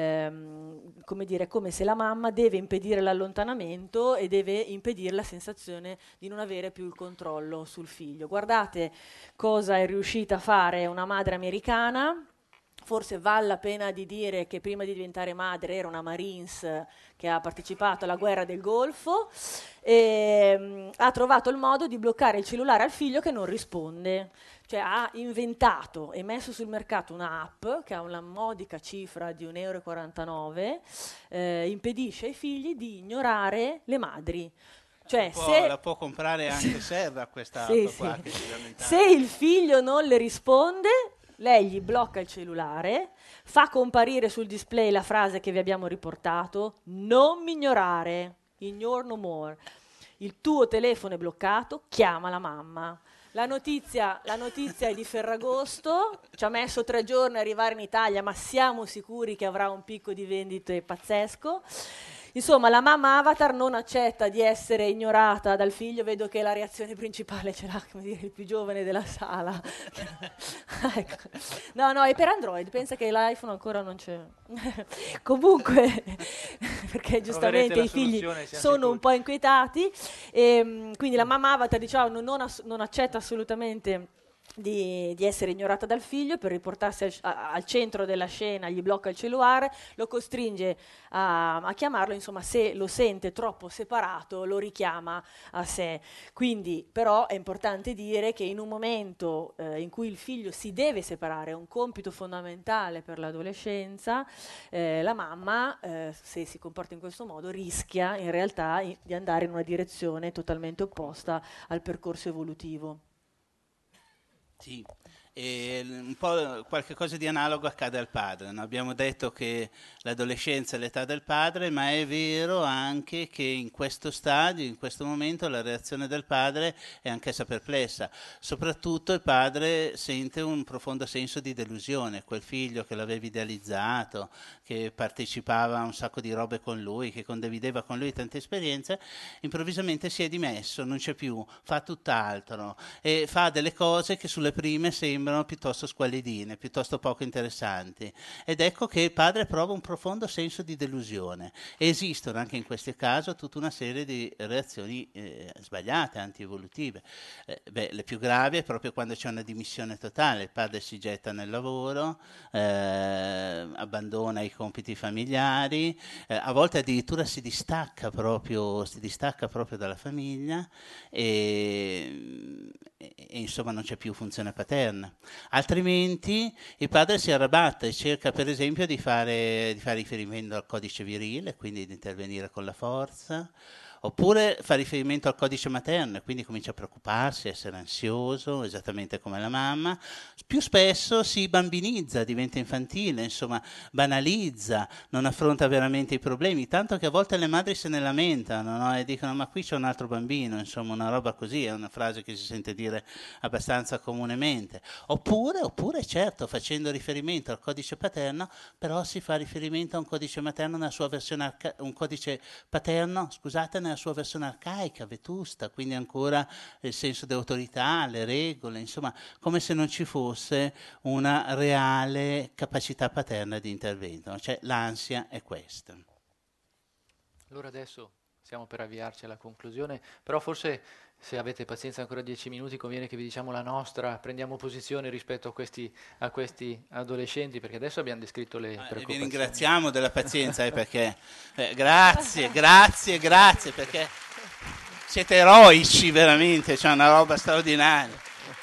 ehm, come dire, come se la mamma deve impedire l'allontanamento e deve impedire la sensazione di non avere più il controllo sul figlio. Guardate cosa è riuscita a fare una madre americana Forse vale la pena di dire che prima di diventare madre era una Marines che ha partecipato alla guerra del Golfo e mh, ha trovato il modo di bloccare il cellulare al figlio che non risponde. Cioè ha inventato e messo sul mercato un'app che ha una modica cifra di un euro e quarantanove, eh, impedisce ai figli di ignorare le madri. Cioè, la, può, se la può comprare anche Serra questa sì, app qua, sì. che si lamenta. Se il figlio non le risponde, lei gli blocca il cellulare, fa comparire sul display la frase che vi abbiamo riportato: non mi ignorare, ignore no more. Il tuo telefono è bloccato, chiama la mamma. La notizia, la notizia è di Ferragosto, ci ha messo tre giorni ad arrivare in Italia, ma siamo sicuri che avrà un picco di vendite pazzesco. Insomma, la mamma Avatar non accetta di essere ignorata dal figlio. Vedo che la reazione principale ce l'ha, come dire, il più giovane della sala. Ecco. No, no, è per Android, pensa che l'iPhone ancora non c'è. Comunque, perché giustamente i figli sono un po' inquietati, e, quindi la mamma Avatar, diciamo, non, ass- non accetta assolutamente Di, di essere ignorata dal figlio. Per riportarsi al, a, al centro della scena gli blocca il cellulare, lo costringe a, a chiamarlo, insomma se lo sente troppo separato lo richiama a sé. Quindi però è importante dire che in un momento eh, in cui il figlio si deve separare, è un compito fondamentale per l'adolescenza, eh, la mamma eh, se si comporta in questo modo rischia in realtà i, di andare in una direzione totalmente opposta al percorso evolutivo. Sì, e un po' qualche cosa di analogo accade al padre, no? Abbiamo detto che l'adolescenza è l'età del padre, ma è vero anche che in questo stadio, in questo momento, la reazione del padre è anch'essa perplessa. Soprattutto il padre sente un profondo senso di delusione. Quel figlio che l'aveva idealizzato, che partecipava a un sacco di robe con lui, che condivideva con lui tante esperienze, improvvisamente si è dimesso, non c'è più, fa tutt'altro e fa delle cose che sulle prime sembrano piuttosto squallidine, piuttosto poco interessanti, ed ecco che il padre prova un profondo senso di delusione. E esistono anche in questo caso tutta una serie di reazioni eh, sbagliate, antievolutive. Eh, beh, le più gravi è proprio quando c'è una dimissione totale, il padre si getta nel lavoro, eh, abbandona i compiti familiari, eh, a volte addirittura si distacca proprio, si distacca proprio dalla famiglia e, e, e insomma non c'è più funzione paterna. Altrimenti il padre si arrabatta e cerca per esempio di fare, di fare riferimento al codice virile, quindi di intervenire con la forza, oppure fa riferimento al codice materno e quindi comincia a preoccuparsi, a essere ansioso, esattamente come la mamma. Più spesso si bambinizza, diventa infantile, insomma banalizza, non affronta veramente i problemi, tanto che a volte le madri se ne lamentano, no? E dicono ma qui c'è un altro bambino, insomma una roba così, è una frase che si sente dire abbastanza comunemente. Oppure, oppure certo, facendo riferimento al codice paterno, però si fa riferimento a un codice materno nella sua versione arca- un codice paterno, scusate, nella sua versione arcaica, vetusta, quindi ancora il senso di autorità, le regole, insomma, come se non ci fosse una reale capacità paterna di intervento. Cioè l'ansia è questa. Allora adesso stiamo per avviarci alla conclusione, però forse se avete pazienza ancora dieci minuti conviene che vi diciamo la nostra, prendiamo posizione rispetto a questi, a questi adolescenti, perché adesso abbiamo descritto le eh, preoccupazioni. Vi ringraziamo della pazienza, eh, perché eh, grazie, grazie, grazie, perché siete eroici veramente, c'è una roba straordinaria.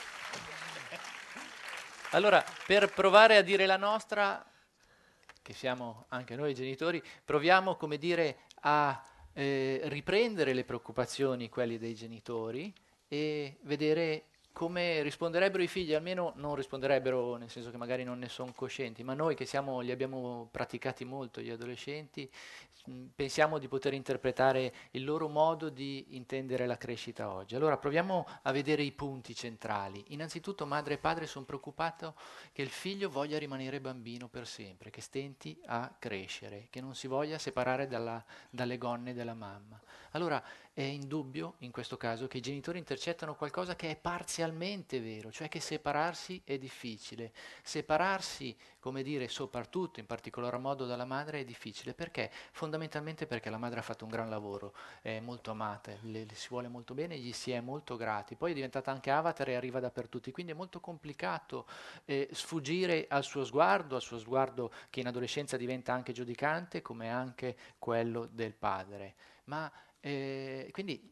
Allora, per provare a dire la nostra, che siamo anche noi genitori, proviamo, come dire, a eh, riprendere le preoccupazioni, quelli dei genitori, e vedere come risponderebbero i figli. Almeno non risponderebbero nel senso che magari non ne sono coscienti, ma noi che siamo, li abbiamo praticati molto, gli adolescenti, mh, pensiamo di poter interpretare il loro modo di intendere la crescita oggi. Allora proviamo a vedere i punti centrali. Innanzitutto madre e padre sono preoccupati che il figlio voglia rimanere bambino per sempre, che stenti a crescere, che non si voglia separare dalla, dalle gonne della mamma. Allora è indubbio in questo caso che i genitori intercettano qualcosa che è parzialmente parzialmente vero, cioè che separarsi è difficile. Separarsi, come dire, soprattutto in particolar modo dalla madre è difficile. Perché? Fondamentalmente perché la madre ha fatto un gran lavoro, è molto amata, le, le si vuole molto bene, gli si è molto grati. Poi è diventata anche avatar e arriva dappertutto, quindi è molto complicato eh, sfuggire al suo sguardo, al suo sguardo che in adolescenza diventa anche giudicante, come anche quello del padre. Ma eh, quindi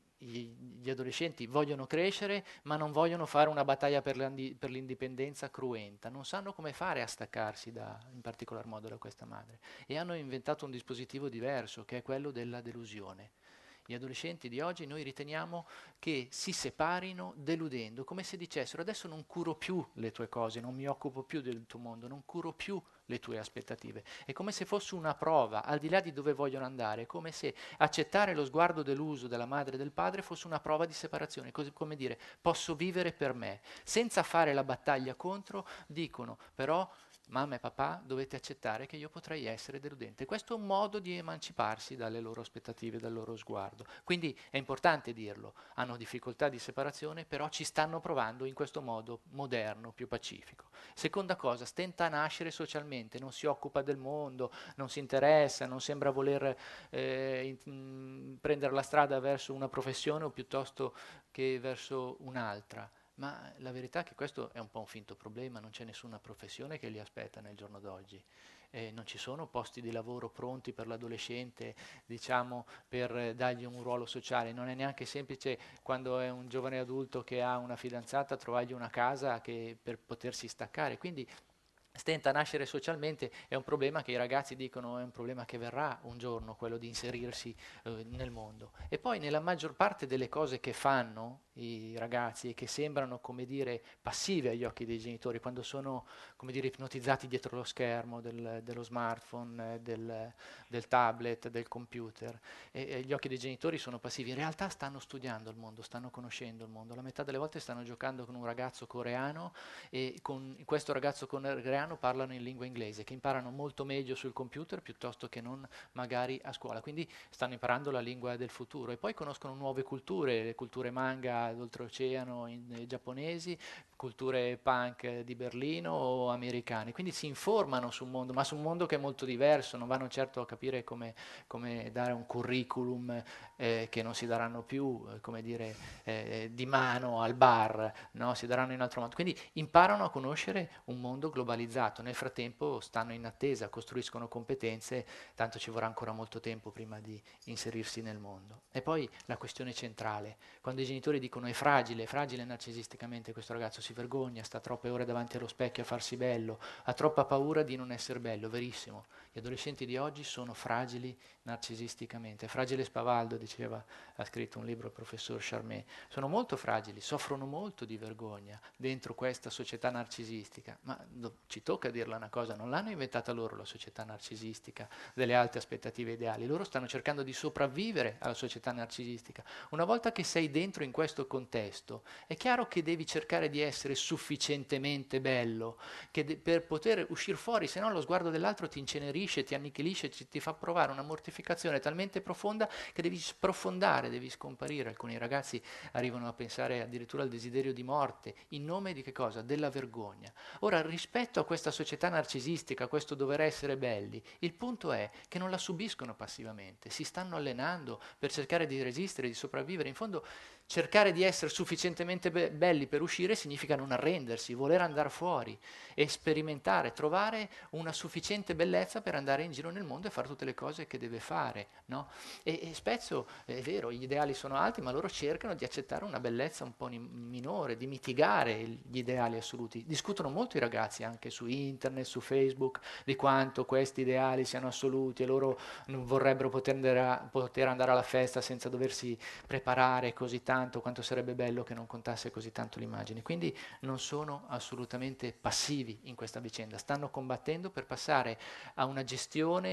gli adolescenti vogliono crescere, ma non vogliono fare una battaglia per, per l'indipendenza cruenta, non sanno come fare a staccarsi da, in particolar modo da questa madre, e hanno inventato un dispositivo diverso, che è quello della delusione. Gli adolescenti di oggi noi riteniamo che si separino deludendo, come se dicessero: adesso non curo più le tue cose, non mi occupo più del tuo mondo, non curo più le tue aspettative. È come se fosse una prova, al di là di dove vogliono andare, è come se accettare lo sguardo deluso della madre e del padre fosse una prova di separazione, così come dire: posso vivere per me. Senza fare la battaglia contro, dicono però: mamma e papà, dovete accettare che io potrei essere deludente. Questo è un modo di emanciparsi dalle loro aspettative, dal loro sguardo. Quindi è importante dirlo, hanno difficoltà di separazione, però ci stanno provando in questo modo moderno, più pacifico. Seconda cosa, stenta a nascere socialmente, non si occupa del mondo, non si interessa, non sembra voler eh, in, mh, prendere la strada verso una professione o piuttosto che verso un'altra. Ma la verità è che questo è un po' un finto problema, non c'è nessuna professione che li aspetta nel giorno d'oggi. Eh, non ci sono posti di lavoro pronti per l'adolescente, diciamo, per eh, dargli un ruolo sociale. Non è neanche semplice, quando è un giovane adulto che ha una fidanzata, trovargli una casa che, per potersi staccare. Quindi stenta a nascere socialmente, è un problema che i ragazzi dicono è un problema che verrà un giorno, quello di inserirsi eh, nel mondo. E poi nella maggior parte delle cose che fanno i ragazzi e che sembrano, come dire, passive agli occhi dei genitori, quando sono, come dire, ipnotizzati dietro lo schermo del, dello smartphone, eh, del, del tablet, del computer, e, e gli occhi dei genitori sono passivi, in realtà stanno studiando il mondo, stanno conoscendo il mondo. La metà delle volte stanno giocando con un ragazzo coreano, e con questo ragazzo coreano parlano in lingua inglese, che imparano molto meglio sul computer piuttosto che non magari a scuola, quindi stanno imparando la lingua del futuro. E poi conoscono nuove culture, le culture manga d'oltreoceano in, eh, giapponesi, culture punk di Berlino o americane, quindi si informano sul mondo, ma su un mondo che è molto diverso, non vanno certo a capire come, come dare un curriculum eh, che non si daranno più, eh, come dire, eh, di mano al bar, no? Si daranno in altro modo, quindi imparano a conoscere un mondo globalizzato. Nel frattempo stanno in attesa, costruiscono competenze, tanto ci vorrà ancora molto tempo prima di inserirsi nel mondo. E poi la questione centrale, quando i genitori dicono è fragile, è fragile narcisisticamente questo ragazzo, si vergogna, sta troppe ore davanti allo specchio a farsi bello, ha troppa paura di non essere bello, verissimo. Gli adolescenti di oggi sono fragili narcisisticamente. Fragile Spavaldo, diceva, ha scritto un libro il professor Charmet, sono molto fragili, soffrono molto di vergogna dentro questa società narcisistica, ma do, ci tocca dirla una cosa, non l'hanno inventata loro la società narcisistica delle alte aspettative ideali, loro stanno cercando di sopravvivere alla società narcisistica. Una volta che sei dentro in questo contesto, è chiaro che devi cercare di essere sufficientemente bello, che de- per poter uscire fuori, se no lo sguardo dell'altro ti incenerisce, ti annichilisce, ci, ti fa provare una mortificazione talmente profonda che devi sprofondare, devi scomparire. Alcuni ragazzi arrivano a pensare addirittura al desiderio di morte, in nome di che cosa? Della vergogna. Ora, rispetto a questa società narcisistica, a questo dover essere belli, il punto è che non la subiscono passivamente, si stanno allenando per cercare di resistere, di sopravvivere. In fondo, cercare di essere sufficientemente be- belli per uscire significa non arrendersi, voler andare fuori e sperimentare, trovare una sufficiente bellezza per andare in giro nel mondo e fare tutte le cose che deve fare, no? E, e spesso, è vero, gli ideali sono alti, ma loro cercano di accettare una bellezza un po' ni- minore, di mitigare il- gli ideali assoluti. Discutono molto i ragazzi anche su internet, su Facebook, di quanto questi ideali siano assoluti e loro non vorrebbero poter andare, a, poter andare alla festa senza doversi preparare così tanto, quanto sarebbe bello che non contasse così tanto l'immagine. Quindi non sono assolutamente passivi in questa vicenda, stanno combattendo per passare a una gestione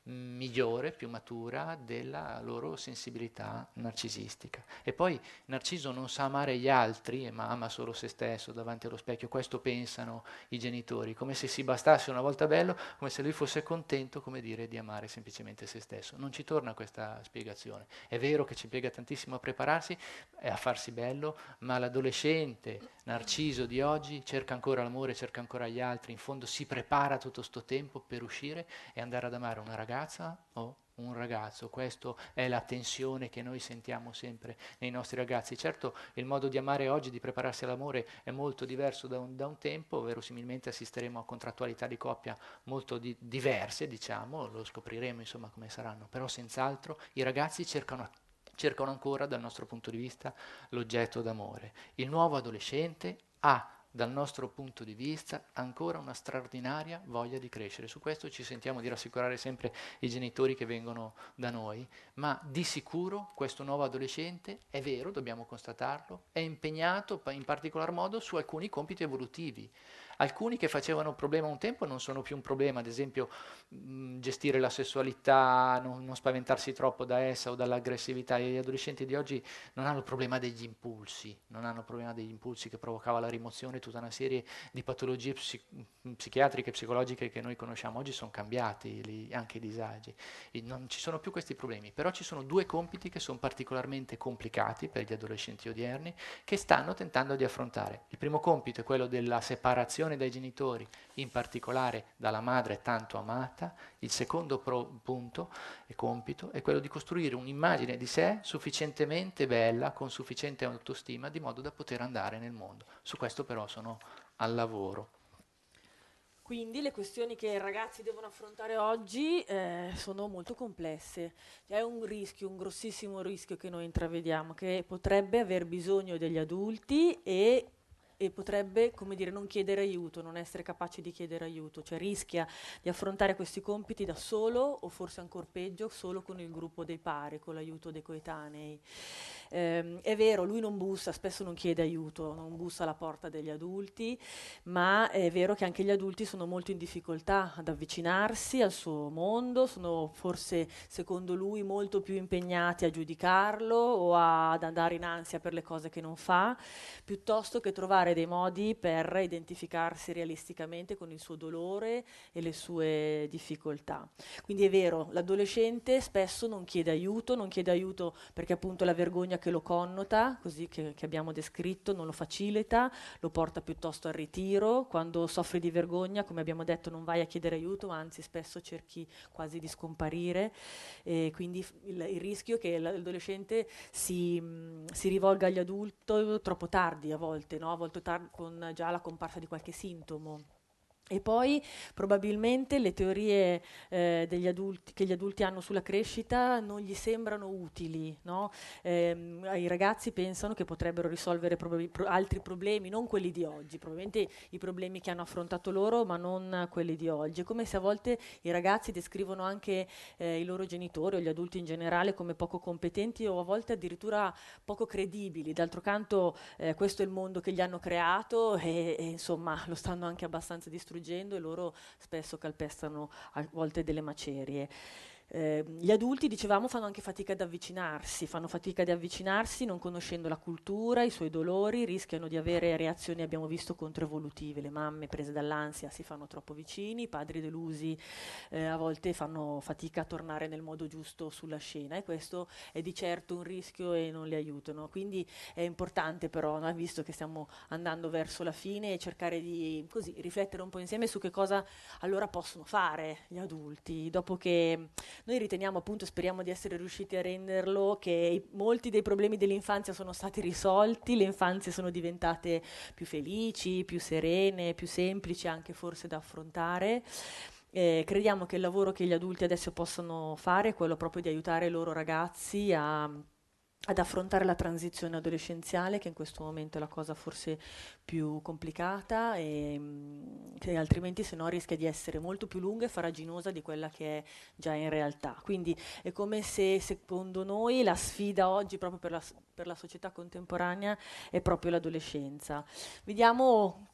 migliore, più matura della loro sensibilità narcisistica. E poi Narciso non sa amare gli altri, ma ama solo se stesso davanti allo specchio. Questo pensano i genitori, come se si bastasse una volta bello, come se lui fosse contento, come dire, di amare semplicemente se stesso. Non ci torna questa spiegazione. È vero che ci impiega tantissimo a prepararsi e a farsi bello, ma l'adolescente Narciso di oggi cerca ancora l'amore, cerca ancora gli altri, in fondo si prepara tutto sto tempo per uscire e andare ad amare una ragazza o un ragazzo. Questa è la tensione che noi sentiamo sempre nei nostri ragazzi. Certo, il modo di amare oggi, di prepararsi all'amore, è molto diverso da un, da un tempo, verosimilmente assisteremo a contrattualità di coppia molto di, diverse, diciamo, lo scopriremo insomma come saranno, però senz'altro i ragazzi cercano cercano ancora dal nostro punto di vista l'oggetto d'amore. Il nuovo adolescente ha dal nostro punto di vista ancora una straordinaria voglia di crescere. Su questo ci sentiamo di rassicurare sempre i genitori che vengono da noi, ma di sicuro questo nuovo adolescente, è vero, dobbiamo constatarlo, è impegnato in particolar modo su alcuni compiti evolutivi. Alcuni che facevano problema un tempo non sono più un problema, ad esempio mh, gestire la sessualità, non, non spaventarsi troppo da essa o dall'aggressività. Gli adolescenti di oggi non hanno il problema degli impulsi, non hanno il problema degli impulsi che provocava la rimozione, tutta una serie di patologie psi- psichiatriche e psicologiche che noi conosciamo. Oggi sono cambiati li, anche i disagi, e non ci sono più questi problemi, però ci sono due compiti che sono particolarmente complicati per gli adolescenti odierni che stanno tentando di affrontare. Il primo compito è quello della separazione dai genitori, in particolare dalla madre tanto amata. Il secondo pro- punto e compito è quello di costruire un'immagine di sé sufficientemente bella, con sufficiente autostima, di modo da poter andare nel mondo. Su questo però sono al lavoro. Quindi le questioni che i ragazzi devono affrontare oggi eh, sono molto complesse. È un rischio, un grossissimo rischio che noi intravediamo, che potrebbe aver bisogno degli adulti e e potrebbe, come dire, non chiedere aiuto, non essere capace di chiedere aiuto, cioè rischia di affrontare questi compiti da solo o forse ancora peggio solo con il gruppo dei pari, con l'aiuto dei coetanei. Eh, è vero, lui non bussa, spesso non chiede aiuto, non bussa alla porta degli adulti, ma è vero che anche gli adulti sono molto in difficoltà ad avvicinarsi al suo mondo, sono forse, secondo lui, molto più impegnati a giudicarlo o a, ad andare in ansia per le cose che non fa, piuttosto che trovare dei modi per identificarsi realisticamente con il suo dolore e le sue difficoltà. Quindi è vero, l'adolescente spesso non chiede aiuto, non chiede aiuto perché appunto la vergogna che lo connota, così che, che abbiamo descritto, non lo facilita, lo porta piuttosto al ritiro. Quando soffri di vergogna, come abbiamo detto, non vai a chiedere aiuto, ma anzi spesso cerchi quasi di scomparire. E quindi il, il rischio è che l'adolescente si, mh, si rivolga agli adulti troppo tardi a volte, no? A volte tardi, con già la comparsa di qualche sintomo. E poi probabilmente le teorie eh, degli adulti, che gli adulti hanno sulla crescita non gli sembrano utili, no? Eh, i ragazzi pensano che potrebbero risolvere probabil- pro- altri problemi, non quelli di oggi, probabilmente i problemi che hanno affrontato loro, ma non quelli di oggi. È come se a volte i ragazzi descrivono anche eh, i loro genitori o gli adulti in generale come poco competenti o a volte addirittura poco credibili. D'altro canto eh, questo è il mondo che gli hanno creato e, e insomma lo stanno anche abbastanza distruggendo e loro spesso calpestano a volte delle macerie. Eh, gli adulti, dicevamo, fanno anche fatica ad avvicinarsi, fanno fatica ad avvicinarsi non conoscendo la cultura, i suoi dolori, rischiano di avere reazioni, abbiamo visto, controevolutive. Le mamme prese dall'ansia si fanno troppo vicini, i padri delusi eh, a volte fanno fatica a tornare nel modo giusto sulla scena e questo è di certo un rischio e non li aiutano. Quindi è importante però, no, visto che stiamo andando verso la fine, cercare di così riflettere un po' insieme su che cosa allora possono fare gli adulti, dopo che noi riteniamo, appunto, speriamo di essere riusciti a renderlo, che i, molti dei problemi dell'infanzia sono stati risolti, le infanzie sono diventate più felici, più serene, più semplici anche forse da affrontare. Eh, crediamo che il lavoro che gli adulti adesso possono fare è quello proprio di aiutare i loro ragazzi a ad affrontare la transizione adolescenziale, che in questo momento è la cosa forse più complicata e mh, che altrimenti se no rischia di essere molto più lunga e farraginosa di quella che è già in realtà. Quindi è come se, secondo noi, la sfida oggi proprio per la, per la società contemporanea è proprio l'adolescenza. Vediamo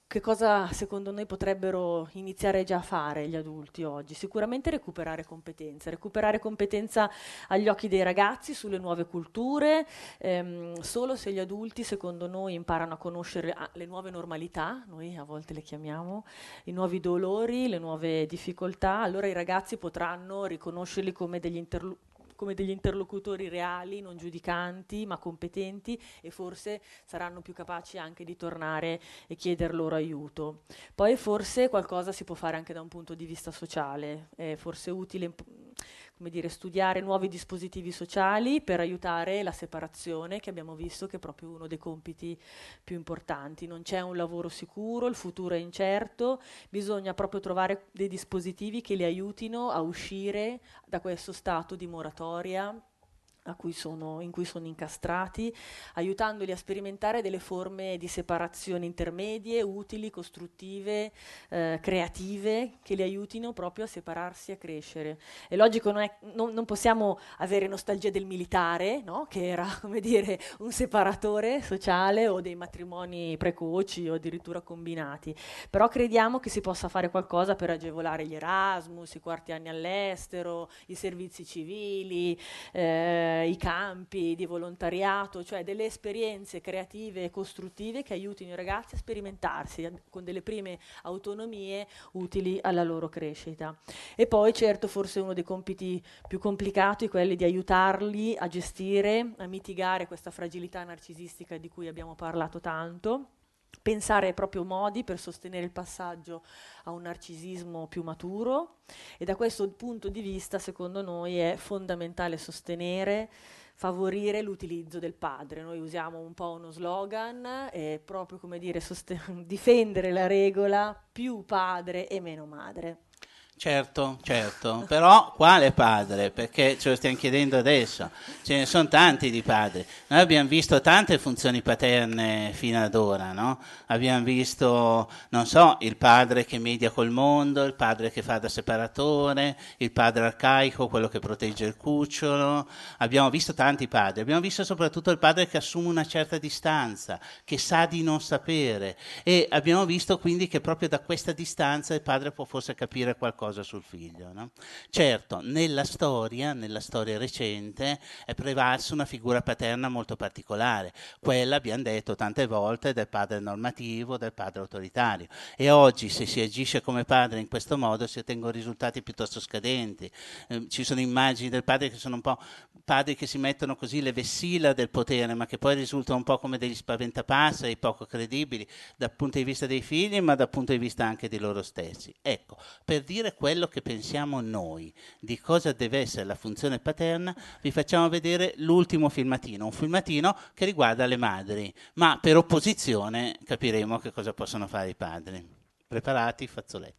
che cosa secondo noi potrebbero iniziare già a fare gli adulti oggi? Sicuramente recuperare competenze, recuperare competenza agli occhi dei ragazzi sulle nuove culture, ehm, solo se gli adulti secondo noi imparano a conoscere ah, le nuove normalità, noi a volte le chiamiamo, i nuovi dolori, le nuove difficoltà, allora i ragazzi potranno riconoscerli come degli interlocutori come degli interlocutori reali, non giudicanti, ma competenti, e forse saranno più capaci anche di tornare e chieder loro aiuto. Poi forse qualcosa si può fare anche da un punto di vista sociale, è forse utile come dire, studiare nuovi dispositivi sociali per aiutare la separazione, che abbiamo visto che è proprio uno dei compiti più importanti. Non c'è un lavoro sicuro, il futuro è incerto, bisogna proprio trovare dei dispositivi che li aiutino a uscire da questo stato di moratoria a cui sono, in cui sono incastrati, aiutandoli a sperimentare delle forme di separazione intermedie, utili, costruttive, eh, creative, che li aiutino proprio a separarsi e a crescere. È logico, non, è, non, non possiamo avere nostalgia del militare, no? Che era, come dire, un separatore sociale, o dei matrimoni precoci o addirittura combinati, però crediamo che si possa fare qualcosa per agevolare gli Erasmus, i quarti anni all'estero, i servizi civili, eh, i campi di volontariato, cioè delle esperienze creative e costruttive che aiutino i ragazzi a sperimentarsi con delle prime autonomie utili alla loro crescita. E poi certo forse uno dei compiti più complicati è quelli di aiutarli a gestire, a mitigare questa fragilità narcisistica di cui abbiamo parlato tanto, pensare ai propri modi per sostenere il passaggio a un narcisismo più maturo, e da questo punto di vista secondo noi è fondamentale sostenere, favorire l'utilizzo del padre. Noi usiamo un po' uno slogan, è proprio come dire sosten- difendere la regola più padre e meno madre. Certo, certo, però quale padre? Perché ce lo stiamo chiedendo adesso, ce ne sono tanti di padri. Noi abbiamo visto tante funzioni paterne fino ad ora, no? Abbiamo visto, non so, il padre che media col mondo, il padre che fa da separatore, il padre arcaico, quello che protegge il cucciolo. Abbiamo visto tanti padri, abbiamo visto soprattutto il padre che assume una certa distanza, che sa di non sapere, e abbiamo visto quindi che proprio da questa distanza il padre può forse capire qualcosa sul figlio, no? Certo, nella storia, nella storia recente, è prevalsa una figura paterna molto particolare, quella, abbiamo detto tante volte, del padre normativo, del padre autoritario, e oggi se si agisce come padre in questo modo si ottengono risultati piuttosto scadenti. Eh, ci sono immagini del padre che sono un po' padri che si mettono così le vessilla del potere, ma che poi risultano un po' come degli spaventapasseri, poco credibili dal punto di vista dei figli, ma dal punto di vista anche di loro stessi. Ecco, per dire quello che pensiamo noi di cosa deve essere la funzione paterna, vi facciamo vedere l'ultimo filmatino, un filmatino che riguarda le madri, ma per opposizione capiremo che cosa possono fare i padri. Preparati, fazzoletti.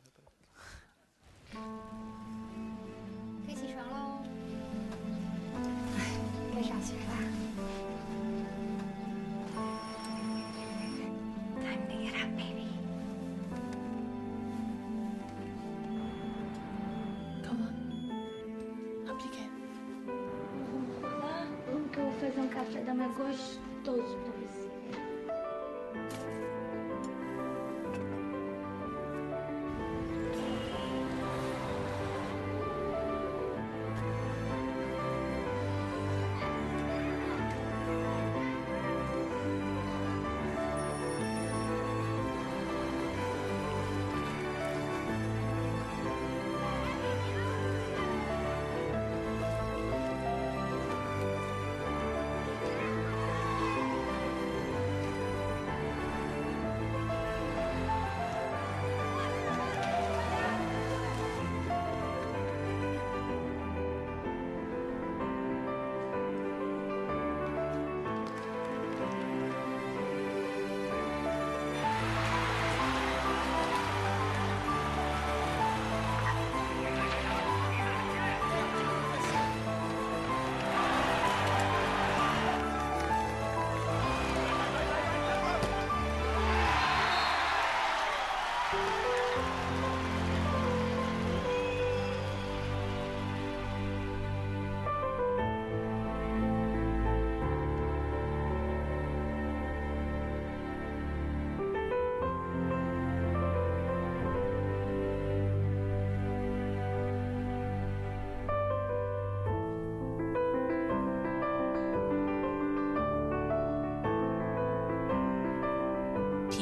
Que eu vou fazer um café da manhã gostoso pra você.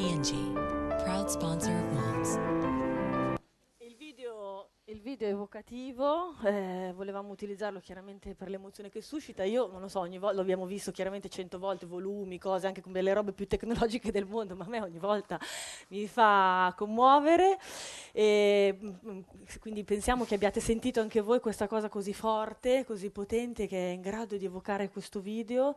and G, proud sponsor of Molds. Il video, il video evocativo, eh, volevamo utilizzarlo chiaramente per l'emozione che suscita. Io non lo so, ogni volta lo abbiamo visto chiaramente cento volte, volumi, cose, anche con delle robe più tecnologiche del mondo, ma a me ogni volta mi fa commuovere. E, mm, quindi pensiamo che abbiate sentito anche voi questa cosa così forte, così potente, che è in grado di evocare questo video.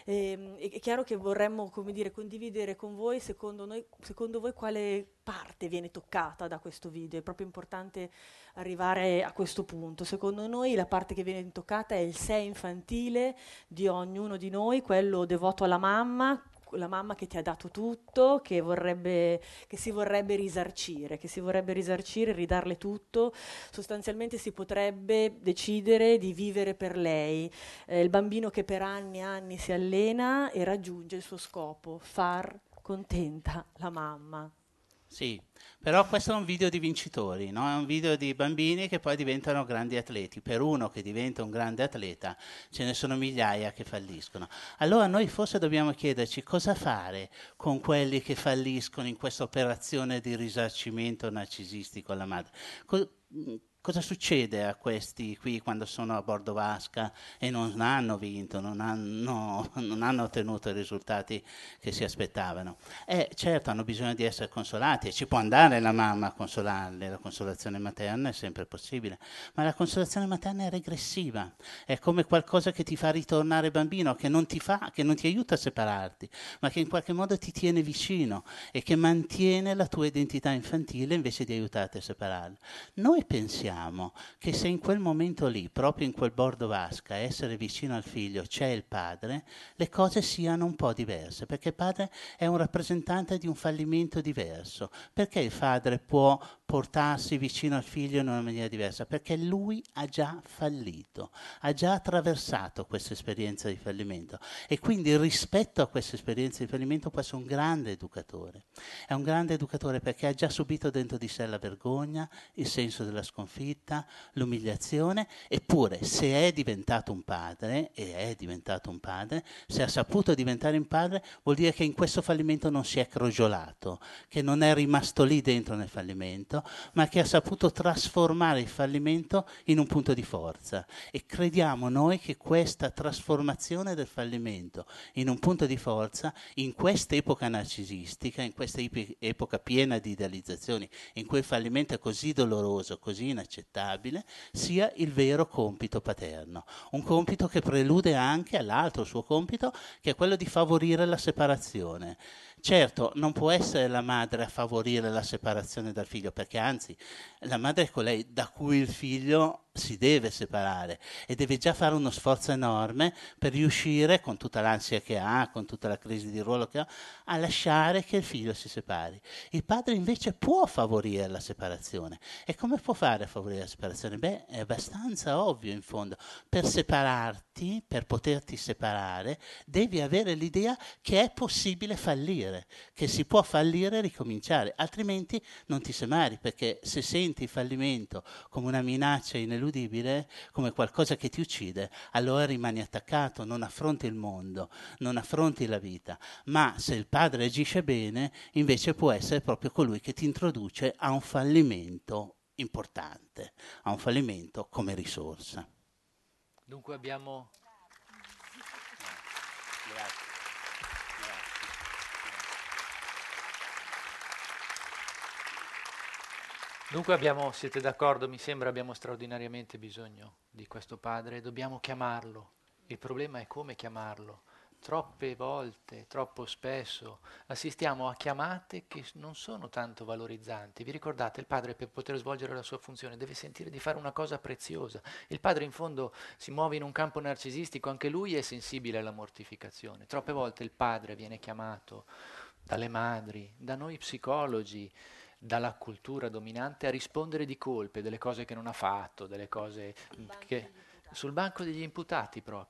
E, è chiaro che vorremmo, come dire, condividere con voi, secondo noi, secondo voi quale parte viene toccata da questo video. È proprio importante arrivare a questo punto. Secondo noi la parte che viene toccata è il sé infantile di ognuno di noi, quello devoto alla mamma, la mamma che ti ha dato tutto, che vorrebbe, che si vorrebbe risarcire, che si vorrebbe risarcire, ridarle tutto. Sostanzialmente si potrebbe decidere di vivere per lei. Eh, il bambino che per anni e anni si allena e raggiunge il suo scopo, far contenta la mamma. Sì, però questo è un video di vincitori, no? È un video di bambini che poi diventano grandi atleti. Per uno che diventa un grande atleta ce ne sono migliaia che falliscono. Allora noi forse dobbiamo chiederci cosa fare con quelli che falliscono in questa operazione di risarcimento narcisistico alla madre. Co- Cosa succede a questi qui quando sono a bordo vasca e non hanno vinto, non hanno, non hanno ottenuto i risultati che si aspettavano? Eh, certo, hanno bisogno di essere consolati e ci può andare la mamma a consolarli, la consolazione materna è sempre possibile, ma la consolazione materna è regressiva, è come qualcosa che ti fa ritornare bambino, che non ti fa, che non ti aiuta a separarti, ma che in qualche modo ti tiene vicino e che mantiene la tua identità infantile invece di aiutarti a separarla. Noi pensiamo che se in quel momento lì, proprio in quel bordo vasca, essere vicino al figlio c'è il padre, le cose siano un po' diverse, perché il padre è un rappresentante di un fallimento diverso. Perché il padre può portarsi vicino al figlio in una maniera diversa? Perché lui ha già fallito, ha già attraversato questa esperienza di fallimento e quindi rispetto a questa esperienza di fallimento può essere un grande educatore. È un grande educatore perché ha già subito dentro di sé la vergogna, il senso della sconfitta, l'umiliazione, eppure se è diventato un padre, e è diventato un padre, se ha saputo diventare un padre, vuol dire che in questo fallimento non si è crogiolato, che non è rimasto lì dentro nel fallimento, ma che ha saputo trasformare il fallimento in un punto di forza. E crediamo noi che questa trasformazione del fallimento in un punto di forza, in questa epoca narcisistica, in questa ip- epoca piena di idealizzazioni, in cui il fallimento è così doloroso, così inaccettabile, sia il vero compito paterno, un compito che prelude anche all'altro suo compito, che è quello di favorire la separazione. Certo, non può essere la madre a favorire la separazione dal figlio, perché anzi, la madre è colei da cui il figlio si deve separare e deve già fare uno sforzo enorme per riuscire, con tutta l'ansia che ha, con tutta la crisi di ruolo che ha, a lasciare che il figlio si separi. Il padre invece può favorire la separazione. E come può fare a favorire la separazione? Beh, è abbastanza ovvio in fondo. Per separarti, per poterti separare, devi avere l'idea che è possibile fallire, che si può fallire e ricominciare, altrimenti non ti separi, perché se senti il fallimento come una minaccia ineludibile, come qualcosa che ti uccide, allora rimani attaccato, non affronti il mondo, non affronti la vita. Ma se il padre agisce bene, invece può essere proprio colui che ti introduce a un fallimento importante, a un fallimento come risorsa. Dunque abbiamo... Grazie. Dunque abbiamo, siete d'accordo, mi sembra, abbiamo straordinariamente bisogno di questo padre, dobbiamo chiamarlo. Il problema è come chiamarlo. Troppe volte, troppo spesso assistiamo a chiamate che non sono tanto valorizzanti. Vi ricordate, il padre per poter svolgere la sua funzione deve sentire di fare una cosa preziosa. Il padre in fondo si muove in un campo narcisistico, anche lui è sensibile alla mortificazione. Troppe volte il padre viene chiamato dalle madri, da noi psicologi, dalla cultura dominante a rispondere di colpe, delle cose che non ha fatto, delle cose che... sul banco degli imputati proprio.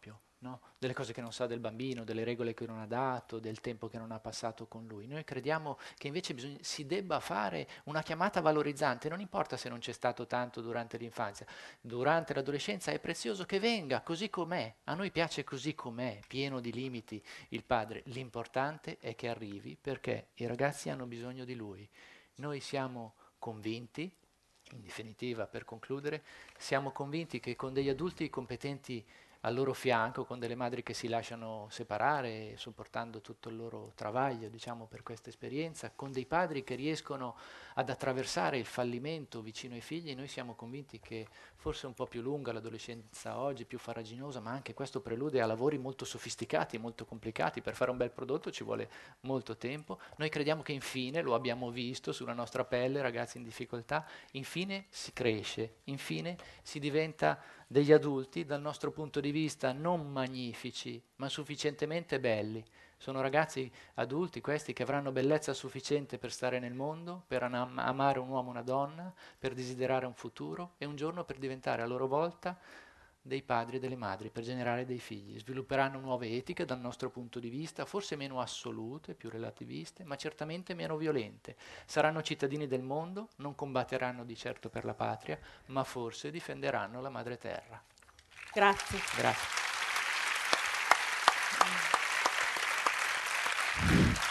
no? Delle cose che non sa del bambino, delle regole che non ha dato, del tempo che non ha passato con lui. Noi crediamo che invece bisogna, si debba fare una chiamata valorizzante, non importa se non c'è stato tanto durante l'infanzia, durante l'adolescenza è prezioso che venga così com'è, a noi piace così com'è, pieno di limiti il padre, l'importante è che arrivi perché i ragazzi hanno bisogno di lui. Noi siamo convinti, in definitiva per concludere, siamo convinti che con degli adulti competenti al loro fianco, con delle madri che si lasciano separare, sopportando tutto il loro travaglio, diciamo, per questa esperienza, con dei padri che riescono ad attraversare il fallimento vicino ai figli, noi siamo convinti che forse è un po' più lunga l'adolescenza oggi, più farraginosa, ma anche questo prelude a lavori molto sofisticati, molto complicati. Per fare un bel prodotto ci vuole molto tempo. Noi crediamo che infine, lo abbiamo visto sulla nostra pelle, ragazzi in difficoltà, infine si cresce, infine si diventa degli adulti, dal nostro punto di vista non magnifici, ma sufficientemente belli. Sono ragazzi adulti questi che avranno bellezza sufficiente per stare nel mondo, per am- amare un uomo e una donna, per desiderare un futuro e un giorno per diventare a loro volta dei padri e delle madri, per generare dei figli. Svilupperanno nuove etiche dal nostro punto di vista, forse meno assolute, più relativiste, ma certamente meno violente. Saranno cittadini del mondo, non combatteranno di certo per la patria, ma forse difenderanno la madre terra. Grazie. Grazie.